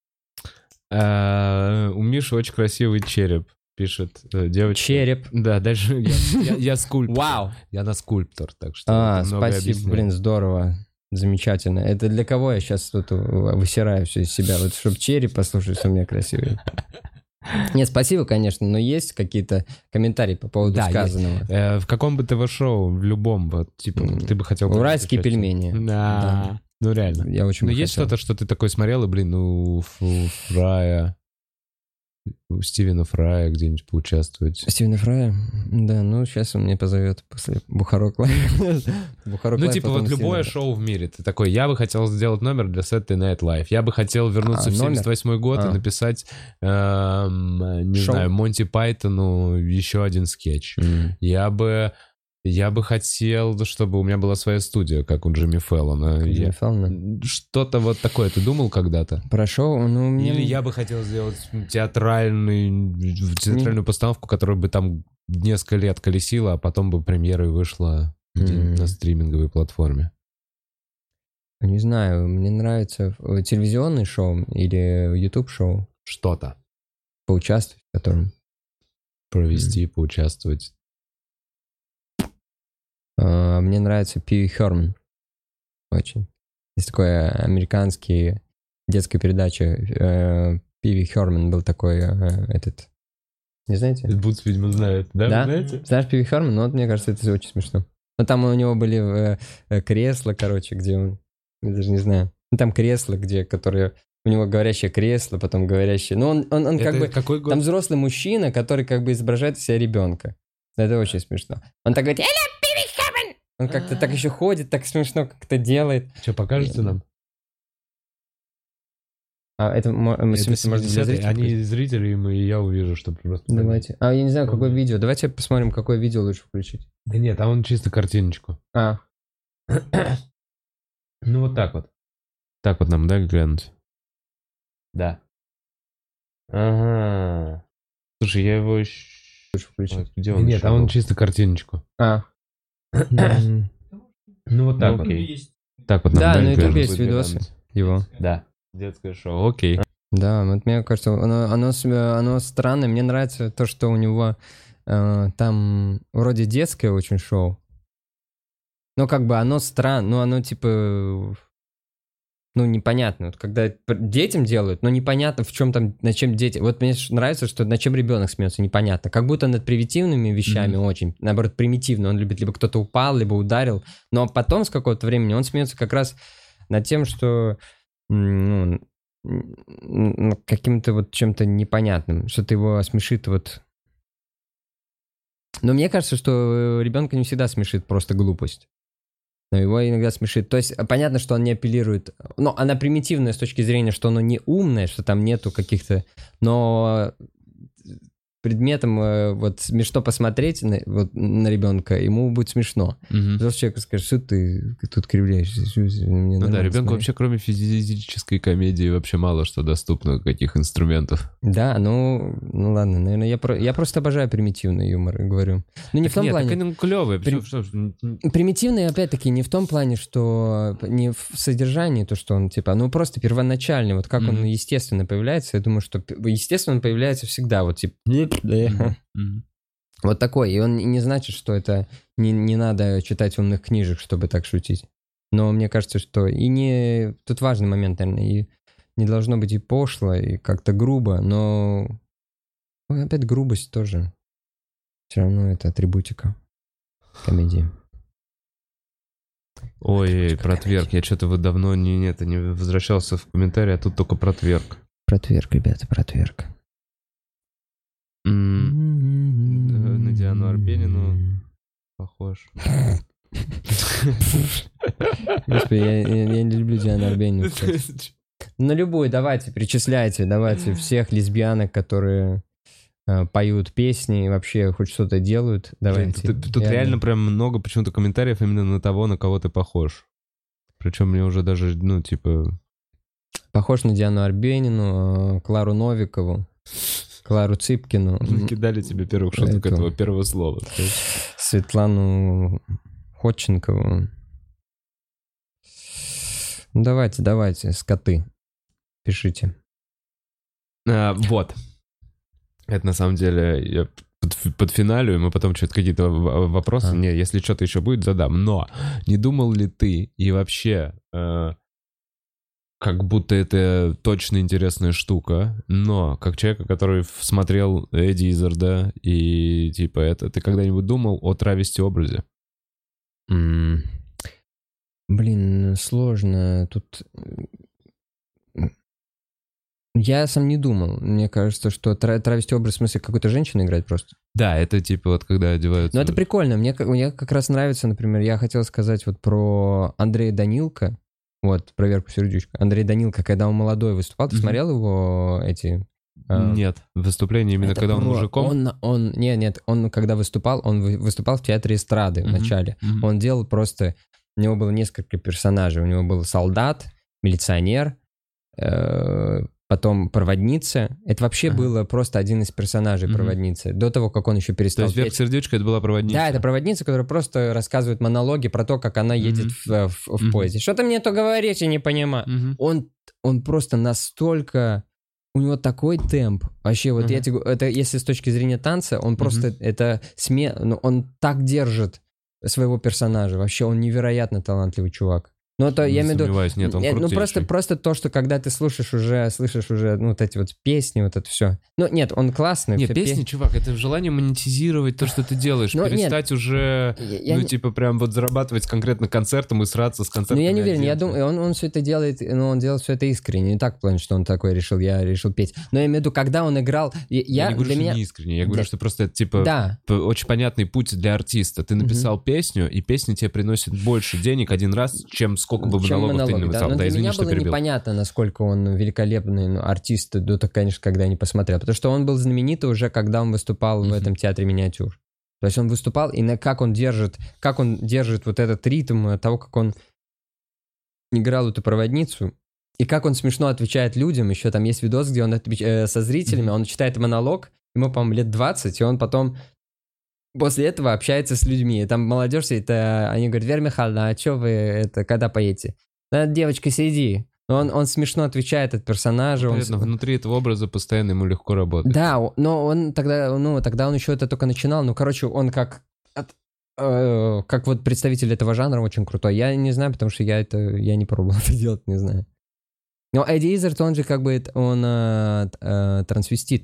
А, у Миши очень красивый череп, пишет девочка. Череп? Да, дальше я, я, я скульптор. Вау! Я на скульптор, так что А, спасибо, блин, здорово. Замечательно. Это для кого я сейчас тут высираю все из себя? Вот чтобы череп послушать, что у меня красивый. Нет, спасибо, конечно, но есть какие-то комментарии по поводу да, сказанного? Э, в каком бы ТВ-шоу, в любом, вот, типа, mm. ты бы хотел... Уральские пельмени. Да. да. Ну, реально. Я очень Но есть хотел. что-то, что ты такой смотрел, и, блин, ну, у Фрая... У Стивена Фрая где-нибудь поучаствовать. Стивена Фрая? Да, ну, сейчас он мне позовет после Бухарок Лайв. Ну, типа, вот любое шоу в мире. Ты такой, я бы хотел сделать номер для Saturday Night Live. Я бы хотел вернуться в семьдесят восьмой год и написать, не знаю, Монти Пайтону еще один скетч. Я бы... Я бы хотел, чтобы у меня была своя студия, как у Джимми Фэллона. Джимми я... Фэллона? Что-то вот такое ты думал когда-то? Про шоу? Ну, мне... Или я бы хотел сделать театральную, театральную постановку, которая бы там несколько лет колесила, а потом бы премьерой вышла mm. на стриминговой платформе. Не знаю, мне нравится телевизионное шоу или YouTube-шоу. Что-то. Поучаствовать в котором. Провести, mm. поучаствовать. Uh, мне нравится Пи Ви Херман. Очень. Есть такая американская детская передача. Uh, Пи Ви Херман был такой uh, этот... Не знаете? Бутс, видимо, знает. Да? Да? Знаете? Знаешь Пи Ви Херман? Ну, вот, мне кажется, это очень смешно. Ну, там у него были uh, кресла, короче, где он... Я даже не знаю. Ну, там кресла, где... которые... У него говорящее кресло, потом говорящее... Ну, он, он, он как бы... Какой год? Там взрослый мужчина, который как бы изображает из себя ребенка. Это очень смешно. Он так говорит... Он как-то так еще ходит, так смешно как-то делает. Что, покажете нам? А это, это можно для зрителей? Они зрители, и, мы, и я увижу, что просто... Давайте. А я не знаю, какое видео. Давайте посмотрим, какое видео лучше включить. Да нет, а он чисто картиночку. А. Ну вот так вот. Так вот нам, да, глянуть? Да. Ага. Слушай, я его еще... Лучше включить. Где он? Нет, а он чисто картиночку. А. Ну вот так, окей. Так вот. Да, на ютубе есть видосы его. Да. Детское шоу, окей. Да, вот мне кажется, оно, оно, оно странное. Мне нравится то, что у него э, там вроде детское очень шоу. Но как бы оно странно, ну оно типа... Ну, непонятно. Вот когда детям делают, но непонятно, в чем там, над чем дети... Вот мне нравится, что над чем ребенок смеется, непонятно. Как будто над примитивными вещами mm-hmm. очень. Наоборот, примитивно. Он любит, либо кто-то упал, либо ударил. Но потом, с какого-то времени, он смеется как раз над тем, что... Ну, каким-то вот чем-то непонятным. Что-то его смешит вот... Но мне кажется, что ребенка не всегда смешит просто глупость. Но его иногда смешит. То есть понятно, что он не апеллирует... Ну, она примитивная с точки зрения, что оно не умное, что там нету каких-то... Но предметом вот смешно посмотреть на, вот, на ребенка, ему будет смешно. Угу. Взрослый человек скажет, что ты тут кривляешься. Мне ну да, ребенку смотреть. вообще кроме физической комедии вообще мало что доступно, каких инструментов. Да, ну, ну ладно, наверное, я, про, я просто обожаю примитивный юмор, говорю. Ну не так в том нет, плане... Так он клевый. При... Что, что... Примитивный, опять-таки, не в том плане, что... Не в содержании, то, что он, типа, ну просто первоначальный, вот как mm-hmm. он естественно появляется. Я думаю, что естественно он появляется всегда, вот типа... Mm-hmm. Mm-hmm. Вот такой. И он не значит, что это... Не, не надо читать умных книжек, чтобы так шутить. Но мне кажется, что... И не... Тут важный момент, наверное, и не должно быть и пошло, и как-то грубо, но... Опять грубость тоже. Все равно это атрибутика комедии. Ой, про тверк. Я что-то вот давно не, не, это, не возвращался в комментарии, а тут только про тверк. Про тверк, ребята, про тверк. Mm-hmm. На Диану Арбенину похож. Господи, я, я, я не люблю Диану Арбенину. На любую давайте, перечисляйте, давайте всех лесбиянок, которые э, поют песни и вообще хоть что-то делают. Давайте. Блин, тут тут реально прям много почему-то комментариев именно на того, на кого ты похож. Причем мне уже даже, ну, типа... Похож на Диану Арбенину, Клару Новикову, Клару Цыпкину. Накидали тебе первых шуток Эту... этого первого слова. Светлану Ходченкову. Ну, давайте, давайте, скоты. Пишите. А, вот. Это на самом деле я под, под финалю, и мы потом что-то какие-то вопросы. А. Не, если что-то еще будет, задам. Но не думал ли ты и вообще... Э, как будто это точно интересная штука, но как человек, который смотрел Эдди Иззарда и типа это, ты когда-нибудь думал о травести-образе? Mm. Блин, сложно. Тут... Я сам не думал. Мне кажется, что травести-образ в смысле какой-то женщины играть просто. Да, это типа вот когда одеваются... Ну это прикольно. Мне, мне как раз нравится, например, я хотел сказать вот про Андрея Данилко. Вот, проверку сердючка. Андрей Данилко, когда он молодой выступал, ты mm-hmm. смотрел его эти... Э... Нет, выступление именно это когда про... он мужиком? Он, он, нет, нет, он когда выступал, он выступал в театре эстрады mm-hmm. в начале. Mm-hmm. Он делал просто... У него было несколько персонажей. У него был солдат, милиционер, э... потом проводница. Это вообще ага. было просто один из персонажей mm-hmm. проводницы. До того, как он еще перестал... То есть «Вверх сердючка» — это была проводница? Да, это проводница, которая просто рассказывает монологи про то, как она едет mm-hmm. в, в, в mm-hmm. поезде. Что ты мне то говоришь, я не понимаю. Mm-hmm. Он, он просто настолько... У него такой темп. Вообще, вот mm-hmm. я тебе... Это если с точки зрения танца, он просто... Mm-hmm. Это сме... Ну, он так держит своего персонажа. Вообще, он невероятно талантливый чувак. Ну, то, не я имею в виду... Нет, он ну, просто, просто то, что когда ты слушаешь уже, слышишь уже, ну, вот эти вот песни, вот это все. Ну, нет, он классный. Нет, песни, пес... чувак, это желание монетизировать то, что ты делаешь. Но перестать нет, уже, я, ну, я... типа, прям вот зарабатывать конкретно концертом и сраться с концертом. Ну, я не уверен, я думаю, он, он все это делает, ну, он делает все это искренне. Не так в плане, что он такой решил, я решил петь. Но я имею в виду, когда он играл... Я, я не говорю, для что меня... не искренне, я говорю, для... что просто это, типа, да. очень понятный путь для артиста. Ты написал mm-hmm. песню, и песня тебе приносит больше денег один раз, чем сколько бы налогов. Да, да, но да, для извини, меня что было перебил. Непонятно, насколько он великолепный ну, артист, до того, конечно, когда я не посмотрел. Потому что он был знаменитый уже, когда он выступал mm-hmm. в этом театре миниатюр. То есть он выступал, и на, как он держит, как он держит вот этот ритм того, как он играл эту проводницу, и как он смешно отвечает людям. Еще там есть видос, где он отвеч... э, со зрителями, mm-hmm. он читает монолог, ему, по-моему, лет двадцать, и он потом... После этого общается с людьми. И там молодежь, это, они говорят, Вера Михайловна, а что вы, это, когда поедете? Да, девочка, сиди. Он, он смешно отвечает от персонажа. Он... Внутри этого образа постоянно ему легко работать. Да, но он тогда, ну, тогда он еще это только начинал. Ну, короче, он как, от, э, как вот представитель этого жанра очень крутой. Я не знаю, потому что я это, я не пробовал это делать, не знаю. Но Эдди Иззард, он же как бы, он э, э, трансвестит.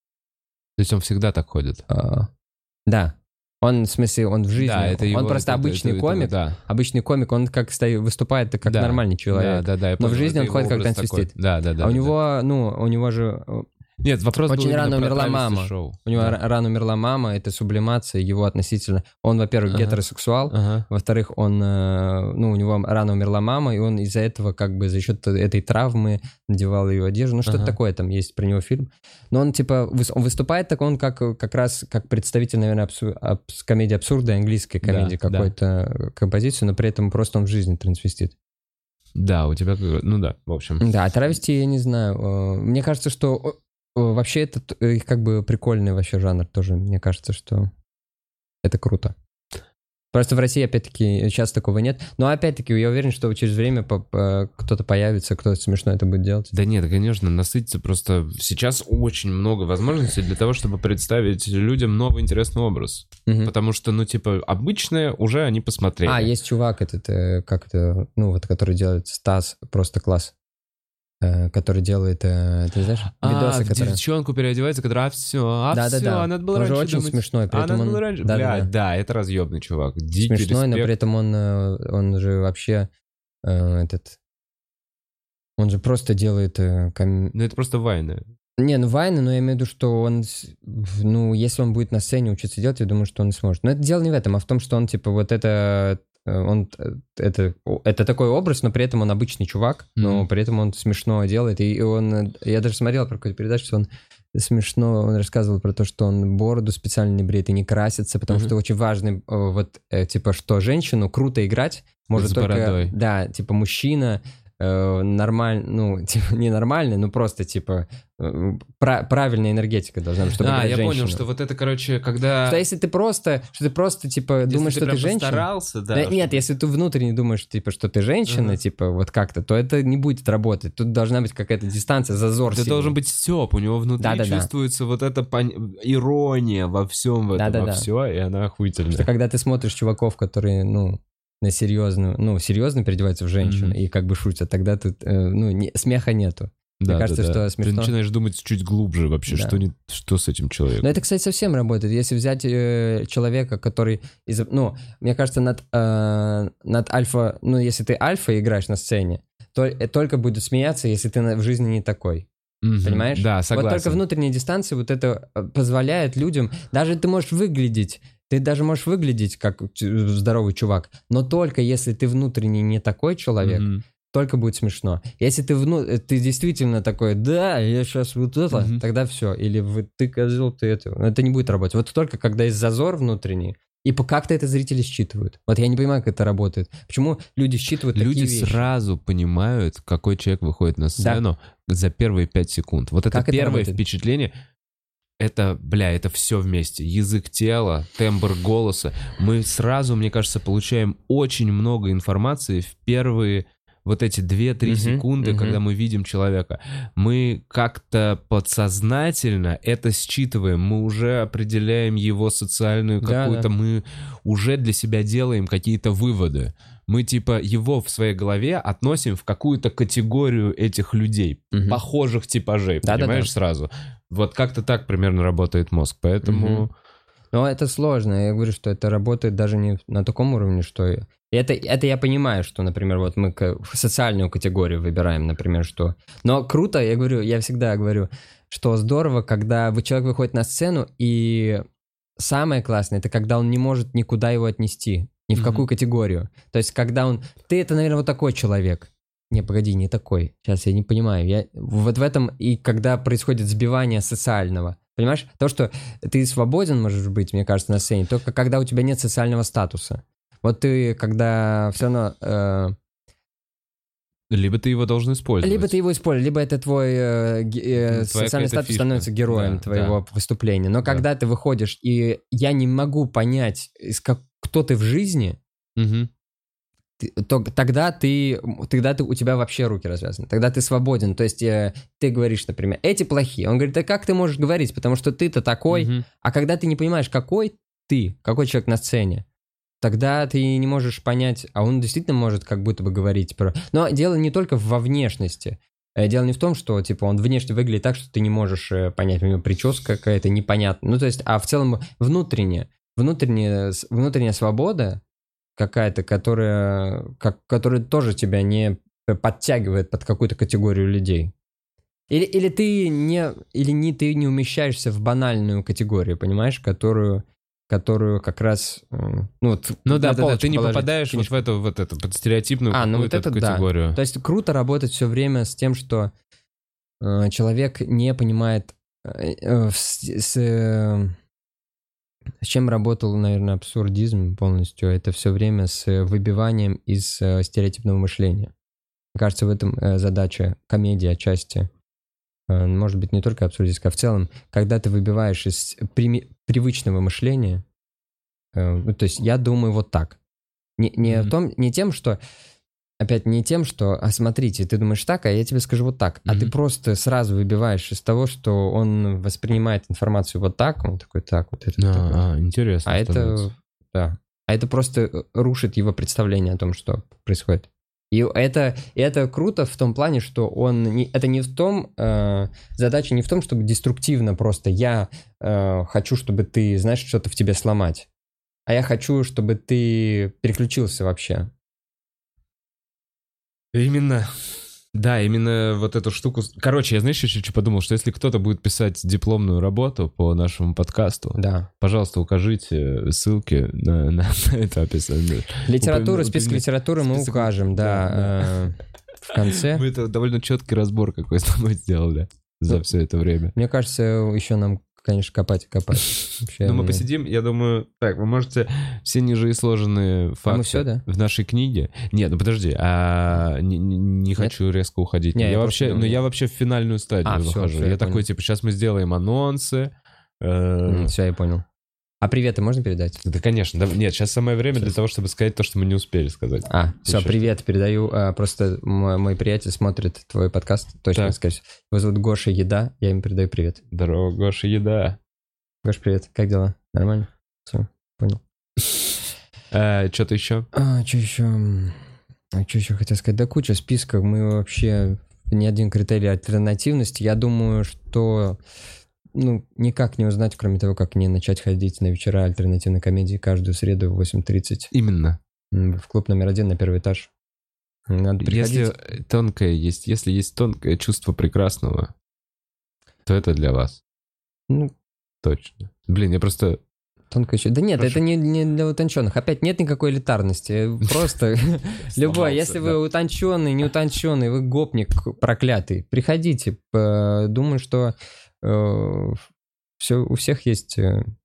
То есть он всегда так ходит? Э, да. Он, в смысле, он в жизни, да, это его, он просто это, обычный это, комик, это, да. обычный комик, он как стоит, выступает как да. нормальный человек, да, да, да, но в жизни он ходит как трансвестит. Да, да, да. А да, у да. него, ну, у него же, Нет, вопрос Очень был рано про умерла Травести мама. Шоу. У него да. р- рано умерла мама, это сублимация его относительно... Он, во-первых, Ага. гетеросексуал, Ага. во-вторых, он, э, ну, у него рано умерла мама, и он из-за этого как бы за счет этой травмы надевал ее одежду. Ну, что-то Ага. такое, там есть про него фильм. Но он, типа, выс- он выступает так, он как, как раз как представитель, наверное, абсу- абс- комедии абсурда, английской комедии Да, какой-то композиции, но при этом просто он в жизни трансвестит. Да, у тебя... Ну да, в общем. Да, а травести я не знаю. Э, Мне кажется, что э, вообще это т- э, как бы прикольный вообще жанр тоже. Мне кажется, что это круто. Просто в России, опять-таки, сейчас такого нет. Но, опять-таки, я уверен, что через время по- по- кто-то появится, кто смешно это будет делать. Да нет, конечно, насытиться просто... Сейчас очень много возможностей для того, чтобы представить людям новый интересный образ. Мгм. Потому что, ну, типа, обычное уже они посмотрели. А, есть чувак этот, э, как это, ну, вот, который делает Стас, просто класс. Э, Который делает, э, ты знаешь, А, видосы, в которые... девчонку переодевается, которая, а все, а Да-да-да. все, надо было Он же раньше очень думать. смешной, при А этом надо он- было раньше. Да-да-да. Блядь, да, это разъебный чувак. Дикий Смешной, но респект. при этом он, э, он же вообще э, этот... Он же просто делает... э, ком- Ну, это просто вайны. Не, ну Вайны, но я имею в виду, что он, с- в- ну, если он будет на сцене учиться делать, я думаю, что он сможет. Но это дело не в этом, а в том, что он, типа, вот это, э, он, э, это, о- это такой образ, но при этом он обычный чувак, но Мгм. при этом он смешно делает, и он, э, я даже смотрел про какую-то передачу, что он смешно, он рассказывал про то, что он бороду специально не бреет и не красится, потому Мгм. что очень важно, э, вот, э, типа, что женщину круто играть может С только, бородой. да, типа, мужчина, нормально, ну, типа, не нормальный, ну, просто, типа, э, пра- правильная энергетика должна быть, чтобы А, играть я женщину. понял, что вот это, короче, когда... Что если ты просто, что ты просто, типа, если думаешь, что ты прям женщина... постарался, да. Да, чтобы- нет, если ты внутренне думаешь, типа, что ты женщина, Ага. типа, вот как-то, то это не будет работать. Тут должна быть какая-то дистанция, зазор. Это сильный. должен быть Степ, у него внутри Да-да-да. чувствуется вот эта пон- ирония во всем в этом, Да-да-да. во все, и она охуительная. Что когда ты смотришь чуваков, которые, ну, на серьезную, ну, серьезно переодеваются в женщин Мгм. и как бы шутят, тогда тут, э, ну, не- смеха нету. Да, кажется, да, да. что смешно. Ты начинаешь думать чуть глубже вообще, Да. что, не, что с этим человеком. Но это, кстати, совсем работает. Если взять э, человека, который... Из, ну, мне кажется, над, э, над альфа... Ну, если ты альфа играешь на сцене, то э, только будет смеяться, если ты на- в жизни не такой. Мгм. Понимаешь? Да, Вот согласен. только внутренняя дистанция вот это э, позволяет людям... Даже ты можешь выглядеть... Ты даже можешь выглядеть как ч- здоровый чувак, но только если ты внутренне не такой человек, Мгм. только будет смешно. Если ты, вну... ты действительно такой, да, я сейчас вот это, Мгм. тогда все. Или вы, ты козел, ты это. Это не будет работать. Вот только когда есть зазор внутренний, и по- как-то это зрители считывают. Вот я не понимаю, как это работает. Почему люди считывают Люди такие вещи? сразу понимают, какой человек выходит на сцену за первые пять секунд. Вот это Как это первое работает? впечатление. Это, бля, это все вместе. Язык тела, тембр голоса. Мы сразу, мне кажется, получаем очень много информации в первые вот эти две-три Мгм, секунды, мгм. когда мы видим человека. Мы как-то подсознательно это считываем. Мы уже определяем его социальную Да, какую-то... да. Мы уже для себя делаем какие-то выводы. Мы типа его в своей голове относим в какую-то категорию этих людей, Мгм. похожих типажей, Да-да-да. понимаешь, сразу. Вот как-то так примерно работает мозг, поэтому... Мгм. Но это сложно. Я говорю, что это работает даже не на таком уровне, что... и Это, это я понимаю, что, например, вот мы к- социальную категорию выбираем, например, что... Но круто, я говорю, я всегда говорю, что здорово, когда вы- человек выходит на сцену, и самое классное, это когда он не может никуда его отнести, ни в Мгм. какую категорию. То есть, когда он... Ты это, наверное, вот такой человек. Не, погоди, не такой. Сейчас я не понимаю. Я... Вот в этом и когда происходит сбивание социального. Понимаешь? То, что ты свободен можешь быть, мне кажется, на сцене, только когда у тебя нет социального статуса. Вот ты, когда все равно... э, Либо ты его должен использовать. либо ты его используешь, либо это твой э, ге- э, Твоя социальный какая-то статус фишка. становится героем Да, твоего выступления. Но когда ты выходишь, и я не могу понять, из как, кто ты в жизни, Мгм. ты- то тогда ты, тогда ты, у тебя вообще руки развязаны, тогда ты свободен, то есть э, ты говоришь, например, эти плохие, он говорит, да как ты можешь говорить, потому что ты-то такой, Мгм. а когда ты не понимаешь, какой ты, какой человек на сцене, тогда ты не можешь понять, а он действительно может как будто бы говорить про... Но дело не только во внешности, Э, дело не в том, что типа он внешне выглядит так, что ты не можешь э, понять, у него прическа какая-то непонятная, ну то есть, а в целом внутренне, внутренняя, с- внутренняя свобода какая-то, которая, как, которая тоже тебя не подтягивает под какую-то категорию людей. Или, или ты не, или не, ты не умещаешься в банальную категорию, понимаешь, которую, которую как раз, ну вот, ну да, да, да, ты не попадаешь вот в эту, вот эту под стереотипную а, ну вот это категорию. Да. То есть круто работать все время с тем, что э, человек не понимает, э, с, с, э, с чем работал, наверное, абсурдизм полностью. Это все время с выбиванием из э, стереотипного мышления. Мне кажется, в этом э, задача комедии отчасти. Э, может быть, не только абсурдистская, а в целом, когда ты выбиваешь из прими- привычного мышления, э, ну, то есть я думаю вот так. Не, не, mm-hmm. том, не тем, что... Опять не тем, что, а смотрите, ты думаешь так, а я тебе скажу вот так. Mm-hmm. А ты просто сразу выбиваешь из того, что он воспринимает информацию вот так, он такой, так, вот это. А, а интересно. А это, да. А это просто рушит его представление о том, что происходит. И это, и это круто в том плане, что он... Не, это не в том... Э, задача не в том, чтобы деструктивно просто я э, хочу, чтобы ты, знаешь, что-то в тебе сломать. А я хочу, чтобы ты переключился вообще. Именно, да, именно вот эту штуку... Короче, я, знаешь, еще что подумал, что если кто-то будет писать дипломную работу по нашему подкасту, да. пожалуйста, укажите ссылки на, на, на это описание. Литература, Упомя... список литературы мы список... укажем, да, да, да. В конце. Мы это довольно четкий разбор какой с тобой сделали за все это время. Мне кажется, еще нам... Конечно, копать и копать. Ну, мы посидим, я думаю... Так, вы можете все ниже изложенные факты а мы все, да? в нашей книге... Нет, ну подожди, а не, не, не хочу резко уходить. Не, я я вообще, просто... ну, я вообще в финальную стадию а, захожу. все, все, я, я такой, понял. типа, сейчас мы сделаем анонсы. Э... Все, я понял. А приветы можно передать? Да, конечно. Да, нет, сейчас самое время сейчас. Для того, чтобы сказать то, что мы не успели сказать. А, все, привет, что-то. Передаю. А, просто мой, мой приятель смотрит твой подкаст, точно скажу. Его зовут Гоша Еда, я ему передаю привет. Здорово, Гоша Еда. Гош, привет. Как дела? Нормально? Все, понял. А, что-то еще? А, что еще? А что еще хотел сказать? Да куча списков. Мы вообще ни один критерий альтернативности. Я думаю, что ну, никак не узнать, кроме того, как не начать ходить на вечера альтернативной комедии каждую среду в восемь тридцать. Именно. В клуб номер один на первый этаж. Надо приходить. Если тонкое есть, если есть тонкое чувство прекрасного, то это для вас. Ну, точно. Блин, я просто... Тонко еще. Да нет, Хорошо. Это не, не для утонченных. Опять нет никакой элитарности. Просто любой. Если вы утонченный, не утонченный, вы гопник проклятый, приходите. Думаю, что все у всех есть...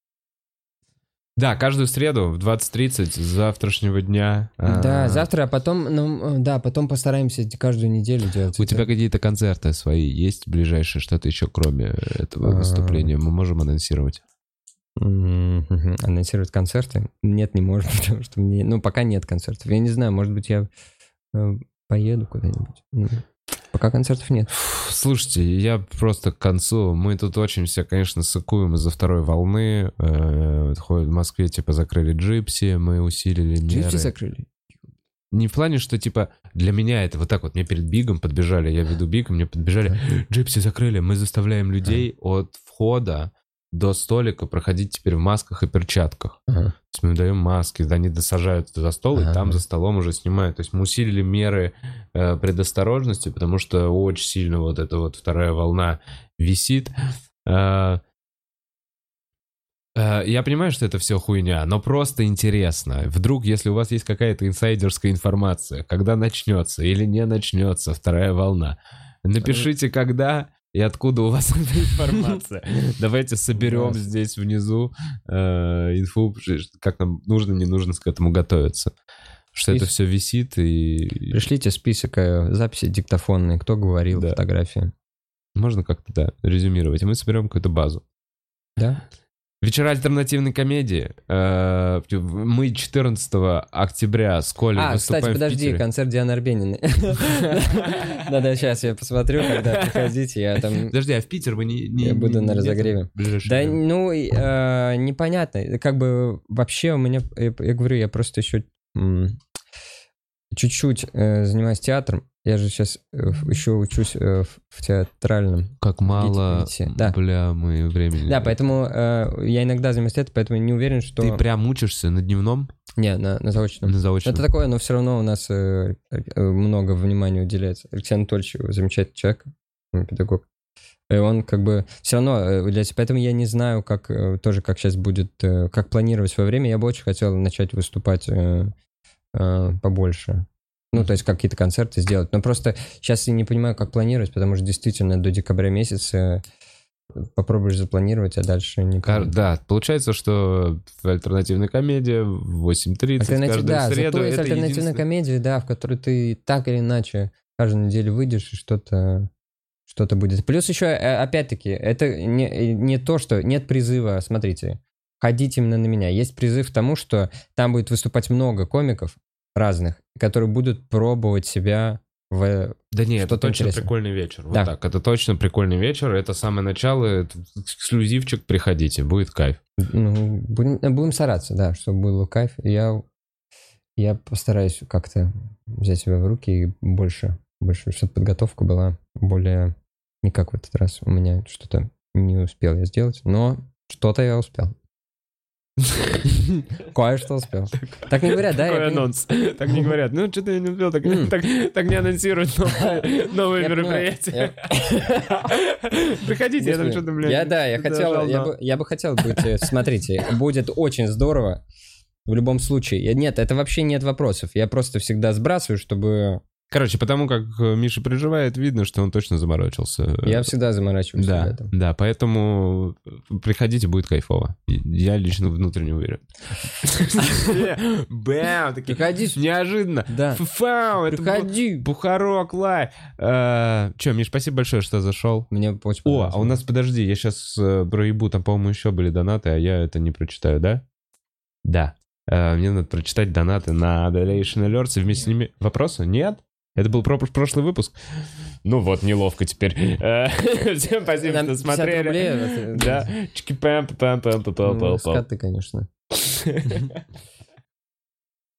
Да, каждую среду в двадцать тридцать завтрашнего дня. Да, а... завтра, а потом, ну, да, потом постараемся каждую неделю делать. У это. тебя какие-то концерты свои есть ближайшие, что-то еще кроме этого выступления мы можем анонсировать? Mm-hmm. Анонсировать концерты? Нет, не можем, потому что мне, ну, пока нет концертов. Я не знаю, может быть, я э, поеду куда-нибудь. Пока концертов нет. Слушайте, я просто к концу. Мы тут очень все, конечно, сыкуем из-за второй волны. Э, в Москве, типа, закрыли Джипси, мы усилили меры. Джипси закрыли? Не в плане, что, типа, для меня это вот так вот, мне перед Бигом подбежали, я веду Биг, мне подбежали, Джипси закрыли, мы заставляем людей от входа до столика проходить теперь в масках и перчатках. Ага. То есть мы даем маски, они досажают за стол, ага. И там за столом уже снимают. То есть мы усилили меры э, предосторожности, потому что очень сильно вот эта вот вторая волна висит. Э, э, я понимаю, что это все хуйня, но просто интересно. Вдруг, если у вас есть какая-то инсайдерская информация, когда начнется или не начнется вторая волна, напишите, когда... И откуда у вас эта информация? Давайте соберем здесь внизу э, инфу, как нам нужно, не нужно к этому готовиться. Что это все висит и... Пришлите список записи диктофонной, кто говорил, да. Фотографии. Можно как-то, да, резюмировать. И мы соберем какую-то базу. Да. Вечера альтернативной комедии. Мы четырнадцатого октября с Колей а, выступаем кстати, подожди, в Питере. Концерт Дианы Арбениной. Да-да, сейчас я посмотрю, когда приходите, я там... Подожди, а в Питер вы не... Я буду на разогреве. Да, ну, непонятно. Как бы вообще у меня... Я говорю, я просто еще чуть-чуть занимаюсь театром. Я же сейчас еще учусь в театральном. Как мало, да. бля, мы времени. Да, поэтому э, я иногда занимаюсь театром, поэтому не уверен, что... Ты прям учишься на дневном? Не, на, на заочном. На заочном. Это такое, но все равно у нас э, много внимания уделяется. Алексей Анатольевич замечательный человек. педагог. И он как бы все равно, для себя, поэтому я не знаю, как тоже, как сейчас будет, как планировать свое время. Я бы очень хотел начать выступать побольше. Ну, то есть какие-то концерты сделать. Но просто сейчас я не понимаю, как планировать, потому что действительно до декабря месяца попробуешь запланировать, а дальше не получится. Да, получается, что альтернативная комедия в восемь тридцать Альтернатив... каждую да, среду. Да, есть альтернативная единственное... комедия, да, в которой ты так или иначе каждую неделю выйдешь и что-то что-то будет. Плюс еще, опять-таки, это не, не то, что нет призыва, смотрите, ходить именно на меня. Есть призыв к тому, что там будет выступать много комиков разных, которые будут пробовать себя в Да нет, это точно интересное. Прикольный вечер. Вот да. так, это точно прикольный вечер. Это самое начало, это эксклюзивчик, приходите, будет кайф. Ну, будем, будем стараться, да, чтобы был кайф. Я, я постараюсь как-то взять себя в руки и больше, больше, чтобы подготовка была более... Не как в этот раз. У меня что-то не успел я сделать, но что-то я успел. Кое-что успел. Так не говорят, да? Какой анонс? Так не говорят. Ну, что-то я не успел, так не анонсируют новые мероприятия. Приходите, я там что-то, блядь. Я, да, я хотел, я бы хотел быть, смотрите, будет очень здорово. В любом случае. Нет, это вообще нет вопросов. Я просто всегда сбрасываю, чтобы... Короче, потому как Миша переживает, видно, что он точно заморочился. Я всегда заморачиваюсь да, в этом. Да, поэтому приходите, будет кайфово. Я лично внутренне уверен. Бэм, приходи. Неожиданно. Да. Фау, приходи. Бухарок лайв. Че, Миш, спасибо большое, что зашел. Мне очень О, а у нас, подожди, я сейчас проебу, там, по-моему, еще были донаты, а я это не прочитаю, да? Да. Мне надо прочитать донаты на Adulation Alerts и вместе с ними... Вопросы? Нет? Это был прошлый выпуск. Ну вот, неловко теперь. Всем спасибо, что смотрели. Да. Чики-пам-пам-пам-пам-пам-пам. Скаты, конечно.